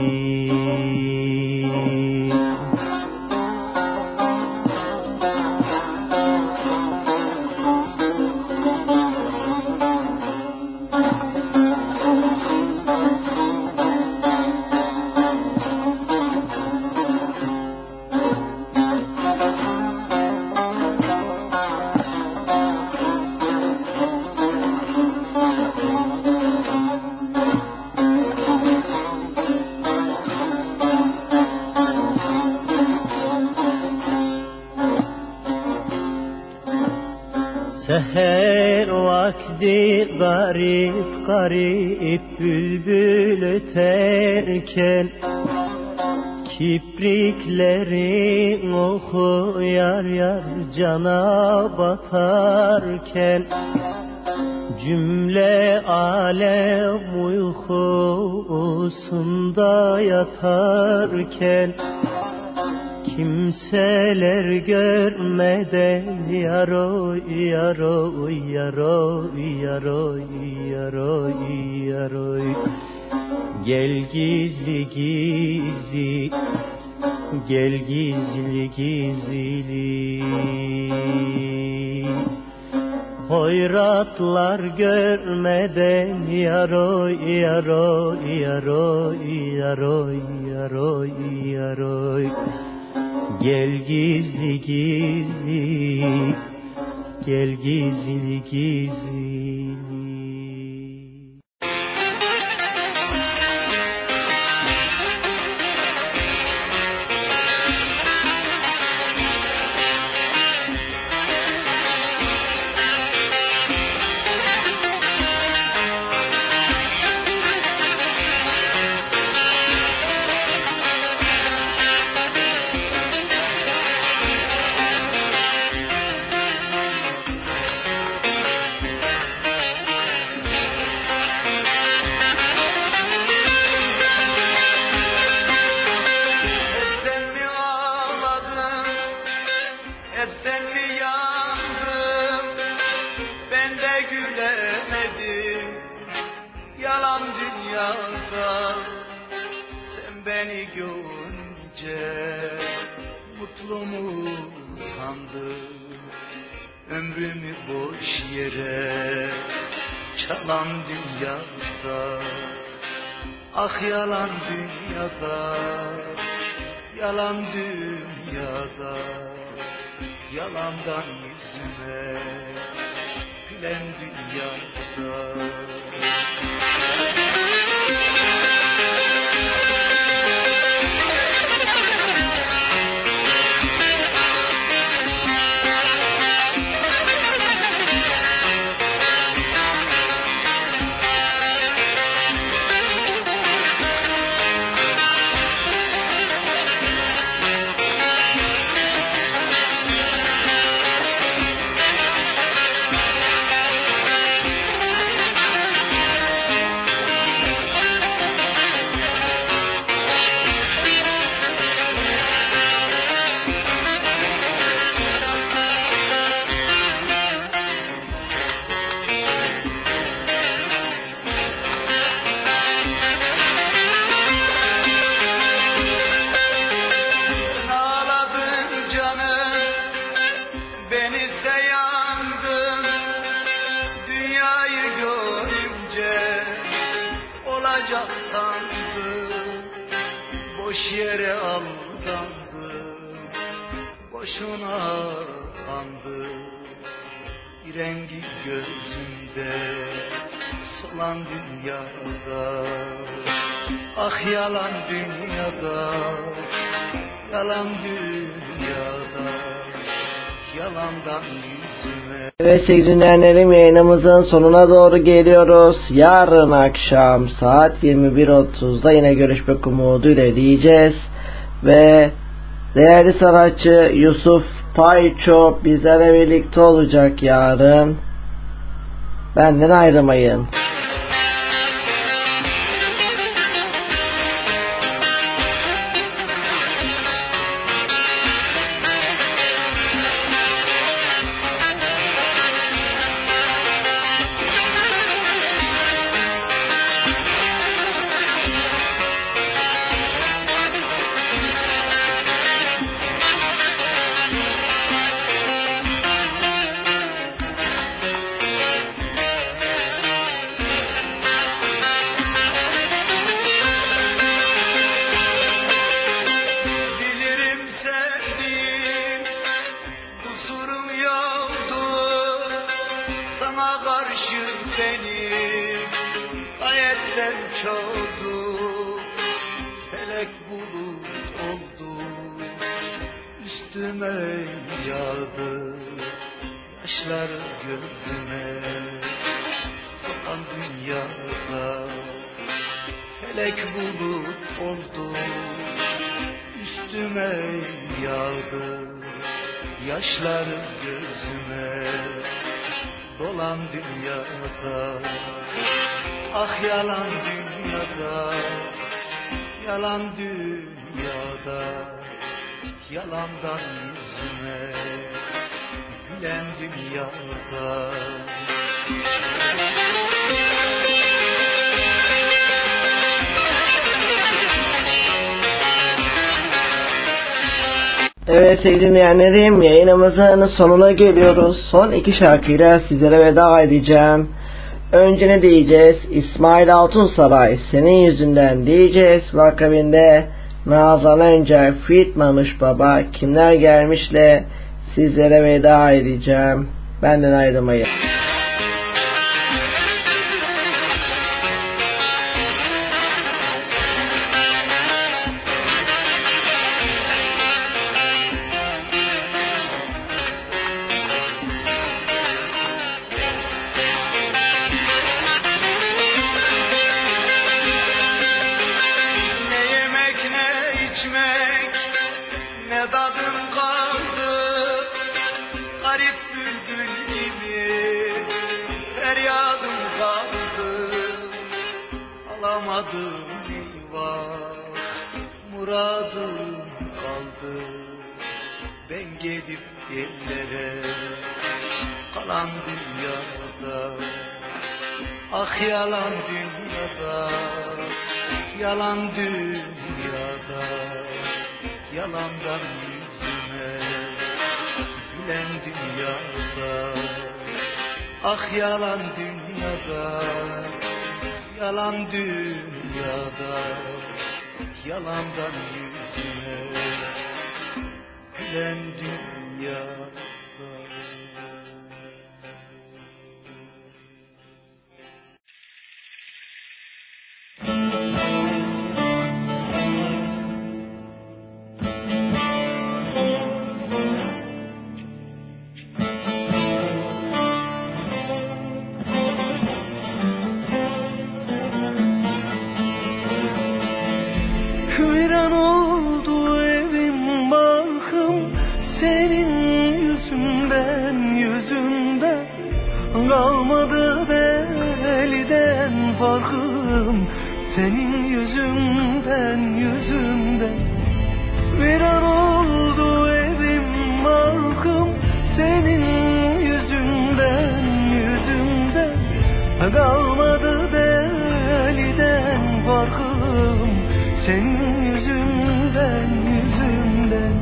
Seher vakti garip garip bülbül öterken, kipriklerin oku yar yar cana batarken, cümle alem uykusunda yatarken, kimseler görmeden yaroy yaroy yaroy yaroy yaroy yaroy. Gel gizli gizli, gel gizli gizli. Hoyratlar görmeden yaroy yaroy yaroy yaroy yaroy yaroy. Gel gizli gizli, gel gizli gizli. beni görünce mutlu mu sandın? Ömrümü boş yere çalan dünyada, ah yalan dünyada, yalan dünyada, yalandan yüzüme gülen dünyada. Boş yere aldandım, boşuna kandım. Bir rengi gözümde solan dünyada, ah yalan dünyada, yalan dünyada, yalandan yüzüme. Evet sevgili dinleyenlerim, yayınımızın sonuna doğru geliyoruz. Yarın akşam saat 21.30'da yine görüşmek umuduyla diyeceğiz. Ve değerli sanatçı Yusuf Payço bizlerle birlikte olacak yarın. Benden ayrılmayın. Evet sevgili dinleyenlerim, yayınımızın sonuna geliyoruz. Son iki şarkıyla sizlere veda edeceğim. Önce ne diyeceğiz? İsmail Altunsaray Senin Yüzünden diyeceğiz. Ve akabinde Nazan Öncel Fit Manuş Baba Kimler Gelmişle sizlere veda edeceğim. Benden ayrılmayın. Yalan dünyada, yalandan yüzüme gülen dünyada. Ah yalan dünyada, yalan dünyada, yalandan yüzüme gülen dünyada. Viran oldu evim barkım senin yüzünden yüzünden. Kalmadı deliden farkım senin yüzünden yüzünden. Viran oldu evim barkım senin yüzünden yüzünden. Kalmadı deliden farkım senin yüzünden yüzünden.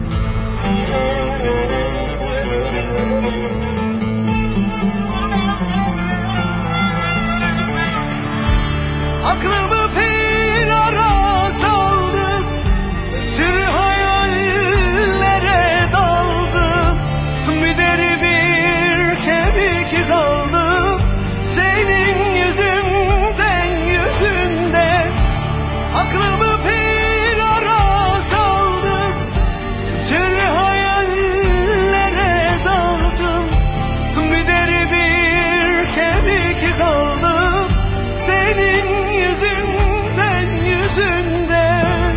Aklımı bir ara saldım, sürü hayallere daldım. Bir deri bir kemik kaldım senin yüzünden yüzünden. Aklımı bir ara saldım, sürü hayallere daldım. Bir deri bir kemik kaldım senin yüzünden yüzünden.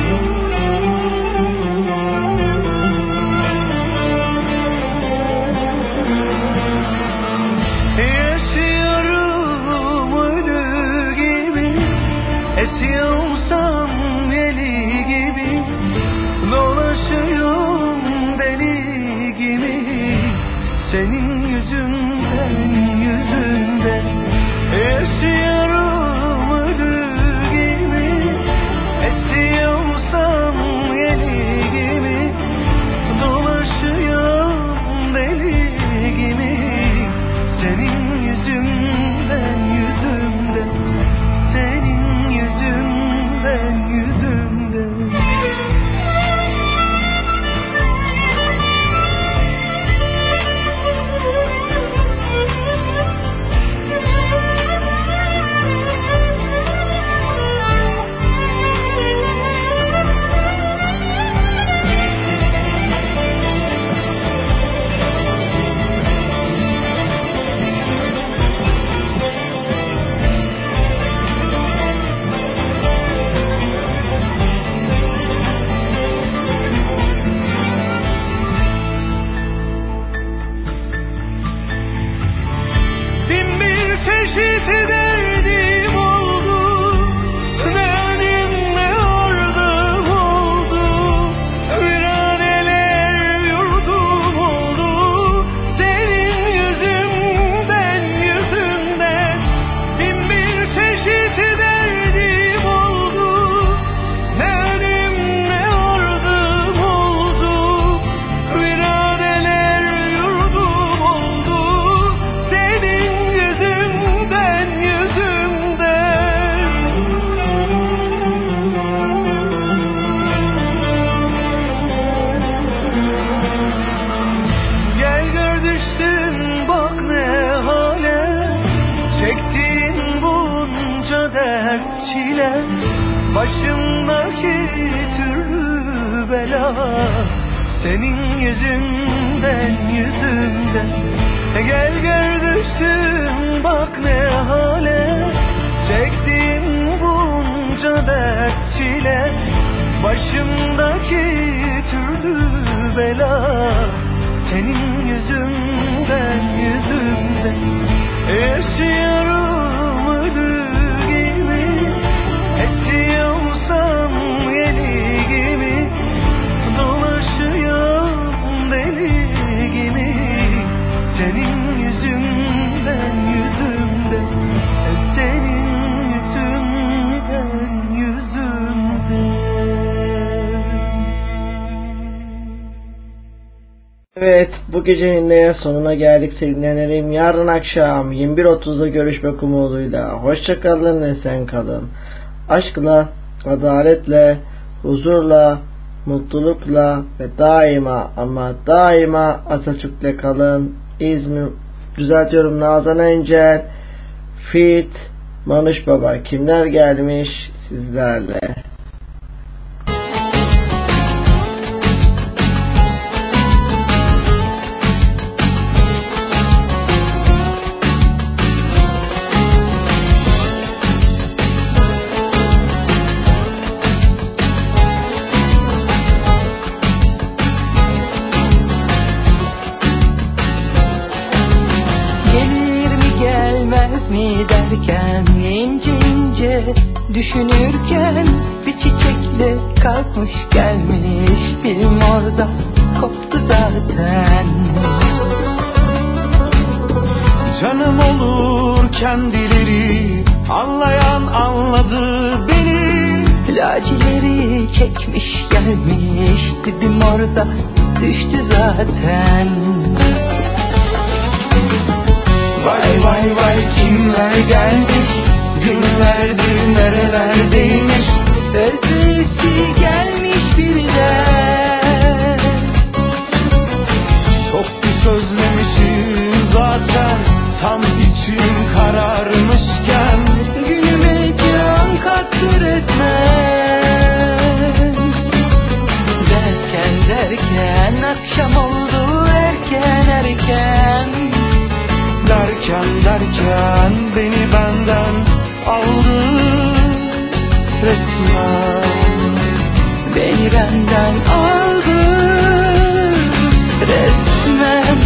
Yaşıyorum ölü gibi, esiyorsam yeli gibi, dolaşıyorum deli gibi senin yüzünden yüzünden. Yaşıyorum ölü gibi, esiyorsam yeli gibi, dolaşıyorum deli gibi senin yüzünden yüzünden, senin yüzünden yüzünden. Bin bir çeşit derdim oldu, ne önüm ne ardım oldu. Viraneler yurdum oldu senin yüzünden yüzünden. Bin bir çeşit derdim oldu, ne önüm ne ardım oldu. Viraneler yurdum oldu senin yüzünden yüzünden. Gel gör düştün bak ne hale, çektiğin bunca dert çile, başımdaki türlü bela senin yüzünden yüzünden. Gel gör düştün bak ne hale, çektiğin bunca dert çile, başımdaki türlü bela senin yüzünden yüzünden. Yaşıyorum ölü gibi, esiyorsam yeli gibi, dolaşıyorum deli gibi senin yüzünden yüzünden, senin yüzünden yüzünden. Evet, bu gecenin de sonuna geldik sevgilerim. Yarın akşam 21.30'da görüşmek umuduyla. Hoşçakalın, esen kalın. Aşkla, adaletle, huzurla, mutlulukla ve daima ama daima Atatürk'le kalın. Düzeltiyorum, Nazan Öncel, Fit, Manuş Baba. Kimler gelmiş sizlerle? Düşünürken bir çiçekle kalkmış gelmiş, film orada koptu zaten. Canım olur kendileri, anlayan anladı beni. Lacileri çekmiş gelmiş, dibim orada düştü zaten. Vay vay vay kimler gelmiş, günlerdir nerelerdeymiş. Özlesi gelmiş birden. Çok bir sözlemişim zaten, tam içim kararmışken. Günüme can kattı resmen. Derken akşam oldu erken. Derken beni benden aldı resmen. Beni benden aldı resmen.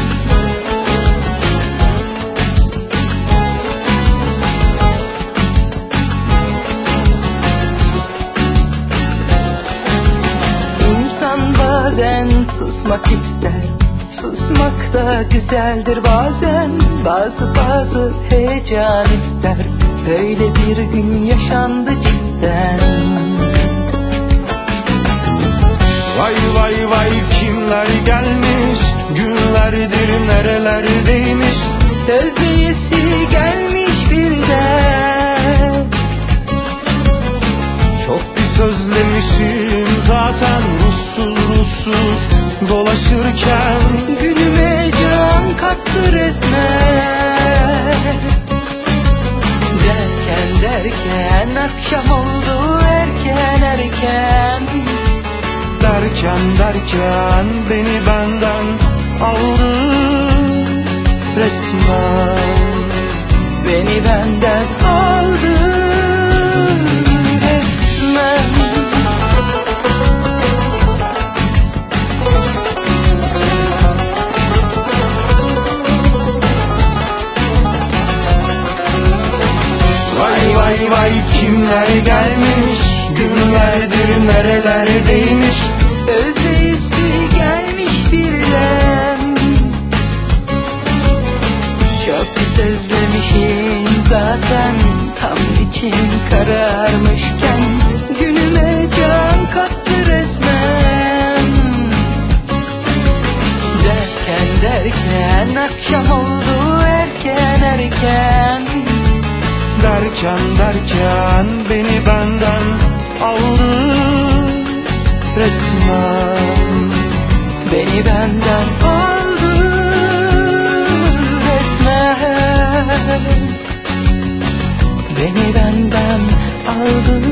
İnsan bazen susmak ister, susmak da güzeldir bazen. Bazı heyecan ister, böyle bir gün yaşandı cidden. Vay vay vay kimler gelmiş, günlerdir nerelerdeymiş. Özleyesi gelmiş birden. Çok bir sözlemişim zaten, ruhsuz dolaşırken. Günüme can kattı resmen. Derken akşam oldu erken. Derken beni benden aldı resmen. Beni benden aldı resmen. Vay vay vay kimler gelmiş, günlerdir nerelerdeymiş. Özleyesi gelmiş birden. Çok özlemişim zaten, tam içim kararmışken. Günüme can kattı resmen. Derken akşam oldu erken. Derken beni benden aldı resmen. Beni benden aldı resmen. Beni benden aldı